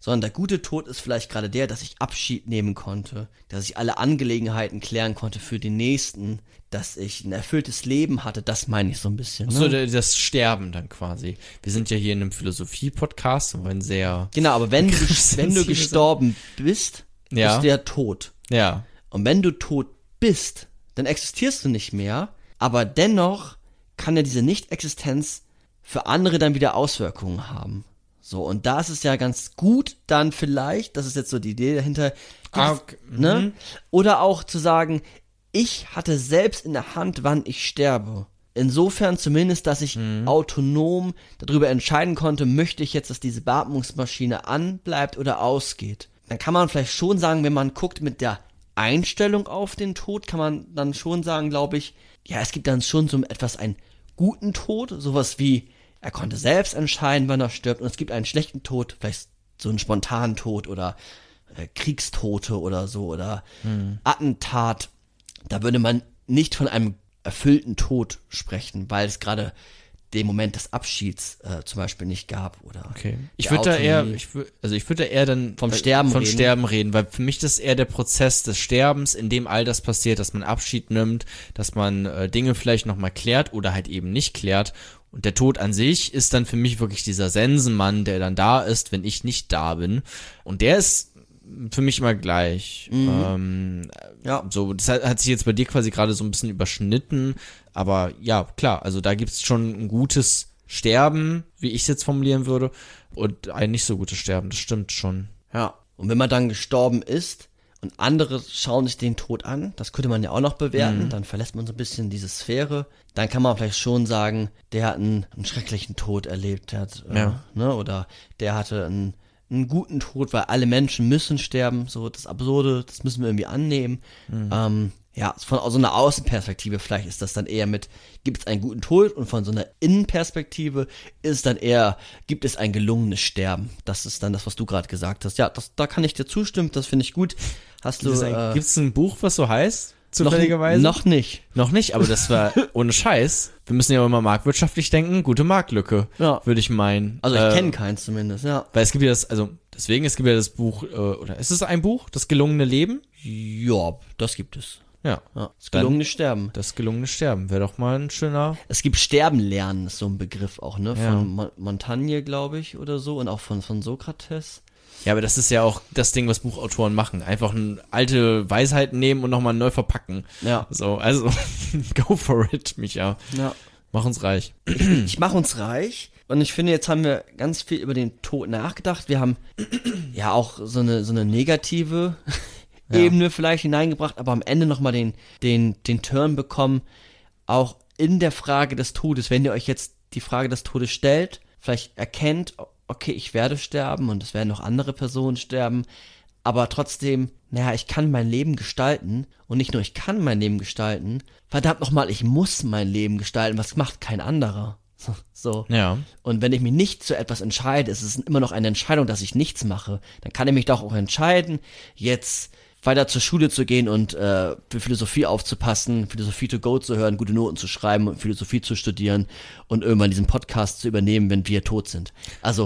sondern der gute Tod ist vielleicht gerade der, dass ich Abschied nehmen konnte, dass ich alle Angelegenheiten klären konnte für den Nächsten, dass ich ein erfülltes Leben hatte, das meine ich so ein bisschen. Ne? So, das Sterben dann quasi. Wir sind ja hier in einem Philosophie-Podcast, wo ein sehr... Genau, aber wenn du, wenn du gestorben bist, ja. ist der tot. Ja. Und wenn du tot bist, dann existierst du nicht mehr, aber dennoch kann ja diese Nicht-Existenz für andere dann wieder Auswirkungen haben. So, und da ist es ja ganz gut dann vielleicht, das ist jetzt so die Idee dahinter, Ah, okay. ne? Mhm. Oder auch zu sagen, ich hatte selbst in der Hand, wann ich sterbe. Insofern zumindest, dass ich Mhm. autonom darüber entscheiden konnte, möchte ich jetzt, dass diese Beatmungsmaschine anbleibt oder ausgeht. Dann kann man vielleicht schon sagen, wenn man guckt mit der Einstellung auf den Tod, kann man dann schon sagen, glaube ich, ja, es gibt dann schon so etwas einen guten Tod, sowas wie, er konnte selbst entscheiden, wann er stirbt, und es gibt einen schlechten Tod, vielleicht so einen spontanen Tod oder äh, Kriegstote oder so oder Mhm. Attentat. Da würde man nicht von einem erfüllten Tod sprechen, weil es gerade den Moment des Abschieds äh, zum Beispiel nicht gab, oder? Okay. Ich der würde da eher, Autonomie. ich würd, also ich würde da eher dann Vom äh, Sterben vom reden. Sterben reden, weil für mich das eher der Prozess des Sterbens, in dem all das passiert, dass man Abschied nimmt, dass man äh, Dinge vielleicht nochmal klärt oder halt eben nicht klärt. Und der Tod an sich ist dann für mich wirklich dieser Sensenmann, der dann da ist, wenn ich nicht da bin. Und der ist für mich immer gleich. Mhm. Ähm, Ja. So, das hat, hat sich jetzt bei dir quasi gerade so ein bisschen überschnitten. Aber ja, klar, also da gibt's schon ein gutes Sterben, wie ich es jetzt formulieren würde, und ein nicht so gutes Sterben, das stimmt schon. Ja. Und wenn man dann gestorben ist und andere schauen sich den Tod an, das könnte man ja auch noch bewerten, Mhm. dann verlässt man so ein bisschen diese Sphäre, dann kann man vielleicht schon sagen, der hat einen, einen schrecklichen Tod erlebt, der hat, äh, Ja. ne, oder der hatte einen, einen guten Tod, weil alle Menschen müssen sterben, so das Absurde, das müssen wir irgendwie annehmen. Mhm. Ähm, ja, von so einer Außenperspektive vielleicht ist das dann eher mit, gibt es einen guten Tod, und von so einer Innenperspektive ist es dann eher, gibt es ein gelungenes Sterben. Das ist dann das, was du gerade gesagt hast. Ja, das, da kann ich dir zustimmen, das finde ich gut. Hast du, äh, Gibt es ein Buch, was so heißt? noch, Zufälligerweise? noch nicht. Noch nicht, aber das war ohne Scheiß. Wir müssen ja immer marktwirtschaftlich denken, gute Marktlücke, Ja. würde ich meinen. Also ich Äh, kenne keins zumindest, ja. Weil es gibt ja das, also deswegen, es gibt ja das Buch, äh, oder ist es ein Buch, Das gelungene Leben? Ja, das gibt es. Ja, Ja, das Dann- gelungene Sterben. das gelungene Sterben wäre doch mal ein schöner... Es gibt Sterben lernen, ist so ein Begriff auch, ne? Von Ja. Mon- Montaigne, glaube ich, oder so, und auch von, von Sokrates. Ja, aber das ist ja auch das Ding, was Buchautoren machen. Einfach eine alte Weisheiten nehmen und nochmal neu verpacken. Ja. So, also, go for it, Micha. Ja. Mach uns reich. Ich mache uns reich, und ich finde, jetzt haben wir ganz viel über den Tod nachgedacht. Wir haben ja auch so eine, so eine negative Ja. Ebene vielleicht hineingebracht, aber am Ende nochmal den, den, den Turn bekommen, auch in der Frage des Todes. Wenn ihr euch jetzt die Frage des Todes stellt, vielleicht erkennt, okay, ich werde sterben und es werden noch andere Personen sterben, aber trotzdem, naja, ich kann mein Leben gestalten, und nicht nur ich kann mein Leben gestalten, verdammt nochmal, ich muss mein Leben gestalten, was macht kein anderer. So, so. Ja. Und wenn ich mich nicht zu etwas entscheide, ist es immer noch eine Entscheidung, dass ich nichts mache, dann kann ich mich doch auch entscheiden, jetzt weiter zur Schule zu gehen und äh, für Philosophie aufzupassen, Philosophie to go zu hören, gute Noten zu schreiben und Philosophie zu studieren und irgendwann diesen Podcast zu übernehmen, wenn wir tot sind. Also,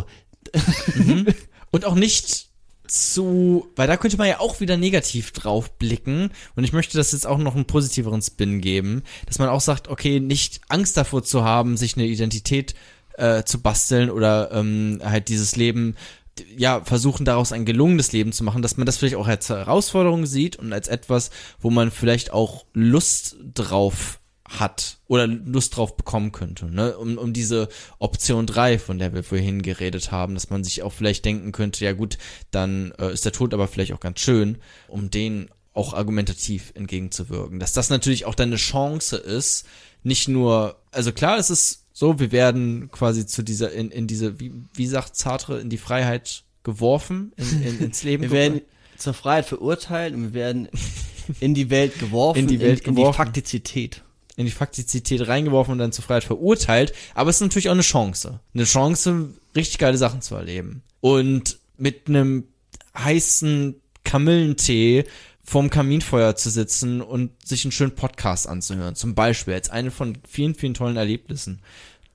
Und auch nicht zu, weil da könnte man ja auch wieder negativ drauf blicken, und ich möchte das jetzt auch noch einen positiveren Spin geben, dass man auch sagt, okay, nicht Angst davor zu haben, sich eine Identität äh, zu basteln oder ähm, halt dieses Leben, ja, versuchen daraus ein gelungenes Leben zu machen, dass man das vielleicht auch als Herausforderung sieht und als etwas, wo man vielleicht auch Lust drauf hat oder Lust drauf bekommen könnte, ne? Um, um diese Option drei, von der wir vorhin geredet haben, dass man sich auch vielleicht denken könnte, ja gut, dann äh, ist der Tod aber vielleicht auch ganz schön, um den auch argumentativ entgegenzuwirken. Dass das natürlich auch dann eine Chance ist, nicht nur, also klar, es ist so, wir werden quasi zu dieser, in, in diese, wie, wie sagt Sartre, in die Freiheit geworfen, in, in, ins Leben wir werden zur Freiheit verurteilt und wir werden in die Welt geworfen, In die Welt in, in geworfen. die Faktizität. in die Faktizität reingeworfen und dann zur Freiheit verurteilt, aber es ist natürlich auch eine Chance. Eine Chance, richtig geile Sachen zu erleben. Und mit einem heißen Kamillentee vorm Kaminfeuer zu sitzen und sich einen schönen Podcast anzuhören, zum Beispiel, als eine von vielen, vielen tollen Erlebnissen,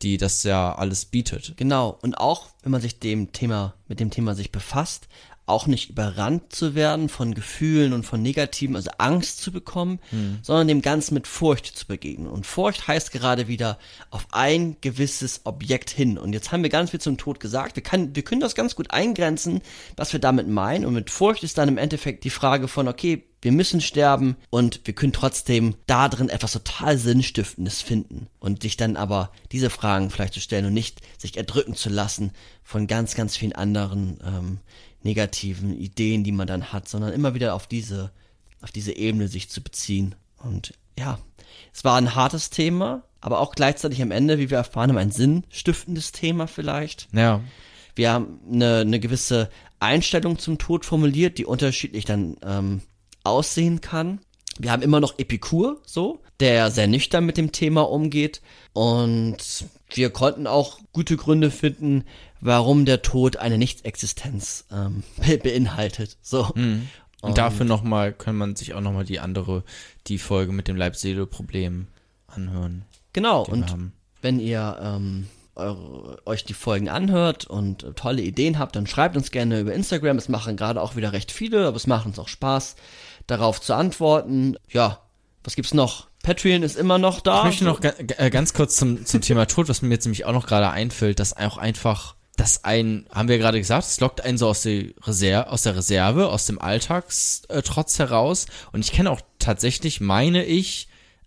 die das ja alles bietet. Genau, und auch, wenn man sich dem Thema, mit dem Thema sich befasst, auch nicht überrannt zu werden von Gefühlen und von Negativen, also Angst zu bekommen, hm. sondern dem Ganzen mit Furcht zu begegnen. Und Furcht heißt gerade wieder auf ein gewisses Objekt hin. Und jetzt haben wir ganz viel zum Tod gesagt. Wir, kann, wir können das ganz gut eingrenzen, was wir damit meinen. Und mit Furcht ist dann im Endeffekt die Frage von, okay, wir müssen sterben und wir können trotzdem da drin etwas total Sinnstiftendes finden. Und sich dann aber diese Fragen vielleicht zu stellen und nicht sich erdrücken zu lassen von ganz, ganz vielen anderen ähm, negativen Ideen, die man dann hat, sondern immer wieder auf diese, auf diese Ebene sich zu beziehen. Und ja, es war ein hartes Thema, aber auch gleichzeitig am Ende, wie wir erfahren haben, ein sinnstiftendes Thema vielleicht. Ja. Wir haben eine, eine gewisse Einstellung zum Tod formuliert, die unterschiedlich dann ähm, aussehen kann. Wir haben immer noch Epikur, so, der sehr nüchtern mit dem Thema umgeht. Und wir konnten auch gute Gründe finden, warum der Tod eine Nichtexistenz ähm, be- beinhaltet. So. Mhm. Und, und dafür nochmal, kann man sich auch nochmal die andere, die Folge mit dem Leib-Seele-Problem anhören. Genau, und wenn ihr ähm, eure, euch die Folgen anhört und äh, tolle Ideen habt, dann schreibt uns gerne über Instagram. Es machen gerade auch wieder recht viele, aber es macht uns auch Spaß, darauf zu antworten. Ja, was gibt's noch? Patreon ist immer noch da. Ich möchte noch ga- g- ganz kurz zum, zum Thema Tod, was mir jetzt nämlich auch noch gerade einfällt, dass auch einfach, dass ein, haben wir gerade gesagt, es lockt einen so aus der Reserve, aus der Reserve, aus dem Alltagstrotz heraus. Und ich kenne auch tatsächlich, meine ich,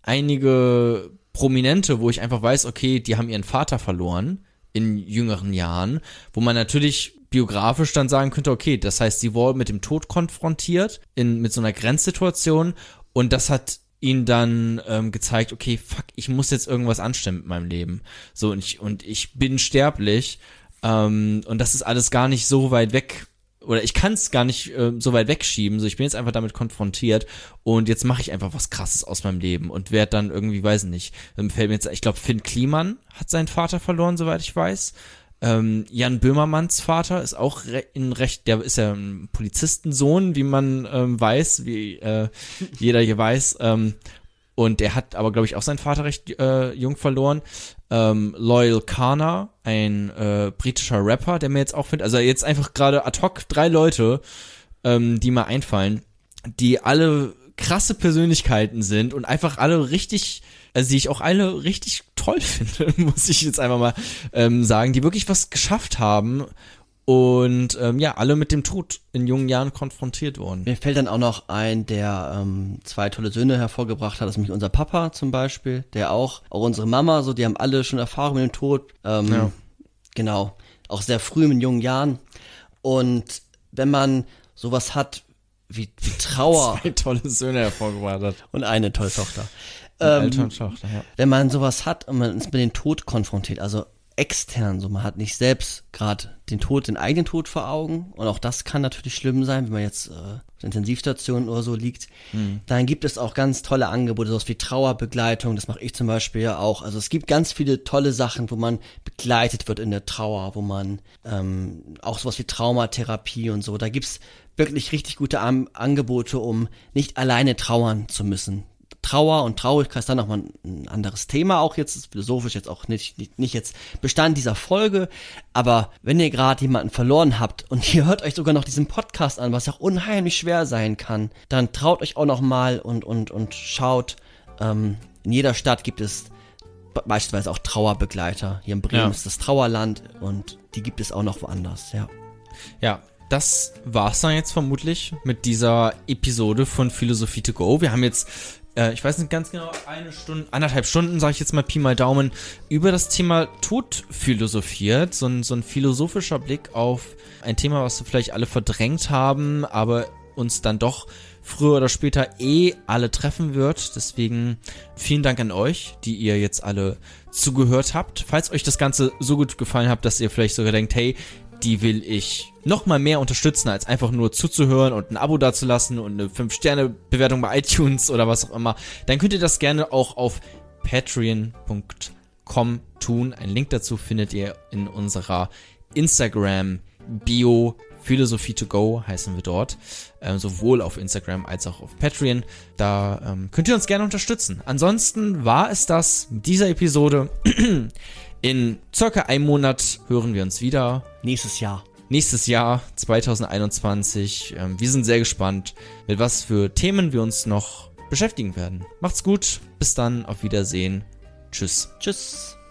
einige Prominente, wo ich einfach weiß, okay, die haben ihren Vater verloren in jüngeren Jahren, wo man natürlich biografisch dann sagen könnte, okay, das heißt, sie wurden mit dem Tod konfrontiert, in, mit so einer Grenzsituation, und das hat ihnen dann ähm, gezeigt, okay, fuck, ich muss jetzt irgendwas anstellen mit meinem Leben. So, und ich, und ich bin sterblich, ähm, und das ist alles gar nicht so weit weg, oder ich kann es gar nicht äh, so weit wegschieben, so, ich bin jetzt einfach damit konfrontiert und jetzt mache ich einfach was Krasses aus meinem Leben und werde dann irgendwie, weiß nicht, ähm, fällt mir jetzt, ich glaube, Finn Kliman hat seinen Vater verloren, soweit ich weiß. Ähm, Jan Böhmermanns Vater ist auch re- in recht, der ist ja ein Polizistensohn, wie man ähm, weiß, wie äh, jeder hier weiß, ähm, und der hat aber, glaube ich, auch seinen Vater recht äh, jung verloren. Ähm, Loyal Kana, ein äh, britischer Rapper, der mir jetzt auch findet, also jetzt einfach gerade ad hoc drei Leute, ähm, die mir einfallen, die alle krasse Persönlichkeiten sind und einfach alle richtig, also die ich auch alle richtig toll finde, muss ich jetzt einfach mal ähm, sagen, die wirklich was geschafft haben und ähm, ja, alle mit dem Tod in jungen Jahren konfrontiert wurden. Mir fällt dann auch noch ein, der ähm, zwei tolle Söhne hervorgebracht hat, das ist nämlich unser Papa zum Beispiel, der auch, auch unsere Mama, so, die haben alle schon Erfahrung mit dem Tod, ähm, ja. Genau, auch sehr früh in jungen Jahren, und wenn man sowas hat wie, wie Trauer Zwei tolle Söhne hervorgebracht hat. und eine tolle Tochter, Eine ähm, Eltern und Tochter, ja. wenn man sowas hat und man ist mit dem Tod konfrontiert, also extern, so, man hat nicht selbst gerade den Tod, den eigenen Tod vor Augen, und auch das kann natürlich schlimm sein, wenn man jetzt äh, auf der Intensivstation oder so liegt, mhm. Dann gibt es auch ganz tolle Angebote, sowas wie Trauerbegleitung, das mache ich zum Beispiel ja auch, also es gibt ganz viele tolle Sachen, wo man begleitet wird in der Trauer, wo man ähm, auch sowas wie Traumatherapie und so, da gibt's wirklich richtig gute Am- Angebote, um nicht alleine trauern zu müssen. Trauer und Traurigkeit ist dann nochmal ein anderes Thema, auch jetzt ist philosophisch jetzt auch nicht, nicht, nicht jetzt Bestand dieser Folge, aber wenn ihr gerade jemanden verloren habt und ihr hört euch sogar noch diesen Podcast an, was auch unheimlich schwer sein kann, dann traut euch auch nochmal und, und, und schaut, ähm, in jeder Stadt gibt es beispielsweise auch Trauerbegleiter, hier in Bremen ja. ist das Trauerland und die gibt es auch noch woanders, ja. Ja. Das war's dann jetzt vermutlich mit dieser Episode von Philosophie to go. Wir haben jetzt, äh, ich weiß nicht ganz genau, eine Stunde, anderthalb Stunden, sage ich jetzt mal Pi mal Daumen, über das Thema Tod philosophiert. So ein, so ein philosophischer Blick auf ein Thema, was wir vielleicht alle verdrängt haben, aber uns dann doch früher oder später eh alle treffen wird. Deswegen vielen Dank an euch, die ihr jetzt alle zugehört habt. Falls euch das Ganze so gut gefallen hat, dass ihr vielleicht sogar denkt, hey, die will ich noch mal mehr unterstützen, als einfach nur zuzuhören und ein Abo dazulassen und eine fünf Sterne Bewertung bei iTunes oder was auch immer, dann könnt ihr das gerne auch auf patreon punkt com tun. Einen Link dazu findet ihr in unserer Instagram-Bio Philosophie to go heißen wir dort, äh, sowohl auf Instagram als auch auf Patreon. Da ähm, könnt ihr uns gerne unterstützen. Ansonsten war es das mit dieser Episode. In circa einem Monat hören wir uns wieder. Nächstes Jahr. Nächstes Jahr, zwanzig einundzwanzig. Ähm, wir sind sehr gespannt, mit was für Themen wir uns noch beschäftigen werden. Macht's gut, bis dann, auf Wiedersehen. Tschüss. Tschüss.